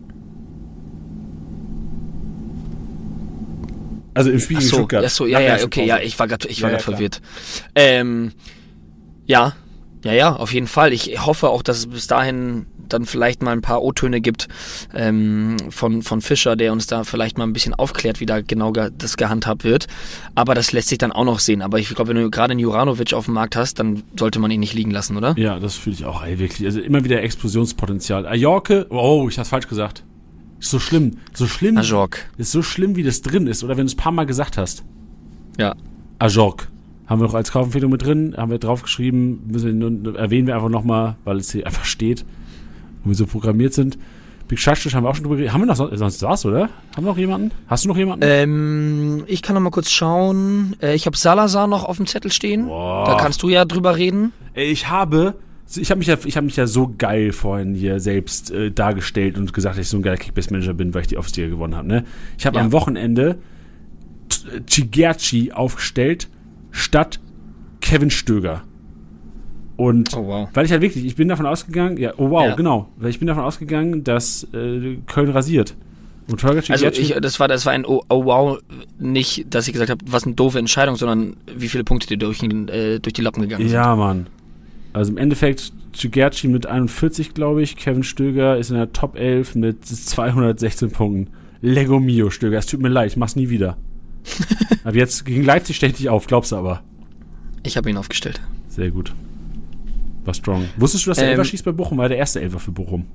Also im Spiel ach gegen so, Stuttgart. Ach so, ja, ja, okay, ja, ich war gerade ich war ja, gerade ja, verwirrt. Ähm, ja, ja, ja, auf jeden Fall. Ich hoffe auch, dass es bis dahin dann vielleicht mal ein paar O-Töne gibt ähm, von, von Fischer, der uns da vielleicht mal ein bisschen aufklärt, wie da genau ge- das gehandhabt wird. Aber das lässt sich dann auch noch sehen. Aber ich glaube, wenn du gerade einen Juranovic auf dem Markt hast, dann sollte man ihn nicht liegen lassen, oder? Ja, das fühle ich auch, ey, wirklich. Also immer wieder Explosionspotenzial. Ajorke, oh, ich hab's falsch gesagt. Ist so schlimm. So schlimm. Ajork. Ist so schlimm, wie das drin ist. Oder wenn du es ein paar Mal gesagt hast. Ja. Ajork. Haben wir noch als Kaufempfehlung mit drin, haben wir draufgeschrieben, müssen wir, erwähnen wir einfach nochmal, weil es hier einfach steht und wir so programmiert sind. Big Schaschtisch haben wir auch schon drüber geredet. Haben wir noch sonst, sonst was, oder? Haben wir noch jemanden? Hast du noch jemanden? Ähm, ich kann noch mal kurz schauen. Äh, ich habe Salazar noch auf dem Zettel stehen. Boah. Da kannst du ja drüber reden. Ey, ich habe, ich habe mich ja, ich habe mich ja so geil vorhin hier selbst äh, dargestellt und gesagt, dass ich so ein geiler Kickbase-Manager bin, weil ich die Office-Liga gewonnen habe, ne? Ich habe ja. am Wochenende Chigerci aufgestellt statt Kevin Stöger. Und oh, wow. weil ich halt wirklich, ich bin davon ausgegangen, ja, oh wow, ja. genau, weil ich bin davon ausgegangen, dass äh, Köln rasiert. Und Holger also ich, das war das war ein oh, oh wow, nicht, dass ich gesagt habe, was eine doofe Entscheidung, sondern wie viele Punkte dir durch, äh, durch die Lappen gegangen sind. Ja, Mann. Also im Endeffekt Chigerci mit einundvierzig, glaube ich, Kevin Stöger ist in der Top elf mit zweihundertsechzehn Punkten. Lego Mio, Stöger, es tut mir leid, ich mach's nie wieder. Aber jetzt gegen Leipzig stell ich dich auf, glaubst du aber. Ich habe ihn aufgestellt. Sehr gut. War strong. Wusstest du, dass der Ähm, Elfer schießt bei Bochum? War der erste Elfer für Bochum.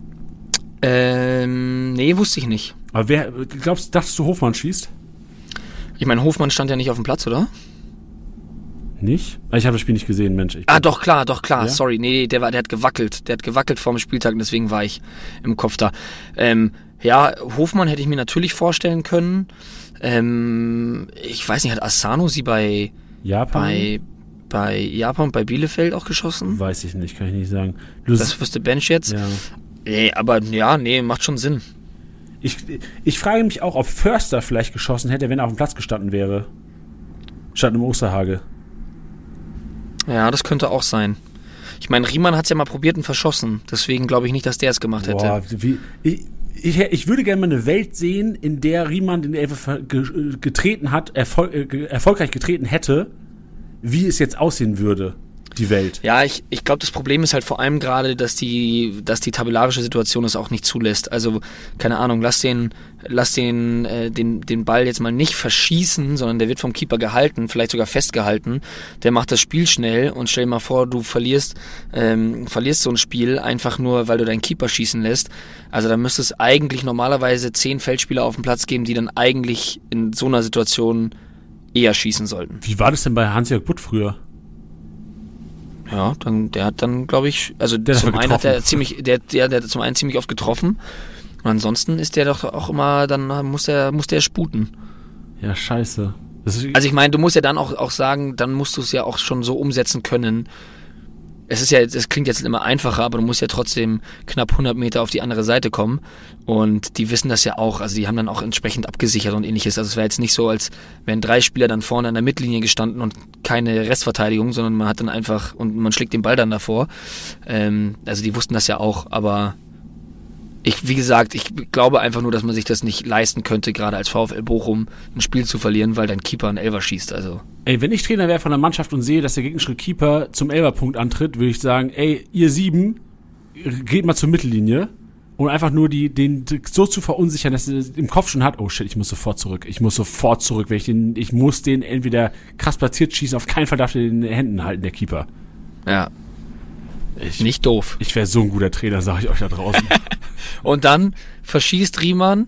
Ähm, nee, wusste ich nicht. Aber wer, glaubst, dachtest du, Hofmann schießt? Ich meine, Hofmann stand ja nicht auf dem Platz, oder? Nicht? Ich habe das Spiel nicht gesehen, Mensch. Ich Ah, doch, klar, doch, klar. Ja? Sorry, nee, der, war, der hat gewackelt. Der hat gewackelt vor dem Spieltag und deswegen war ich im Kopf da. Ähm, ja, Hofmann hätte ich mir natürlich vorstellen können. Ähm, ich weiß nicht, hat Asano sie bei Japan? bei, bei Japan und bei Bielefeld auch geschossen? Weiß ich nicht, kann ich nicht sagen. Du Das wüsste Bench jetzt. ja. Nee, aber ja, nee, macht schon Sinn. Ich, ich frage mich auch, ob Förster vielleicht geschossen hätte, wenn er auf dem Platz gestanden wäre. Statt im Osterhage. Ja, das könnte auch sein. Ich meine, Riemann hat es ja mal probiert und verschossen. Deswegen glaube ich nicht, dass der es gemacht hätte. Boah, wie, ich, ich, ich würde gerne mal eine Welt sehen, in der Riemann den Elfer ge- getreten hat, erfol- äh, erfolgreich getreten hätte, wie es jetzt aussehen würde, die Welt. Ja, ich, ich glaube, das Problem ist halt vor allem gerade, dass die, dass die tabellarische Situation es auch nicht zulässt. Also, keine Ahnung, lass den, lass den, äh, den, den Ball jetzt mal nicht verschießen, sondern der wird vom Keeper gehalten, vielleicht sogar festgehalten. Der macht das Spiel schnell und stell dir mal vor, du verlierst, ähm, verlierst so ein Spiel einfach nur, weil du deinen Keeper schießen lässt. Also da müsste es eigentlich normalerweise zehn Feldspieler auf dem Platz geben, die dann eigentlich in so einer Situation eher schießen sollten. Wie war das denn bei Hans-Jörg Butt früher? Ja, dann, der hat dann, glaube ich, also Der hat zum einen hat getroffen. er ziemlich, der, der, der hat zum einen ziemlich oft getroffen und ansonsten ist der doch auch immer, dann muss der, muss der sputen. Ja, scheiße. Das ist, Also ich meine, du musst ja dann auch, auch sagen, dann musst du es ja auch schon so umsetzen können. Es ist ja, es klingt jetzt immer einfacher, aber du musst ja trotzdem knapp hundert Meter auf die andere Seite kommen und die wissen das ja auch, also die haben dann auch entsprechend abgesichert und ähnliches. Also es wäre jetzt nicht so, als wären drei Spieler dann vorne an der Mittellinie gestanden und keine Restverteidigung, sondern man hat dann einfach, und man schlägt den Ball dann davor. Ähm, also die wussten das ja auch, aber ich, wie gesagt, ich glaube einfach nur, dass man sich das nicht leisten könnte, gerade als VfL Bochum ein Spiel zu verlieren, weil dein Keeper einen Elfer schießt, also. ey, wenn ich Trainer wäre von der Mannschaft und sehe, dass der gegnerische Keeper zum Elferpunkt antritt, würde ich sagen, ey, ihr sieben, geht mal zur Mittellinie und einfach nur die, den so zu verunsichern, dass er im Kopf schon hat, oh shit, ich muss sofort zurück, ich muss sofort zurück, wenn ich den, ich muss den entweder krass platziert schießen, auf keinen Fall darf der in den Händen halten, der Keeper. Ja, Ich, nicht doof. ich wäre so ein guter Trainer, sage ich euch da draußen. Und dann verschießt Riemann,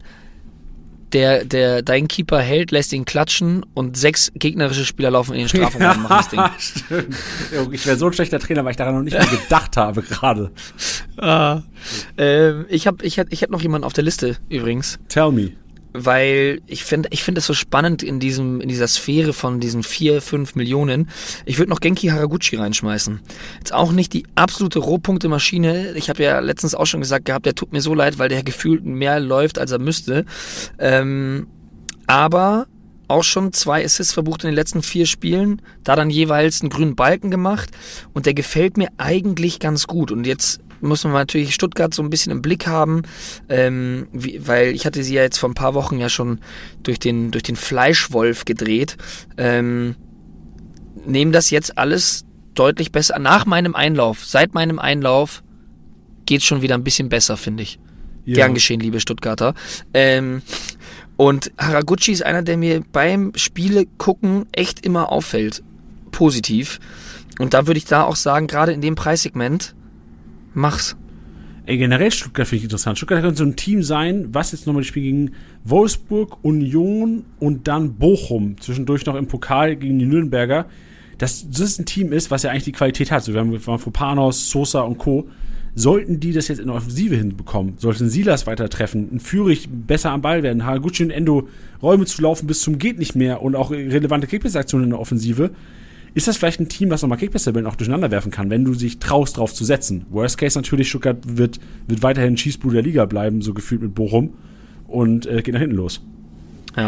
der, der dein Keeper hält, lässt ihn klatschen und sechs gegnerische Spieler laufen in den Strafraum und machen das Ding. Stimmt. Ich wäre so ein schlechter Trainer, weil ich daran noch nicht mal gedacht habe gerade. Ah. Ähm, ich habe ich hab, ich hab noch jemanden auf der Liste übrigens, Tell me. weil ich finde ich finde es so spannend in diesem in dieser Sphäre von diesen vier, fünf Millionen. Ich würde noch Genki Haraguchi reinschmeißen. Jetzt auch nicht die absolute Rohpunkte-Maschine. Ich habe ja letztens auch schon gesagt gehabt, der tut mir so leid, weil der gefühlt mehr läuft, als er müsste. Ähm, aber auch schon zwei Assists verbucht in den letzten vier Spielen, da dann jeweils einen grünen Balken gemacht und der gefällt mir eigentlich ganz gut. Und jetzt muss man natürlich Stuttgart so ein bisschen im Blick haben, ähm, wie, weil ich hatte sie ja jetzt vor ein paar Wochen ja schon durch den, durch den Fleischwolf gedreht. Ähm, nehmen das jetzt alles deutlich besser. Nach meinem Einlauf, seit meinem Einlauf geht's schon wieder ein bisschen besser, finde ich. Ja. Gern geschehen, liebe Stuttgarter. Ähm, und Haraguchi ist einer, der mir beim Spiele gucken echt immer auffällt. Positiv. Und da würde ich da auch sagen, gerade in dem Preissegment, mach's. Ey, generell Stuttgart finde ich interessant. Stuttgart könnte so ein Team sein, was jetzt nochmal das Spiel gegen Wolfsburg, Union und dann Bochum, zwischendurch noch im Pokal gegen die Nürnberger, dass das ein Team ist, was ja eigentlich die Qualität hat. So, wir haben von Panos, Sosa und Co. Sollten die das jetzt in der Offensive hinbekommen, sollten Silas weiter treffen, ein Führig besser am Ball werden, Haraguchi und Endo Räume zu laufen bis zum geht nicht mehr und auch relevante Kickpass-Aktionen in der Offensive, ist das vielleicht ein Team, was nochmal Kickpass-Tabellen auch durcheinander werfen kann, wenn du dich traust, drauf zu setzen. Worst Case natürlich, Stuttgart wird, wird weiterhin Schießbude der Liga bleiben, so gefühlt mit Bochum, und äh, geht nach hinten los. Ja.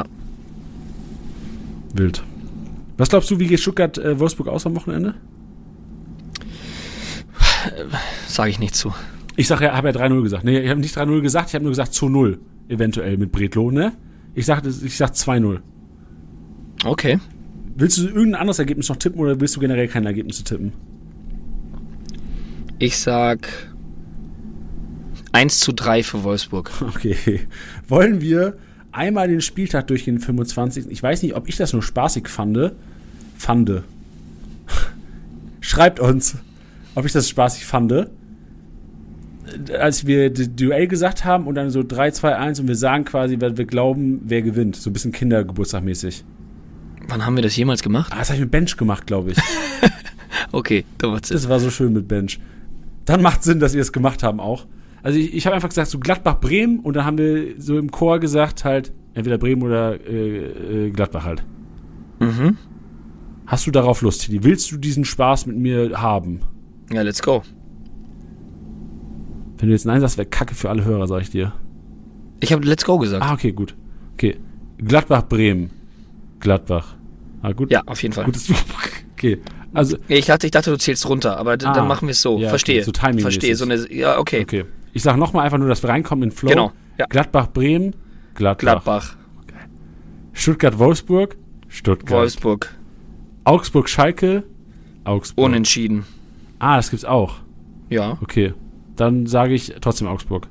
Wild. Was glaubst du, wie geht Stuttgart äh, Wolfsburg aus am Wochenende? Sage ich nicht zu. Ich sag ja, habe ja drei null gesagt. Nee, ich habe nicht drei null gesagt, ich habe nur gesagt zu null, eventuell mit Bredlo, ne? Ich sag, ich sag zwei null. Okay. Willst du irgendein anderes Ergebnis noch tippen oder willst du generell keine Ergebnisse tippen? Ich sag eins zu drei für Wolfsburg. Okay. Wollen wir einmal den Spieltag durchgehen, den fünfundzwanzigsten Ich weiß nicht, ob ich das nur spaßig fand. Fande. schreibt uns, ob ich das spaßig fand. Als wir das Duell gesagt haben und dann so drei, zwei, eins und wir sagen quasi, weil wir glauben, wer gewinnt. So ein bisschen Kindergeburtstagmäßig. Wann haben wir das jemals gemacht? Ah, das habe ich mit Bench gemacht, glaube ich. Okay, da macht's Sinn. Das war so schön mit Bench. Dann macht Sinn, dass wir es gemacht haben auch. Also ich, ich habe einfach gesagt, so Gladbach-Bremen und dann haben wir so im Chor gesagt halt, entweder Bremen oder äh, äh, Gladbach halt. Mhm. Hast du darauf Lust, Tini? Willst du diesen Spaß mit mir haben? Ja, let's go. Wenn du jetzt Nein sagst, wäre Kacke für alle Hörer, sag ich dir. Ich habe let's go gesagt. Ah, okay, gut. Okay. Gladbach-Bremen. Gladbach. Ah, gut. Ja, auf jeden Fall. Gut, okay. Also, ich dachte, ich dachte, du zählst runter, aber d- ah, dann machen wir es so. ja, Verstehe. Okay, so timingmäßig. Verstehe. So eine, ja, okay. Okay. Ich sag nochmal einfach nur, dass wir reinkommen in Flow. Genau. Ja. Gladbach-Bremen. Gladbach. Gladbach. Okay. Stuttgart-Wolfsburg. Stuttgart. Wolfsburg. Augsburg-Schalke. Augsburg. Unentschieden. Ah, das gibt's auch. Ja. Okay. Dann sage ich trotzdem Augsburg.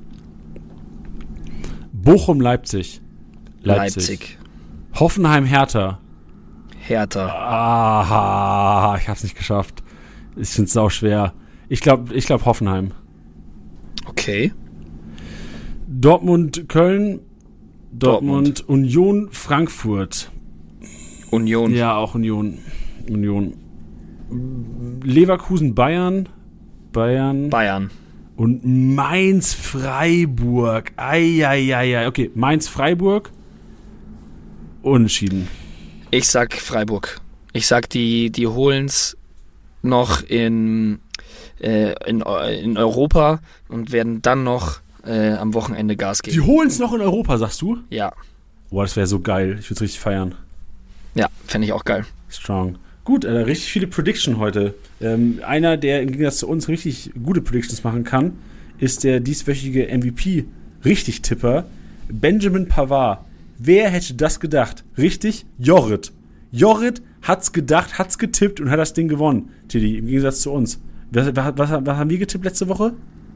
Bochum-Leipzig. Leipzig. Leipzig. Hoffenheim-Hertha. Hertha. Ah, ich hab's nicht geschafft. Ich find's sau schwer. Ich glaube, ich glaub Hoffenheim. Okay. Dortmund-Köln. Dortmund, Dortmund. Union Frankfurt. Union. Ja, auch Union. Union. Leverkusen Bayern. Bayern. Bayern. Und Mainz Freiburg. Eieiei. Okay, Mainz Freiburg. Unentschieden. Ich sag Freiburg. Ich sag, die, die holen's noch in, äh, in, in Europa und werden dann noch äh, am Wochenende Gas Die geben. holen's noch in Europa, sagst du? Ja. Boah, das wäre so geil. Ich würde es richtig feiern. Ja, fände ich auch geil. Strong. Gut, äh, richtig viele Prediction heute. Ähm, einer, der im Gegensatz zu uns richtig gute Predictions machen kann, ist der dieswöchige M V P-Richtig-Tipper Benjamin Pavard. Wer hätte das gedacht? Richtig? Jorrit. Jorrit hat's gedacht, hat's getippt und hat das Ding gewonnen, Tilly, im Gegensatz zu uns. Was, was, was, was haben wir getippt letzte Woche?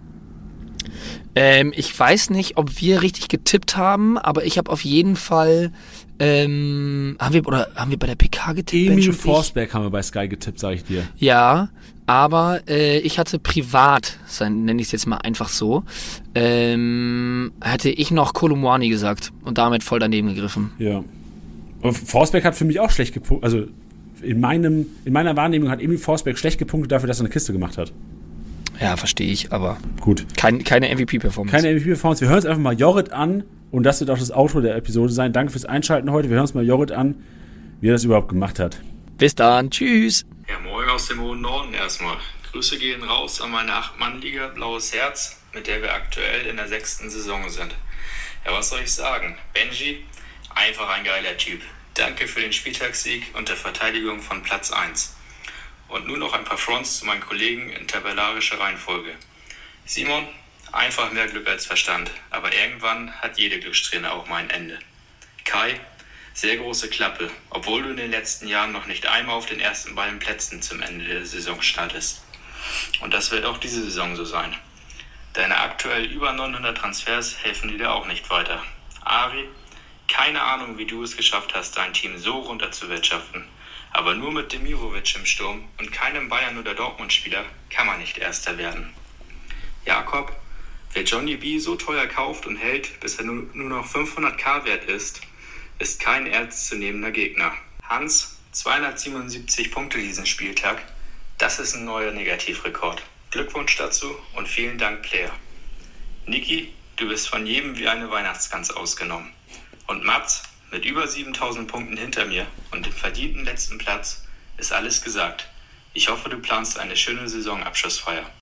Ähm, ich weiß nicht, ob wir richtig getippt haben, aber ich habe auf jeden Fall, ähm, haben wir, oder haben wir bei der P K getippt? Emil Benj und ich? Forsberg haben wir bei Sky getippt, sage ich dir. Ja, aber äh, ich hatte privat, sein, nenne ich es jetzt mal einfach so, ähm, hatte ich noch Kolumwani gesagt und damit voll daneben gegriffen. Ja. Und Forsberg hat für mich auch schlecht gepunktet, also in, meinem, in meiner Wahrnehmung hat Emil Forsberg schlecht gepunktet dafür, dass er eine Kiste gemacht hat. Ja, verstehe ich, aber Gut. kein, keine M V P-Performance. Keine M V P-Performance. Wir hören uns einfach mal Jorrit an und das wird auch das Outro der Episode sein. Danke fürs Einschalten heute. Wir hören uns mal Jorrit an, wie er das überhaupt gemacht hat. Bis dann, tschüss. Ja, moin aus dem hohen Norden erstmal. Grüße gehen raus an meine acht-Mann-Liga Blaues Herz, mit der wir aktuell in der sechsten Saison sind. Ja, was soll ich sagen? Benji, einfach ein geiler Typ. Danke für den Spieltagssieg und der Verteidigung von Platz eins. Und nun noch ein paar Fronts zu meinen Kollegen in tabellarischer Reihenfolge. Simon, einfach mehr Glück als Verstand, aber irgendwann hat jede Glückssträhne auch mal ein Ende. Kai, sehr große Klappe, obwohl du in den letzten Jahren noch nicht einmal auf den ersten beiden Plätzen zum Ende der Saison startest. Und das wird auch diese Saison so sein. Deine aktuell über neunhundert Transfers helfen dir auch nicht weiter. Ari, keine Ahnung, wie du es geschafft hast, dein Team so runterzuwirtschaften. Aber nur mit Demirovic im Sturm und keinem Bayern- oder Dortmund-Spieler kann man nicht Erster werden. Jakob, wer Johnny B so teuer kauft und hält, bis er nur, nur noch fünfhunderttausend wert ist, ist kein ernstzunehmender Gegner. Hans, zweihundertsiebenundsiebzig Punkte diesen Spieltag, das ist ein neuer Negativrekord. Glückwunsch dazu und vielen Dank, Player. Niki, du bist von jedem wie eine Weihnachtsgans ausgenommen. Und Mats, mit über siebentausend Punkten hinter mir und dem verdienten letzten Platz ist alles gesagt. Ich hoffe, du planst eine schöne Saisonabschlussfeier.